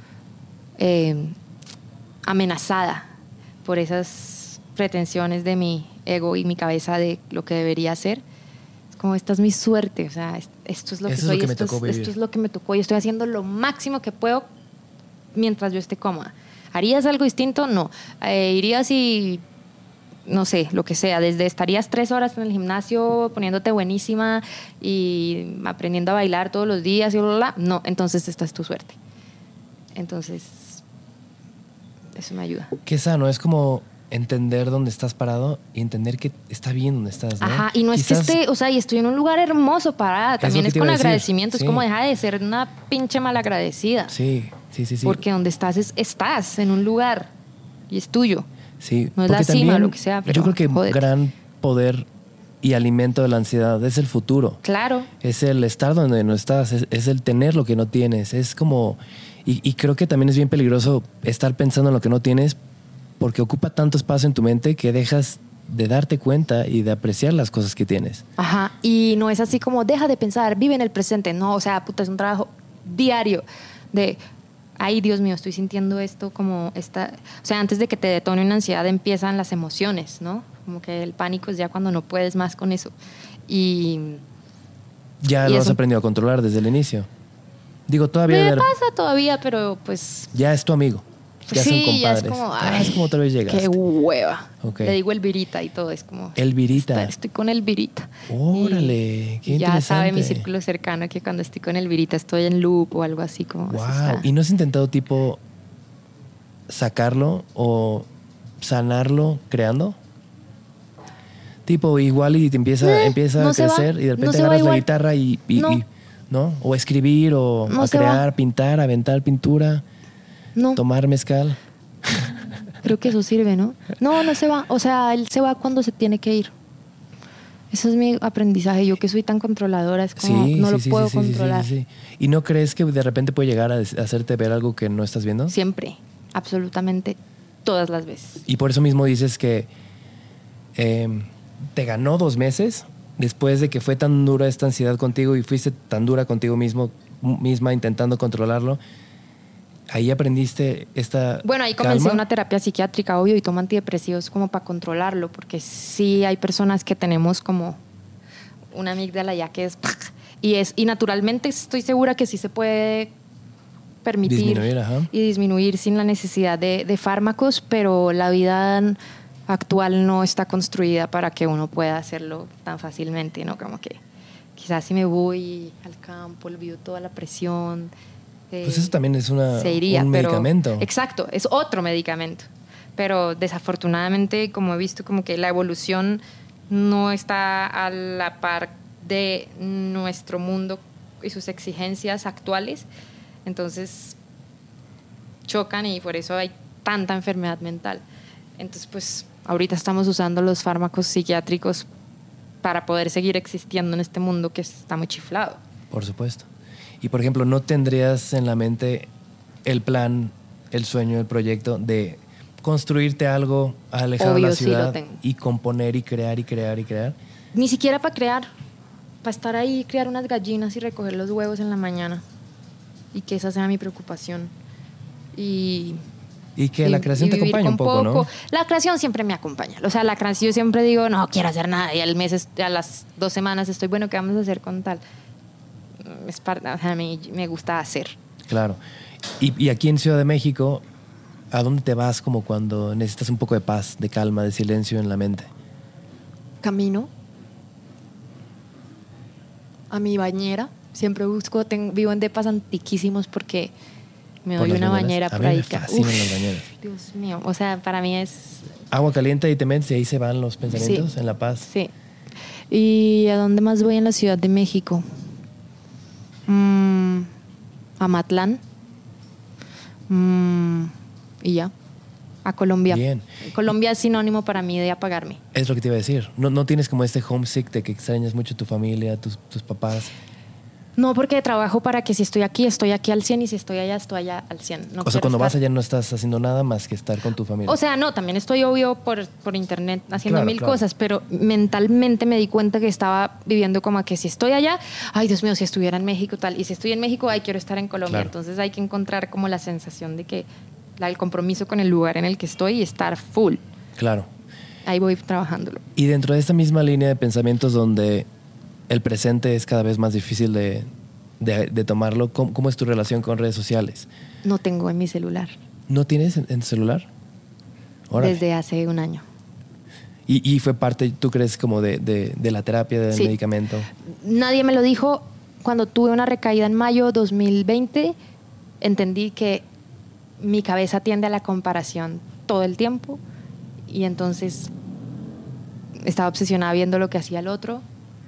amenazada por esas pretensiones de mi ego y mi cabeza de lo que debería ser, es como, esta es mi suerte, o sea, esto es lo que soy, esto es lo que me tocó y estoy haciendo lo máximo que puedo mientras yo esté cómoda. ¿Harías algo distinto? No. ¿Irías y no sé, lo que sea, desde estarías 3 horas en el gimnasio poniéndote buenísima y aprendiendo a bailar todos los días y bla, bla, bla? No, entonces esta es tu suerte. Entonces, eso me ayuda. Qué sano, es como entender dónde estás parado y entender que está bien donde estás, ¿no? Ajá, y no es que esté, o sea, y estoy en un lugar hermoso parada, también es con agradecimiento, es como deja de ser una pinche malagradecida. Sí. Porque donde estás estás en un lugar y es tuyo. Sí, no es la cima, lo que sea, pero yo creo que jódete. Gran poder y alimento de la ansiedad es el futuro. Claro. Es el estar donde no estás, es el tener lo que no tienes. Es como... Y creo que también es bien peligroso estar pensando en lo que no tienes, porque ocupa tanto espacio en tu mente que dejas de darte cuenta y de apreciar las cosas que tienes. Ajá, y no es así como deja de pensar, vive en el presente. No, o sea, puta, es un trabajo diario de... Ay, Dios mío, estoy sintiendo esto como esta... O sea, antes de que te detone una ansiedad empiezan las emociones, ¿no? Como que el pánico es ya cuando no puedes más con eso. Ya lo has aprendido a controlar desde el inicio. Digo, todavía... Me pasa todavía, pero pues... Ya es tu amigo. Ya son compadres. Ya es como... es como otra vez llegaste. Qué hueva. Okay. Le digo Elvirita y todo, es como... Elvirita. Estoy con Elvirita. Órale, qué interesante. Ya sabe mi círculo cercano que cuando estoy con Elvirita estoy en loop o algo así como... Wow. ¿Y no has intentado tipo sacarlo o sanarlo creando? Tipo igual y te empieza a crecer y de repente agarras la guitarra y ¿no? O escribir o a crear, pintar, aventar pintura, tomar mezcal. Creo que eso sirve, ¿no? No se va. O sea, él se va cuando se tiene que ir. Eso es mi aprendizaje. Yo que soy tan controladora, es como no lo puedo controlar. Sí. ¿Y no crees que de repente puede llegar a hacerte ver algo que no estás viendo? Siempre, absolutamente, todas las veces. Y por eso mismo dices que te ganó 2 meses después de que fue tan dura esta ansiedad contigo y fuiste tan dura contigo misma intentando controlarlo. Ahí aprendiste esta Bueno, ahí comencé una terapia psiquiátrica, obvio, y tomo antidepresivos como para controlarlo, porque sí hay personas que tenemos como una amígdala ya que es... Y naturalmente estoy segura que sí se puede permitir disminuir sin la necesidad de fármacos, pero la vida actual no está construida para que uno pueda hacerlo tan fácilmente, ¿no? Como que quizás si me voy al campo, olvido toda la presión... Pues eso también es un medicamento. Exacto, es otro medicamento. Pero desafortunadamente, como he visto, como que la evolución no está a la par de nuestro mundo y sus exigencias actuales. Entonces chocan y por eso hay tanta enfermedad mental. Entonces, pues ahorita estamos usando los fármacos psiquiátricos para poder seguir existiendo en este mundo que está muy chiflado. Por supuesto. Y, por ejemplo, ¿no tendrías en la mente el plan, el sueño, el proyecto de construirte algo alejado de Obvio, la sí lo ciudad tengo. y componer y crear y crear y crear? Ni siquiera para crear, para estar ahí, criar unas gallinas y recoger los huevos en la mañana. Y que esa sea mi preocupación. Y que la creación te vivir acompañe un con poco, ¿no? La creación siempre me acompaña. O sea, la creación, yo siempre digo, no quiero hacer nada. Y al mes, a las 2 semanas estoy, bueno, ¿qué vamos a hacer con tal? Es parte, o sea, a mí me gusta hacer. Claro. Y aquí en Ciudad de México, ¿a dónde te vas como cuando necesitas un poco de paz, de calma, de silencio en la mente? Camino a mi bañera. Siempre busco, vivo en depas antiquísimos porque me ¿Por doy las una bañeras? bañera A por mí ahí. me fascinan las bañeras. Dios mío, o sea, para mí es... Agua caliente y te metes y ahí se van los pensamientos, Sí. en la paz. Sí. ¿Y a dónde más voy en la Ciudad de México? A Matlán. Y ya. A Colombia. Bien. Colombia es sinónimo para mí de apagarme. Es lo que te iba a decir. No tienes como este homesick de que extrañas mucho tu familia, tus papás. No, porque trabajo para que si estoy aquí al 100 y si estoy allá al 100. No O sea, quiero cuando vas estar- allá no estás haciendo nada más que estar con tu familia. O sea, no, también estoy obvio por internet haciendo Claro, mil claro. cosas, pero mentalmente me di cuenta que estaba viviendo como que si estoy allá, ay Dios mío, si estuviera en México tal, y si estoy en México, ay quiero estar en Colombia. Claro. Entonces hay que encontrar como la sensación de que el compromiso con el lugar en el que estoy y estar full. Claro. Ahí voy trabajándolo. Y dentro de esta misma línea de pensamientos donde el presente es cada vez más difícil de tomarlo, ¿cómo es tu relación con redes sociales? No tengo en mi celular ¿No tienes en tu celular? Órale. desde hace un año. Y fue parte, ¿tú crees, como de la terapia, del Sí. medicamento? Nadie me lo dijo. Cuando tuve una recaída en mayo 2020, entendí que mi cabeza tiende a la comparación todo el tiempo y entonces estaba obsesionada viendo lo que hacía el otro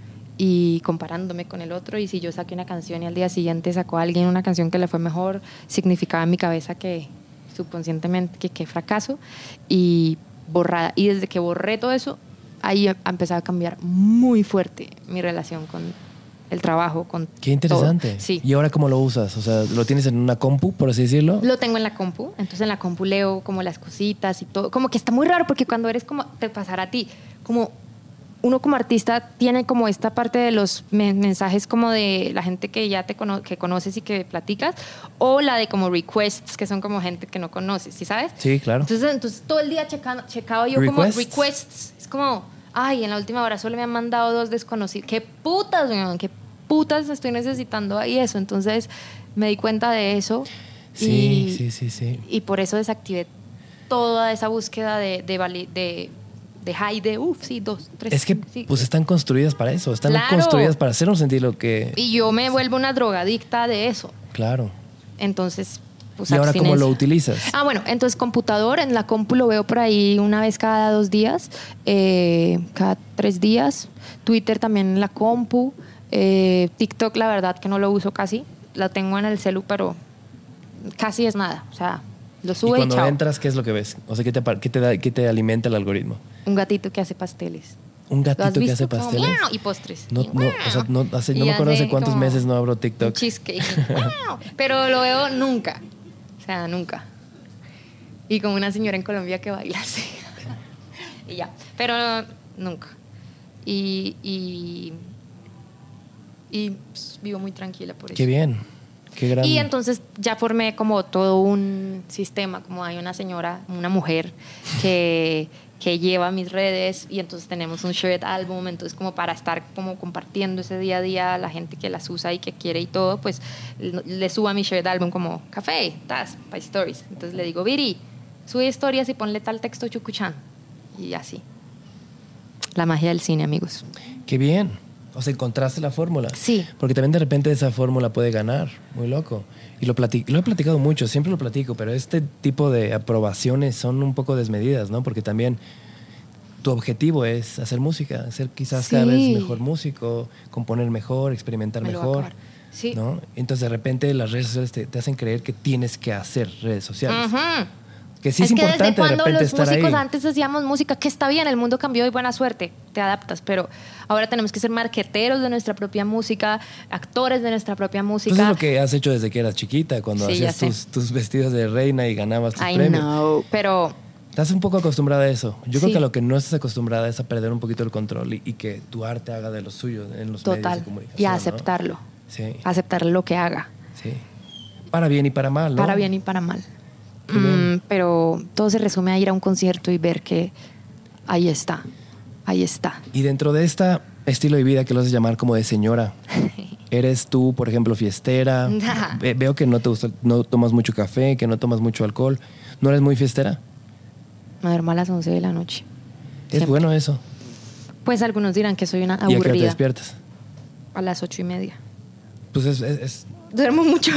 y comparándome con el otro, y si yo saqué una canción y al día siguiente sacó a alguien una canción que le fue mejor, significaba en mi cabeza que subconscientemente que fracaso y borrada. Y desde que borré todo eso, ahí ha empezado a cambiar muy fuerte mi relación con el trabajo, con Qué interesante. todo. Sí. ¿Y ahora cómo lo usas? O sea, ¿lo tienes en una compu, por así decirlo? Lo tengo en la compu, entonces en la compu leo como las cositas y todo. Como que está muy raro porque cuando eres como, te pasará a ti, como uno como artista tiene como esta parte de los mensajes como de la gente que ya que conoces y que platicas, o la de como requests, que son como gente que no conoces, ¿sí sabes? Sí, claro. Entonces todo el día checaba yo ¿Requests? como requests. Es como, ay, en la última hora solo me han mandado 2 desconocidos. ¿Qué putas, weón? ¿Qué putas estoy necesitando ahí eso? Entonces me di cuenta de eso. Sí. Y por eso desactivé toda esa búsqueda de high, de 2, 3. Es que sí. pues están construidas para eso, están Claro. construidas para hacernos sentir lo que... Y yo me vuelvo una drogadicta de eso. Claro. Entonces, pues ¿Y ahora cómo abstinencia. lo utilizas? Bueno, entonces computador, en la compu lo veo por ahí una vez cada 2 días, cada 3 días. Twitter también en la compu. TikTok, la verdad que no lo uso casi. La tengo en el celu, pero casi es nada. O sea, lo Y sube y cuando chao. entras, ¿qué es lo que ves? O sea, ¿qué te alimenta el algoritmo? Un gatito que hace pasteles. Un ¿Lo has gatito que visto? hace Como, pasteles. "Miau", y postres. No, Y, no, o sea, no, y no me acuerdo hace hace cuántos como meses no abro un TikTok. cheesecake. ¡Miau! Pero lo veo nunca. O sea, nunca. Y como una señora en Colombia que baila así. Y ya. Pero nunca. Y pues, vivo muy tranquila por eso. Qué bien, qué gran... Y entonces ya formé como todo un sistema, como hay una señora, una mujer que lleva mis redes, y entonces tenemos un shared album, entonces como para estar como compartiendo ese día a día a la gente que las usa y que quiere y todo, pues le subo a mi shared album como café, para stories. Entonces le digo, Viri, sube historias y ponle tal texto chucuchán. Y así. La magia del cine, amigos. Qué bien. O sea, encontraste la fórmula. Sí. Porque también de repente esa fórmula puede ganar. Muy loco. Y lo he platicado mucho, siempre lo platico, pero este tipo de aprobaciones son un poco desmedidas, ¿no? Porque también tu objetivo es hacer música, ser quizás cada vez mejor músico, componer mejor, experimentar Me lo va a mejor. acabar. Sí. ¿No? Entonces de repente las redes sociales te hacen creer que tienes que hacer redes sociales. Ujú. Que sí es que importante desde de cuando repente los estar músicos ahí. antes hacíamos música, que está bien, el mundo cambió y buena suerte, te adaptas, pero ahora tenemos que ser marqueteros de nuestra propia música, actores de nuestra propia música. Pues es lo que has hecho desde que eras chiquita, cuando Sí, ya hacías tus vestidos de reina y ganabas tus I premios. know, pero Estás un poco acostumbrada a eso. Yo creo Sí. que a lo que no estás acostumbrada es a perder un poquito el control y que tu arte haga de lo suyo en los medios total, de comunicación. y a ¿no? aceptarlo, Sí, aceptar lo que haga, sí. Para bien y para mal, ¿no? para bien y para mal. Qué bien. Pero todo se resume a ir a un concierto y ver que ahí está. Y dentro de este estilo de vida que lo haces llamar como de señora, ¿eres tú, por ejemplo, fiestera? Veo que no te gusta, no tomas mucho café, que no tomas mucho alcohol. ¿No eres muy fiestera? Me duermo a las 11 de la noche. Es Siempre. bueno eso. Pues algunos dirán que soy una ¿Y a qué hora te aburrida. despiertas? A las 8:30. Pues es Duermo mucho.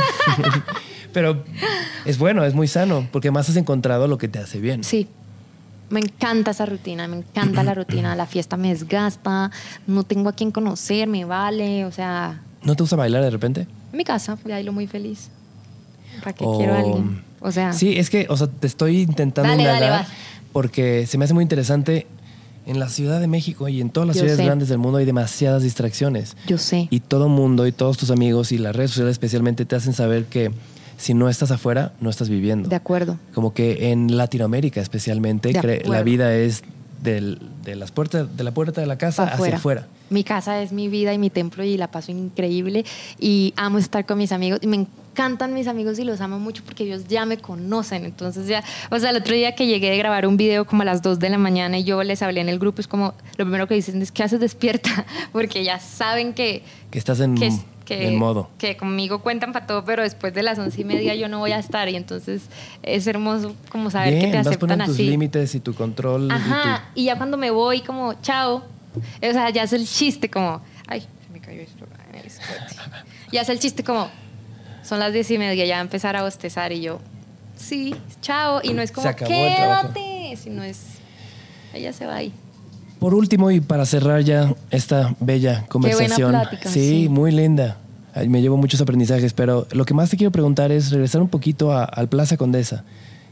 pero es bueno, es muy sano, porque más has encontrado lo que te hace bien. Sí. Me encanta esa rutina, me encanta la rutina. La fiesta me desgasta, no tengo a quien conocer, me vale. O sea, ¿No te gusta bailar de repente? en mi casa bailo muy feliz. ¿Para qué O- quiero a alguien? O sea, Sí, es que, o sea, te estoy intentando Dale, indagar vas. porque se me hace muy interesante. En la Ciudad de México y en todas las Yo ciudades sé. grandes del mundo hay demasiadas distracciones. yo sé. Y todo mundo y todos tus amigos y las redes sociales especialmente te hacen saber que si no estás afuera, no estás viviendo. De acuerdo. Como que en Latinoamérica especialmente De acuerdo. la vida es de la puerta de la casa hacia afuera. Mi casa es mi vida y mi templo y la paso increíble y amo estar con mis amigos y me encantan mis amigos y los amo mucho porque ellos ya me conocen. Entonces ya, o sea, el otro día que llegué de grabar un video como a las 2 de la mañana y yo les hablé en el grupo, es como, lo primero que dicen es, ¿qué haces despierta? Porque ya saben que Que estás en modo. que conmigo cuentan para todo, pero después de las 11:30 yo no voy a estar y entonces es hermoso como saber Bien, que te vas aceptan poniendo tus así. límites y tu control. Ajá, y ya cuando me voy como, chao, o sea, ya es el chiste como, ay, se me cayó esto en el escote. Ya es el chiste como, son las 10:30, ya va a empezar a bostezar y yo, sí, chao, y no es como, Se acabó el trabajo. quédate, sino es, ella se va ahí. Por último, y para cerrar ya esta bella conversación. plática, sí, sí. muy linda. Ay, me llevo muchos aprendizajes, pero lo que más te quiero preguntar es regresar un poquito al Plaza Condesa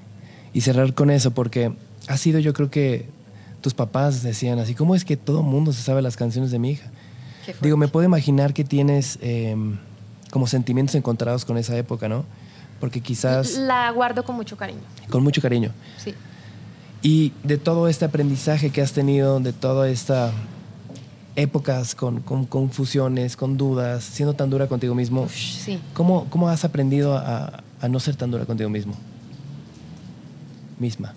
y cerrar con eso, porque ha sido, yo creo que tus papás decían así, ¿cómo es que todo mundo se sabe las canciones de mi hija? Qué fuerte. Digo, me puedo imaginar que tienes como sentimientos encontrados con esa época, ¿no? Porque quizás La guardo con mucho cariño, con mucho cariño. sí. Y de todo este aprendizaje que has tenido, de toda esta épocas con confusiones, con dudas, siendo tan dura contigo mismo, Sí. ¿cómo has aprendido a no ser tan dura contigo mismo? Misma.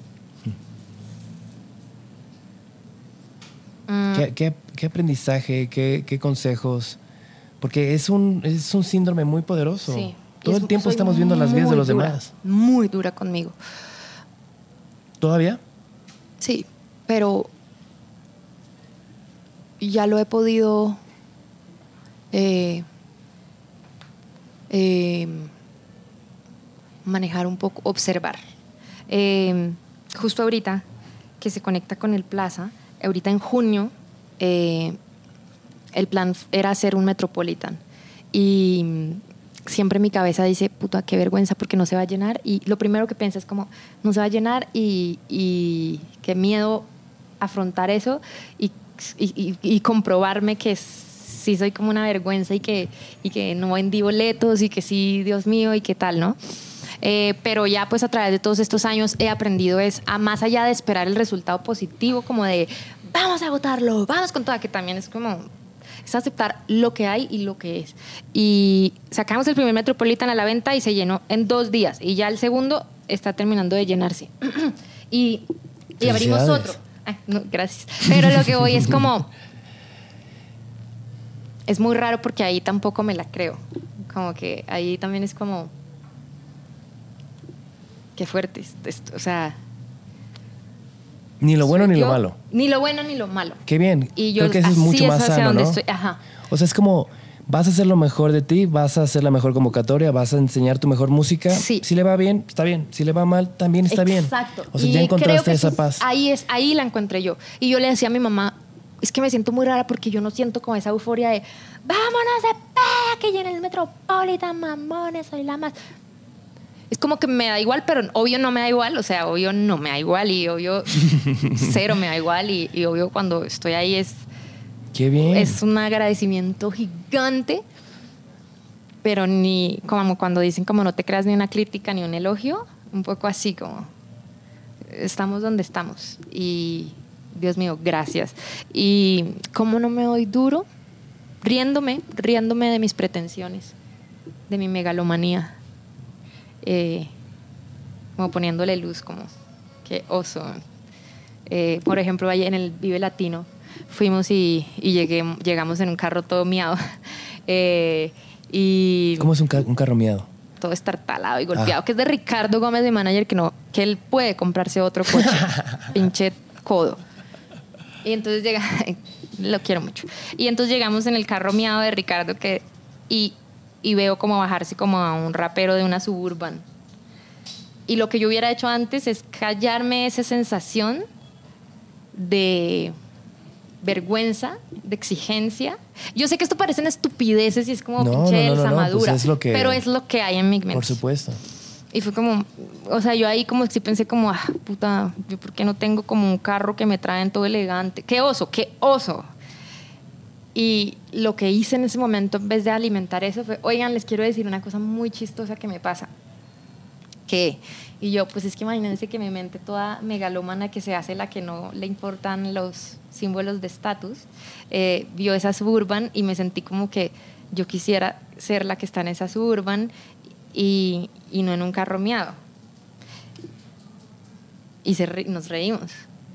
¿Qué aprendizaje, qué consejos? Porque es un síndrome muy poderoso. Sí. Todo el tiempo estamos viendo las vidas de los demás. Muy dura conmigo. ¿Todavía? Sí, pero ya lo he podido manejar un poco, observar. Justo ahorita que se conecta con el Plaza, ahorita en junio, el plan era hacer un Metropolitan y siempre mi cabeza dice, puta, qué vergüenza porque no se va a llenar, y lo primero que piensa es como, no se va a llenar y qué miedo afrontar eso y comprobarme que sí soy como una vergüenza y que no vendí boletos y que sí, Dios mío, y qué tal, ¿no? Pero ya pues a través de todos estos años he aprendido a más allá de esperar el resultado positivo, como de vamos a votarlo, vamos con toda, que también es como, es aceptar lo que hay y lo que es. Y sacamos el primer Metropolitan a la venta y se llenó en 2 días, y ya el segundo está terminando de llenarse. y abrimos Felicidades. otro. Ay, no, gracias. Pero lo que voy es como, es muy raro porque ahí tampoco me la creo. Como que ahí también es como, qué fuerte. O sea, Ni lo bueno soy ni lo yo, malo. Ni lo bueno ni lo malo. Qué bien. Y yo Creo que eso es así mucho más hacia sano, donde ¿no? estoy. Ajá. O sea, es como vas a hacer lo mejor de ti, vas a hacer la mejor convocatoria, vas a enseñar tu mejor música. Sí. Si le va bien, está bien. Si le va mal, también está bien. Exacto. O sea, Y ya creo encontraste que esa eso paz. ahí la encontré yo. Y yo le decía a mi mamá, es que me siento muy rara porque yo no siento como esa euforia de vámonos de pega, que llene el Metropolitan, mamones, soy la más. Es como que me da igual, pero obvio no me da igual. O sea, obvio no me da igual y obvio cero me da igual. Y obvio cuando estoy ahí ¡Qué bien! es un agradecimiento gigante. Pero ni como cuando dicen como no te creas ni una crítica ni un elogio, un poco así como estamos donde estamos y Dios mío, gracias. Y cómo no me doy duro, riéndome de mis pretensiones, de mi megalomanía, como poniéndole luz, como qué oso. Por ejemplo, allá en el Vive Latino fuimos y llegamos en un carro todo miado. Y ¿Cómo es un carro miado? todo estartalado y golpeado, que es de Ricardo Gómez, mi manager, que él puede comprarse otro coche. Pinche codo. Y entonces lo quiero mucho. Y entonces llegamos en el carro miado de Ricardo y veo como bajarse como a un rapero de una Suburban. Y lo que yo hubiera hecho antes es callarme esa sensación de vergüenza, de exigencia. Yo sé que esto parecen estupideces y es como pinche Elsa Madura, pues pero es lo que hay en mi mente. Por supuesto. Y fue como, o sea, yo ahí como sí pensé como, puta, ¿yo por qué no tengo como un carro que me traen todo elegante? ¡Qué oso, qué oso! Y lo que hice en ese momento, en vez de alimentar eso, fue, oigan, les quiero decir una cosa muy chistosa que me pasa. Y yo, pues es que imagínense que mi mente toda megalómana que se hace la que no le importan los símbolos de estatus, vio esa Suburban y me sentí como que yo quisiera ser la que está en esa Suburban y no en un carro miado. Y nos reímos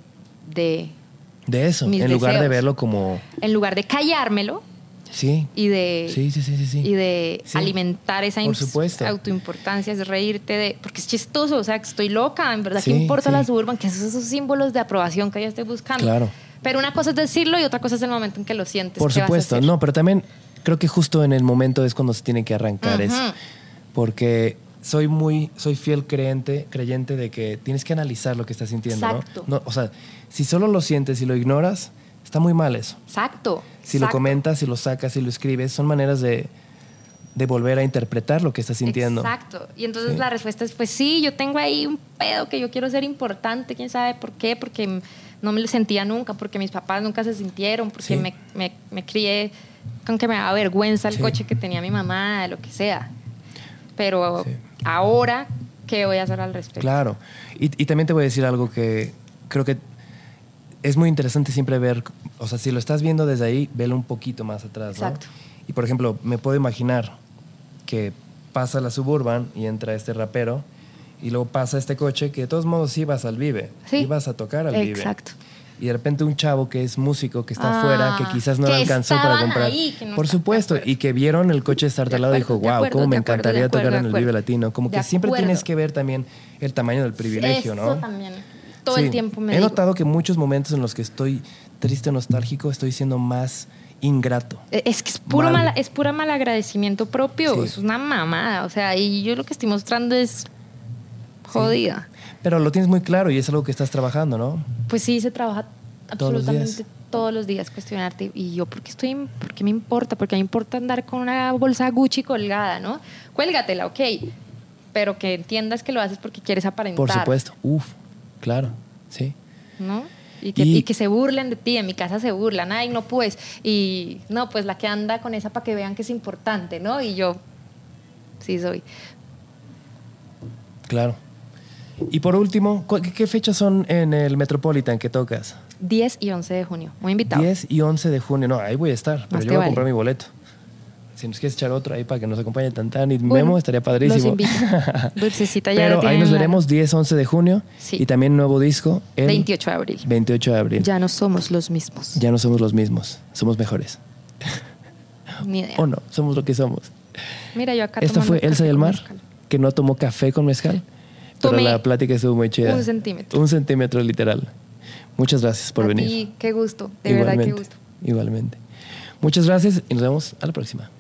de eso, mis en lugar deseos. de verlo como... En lugar de callármelo. Sí. Y de, sí. Y de alimentar esa autoimportancia, es reírte porque es chistoso, o sea, que estoy loca, en verdad, ¿qué importa la Suburban? Que esos símbolos de aprobación que yo estoy buscando. Claro. Pero una cosa es decirlo y otra cosa es el momento en que lo sientes. Por supuesto, no, pero también creo que justo en el momento es cuando se tiene que arrancar eso. Porque soy fiel creyente de que tienes que analizar lo que estás sintiendo. Exacto. ¿No? O sea, si solo lo sientes y lo ignoras, está muy mal eso. Exacto. Si lo comentas, si lo sacas, si lo escribes, son maneras de volver a interpretar lo que estás sintiendo. Exacto. Y entonces la respuesta es, pues sí, yo tengo ahí un pedo que yo quiero ser importante, quién sabe por qué, porque no me lo sentía nunca, porque mis papás nunca se sintieron, porque me crié con que me daba vergüenza el coche que tenía mi mamá, lo que sea. Pero ahora, ¿qué voy a hacer al respecto? Claro. Y también te voy a decir algo que creo que es muy interesante siempre ver, o sea, si lo estás viendo desde ahí, velo un poquito más atrás, ¿no? Exacto. Y por ejemplo, me puedo imaginar que pasa la Suburban y entra este rapero y luego pasa este coche que de todos modos ibas al Vive, ibas a tocar al Vive. Exacto. Y de repente un chavo que es músico, que está afuera, que quizás no le alcanzó para comprar. Ahí, que no por supuesto, y que vieron el coche estar al lado y dijo, wow, cómo me encantaría tocar en el Vive Latino. Como que siempre tienes que ver también el tamaño del privilegio, ¿no? Eso también. Todo el tiempo He notado que muchos momentos en los que estoy triste o nostálgico, estoy siendo más ingrato. Es que es pura malagradecimiento propio. Sí. Es una mamada. O sea, y yo lo que estoy mostrando es jodida. Sí. Pero lo tienes muy claro y es algo que estás trabajando, ¿no? Pues sí, se trabaja absolutamente todos los días cuestionarte. Y yo, ¿por qué me importa? Porque me importa andar con una bolsa Gucci colgada, ¿no? Cuélgatela, ok. Pero que entiendas que lo haces porque quieres aparentar. Por supuesto. Claro, sí. ¿No? Y que se burlen de ti. En mi casa se burlan. Ay, no, pues. Y no, pues la que anda con esa para que vean que es importante, ¿no? Y yo, sí soy. Claro. Y por último, ¿qué fechas son en el Metropolitan que tocas? 10 y 11 de junio. Muy invitado. 10 y 11 de junio. No, ahí voy a estar. Pero yo voy a comprar mi boleto. Si nos quieres echar otro ahí para que nos acompañe Tantán y Memo, estaría padrísimo. Los invito. Dulcecita ya. Pero ahí nos veremos 10, 11 de junio. Sí. Y también nuevo disco el 28 de abril. 28 de abril. Ya no somos los mismos. Ya no somos los mismos. Somos mejores. Ni idea. O no, somos lo que somos. Mira, yo acá Esto fue Elsa y el Mar, que no tomó café con mezcal. Pero la plática estuvo muy chida. 1 centímetro. 1 centímetro literal. Muchas gracias por venir. Y qué gusto. De verdad, qué gusto. Igualmente. Muchas gracias y nos vemos a la próxima.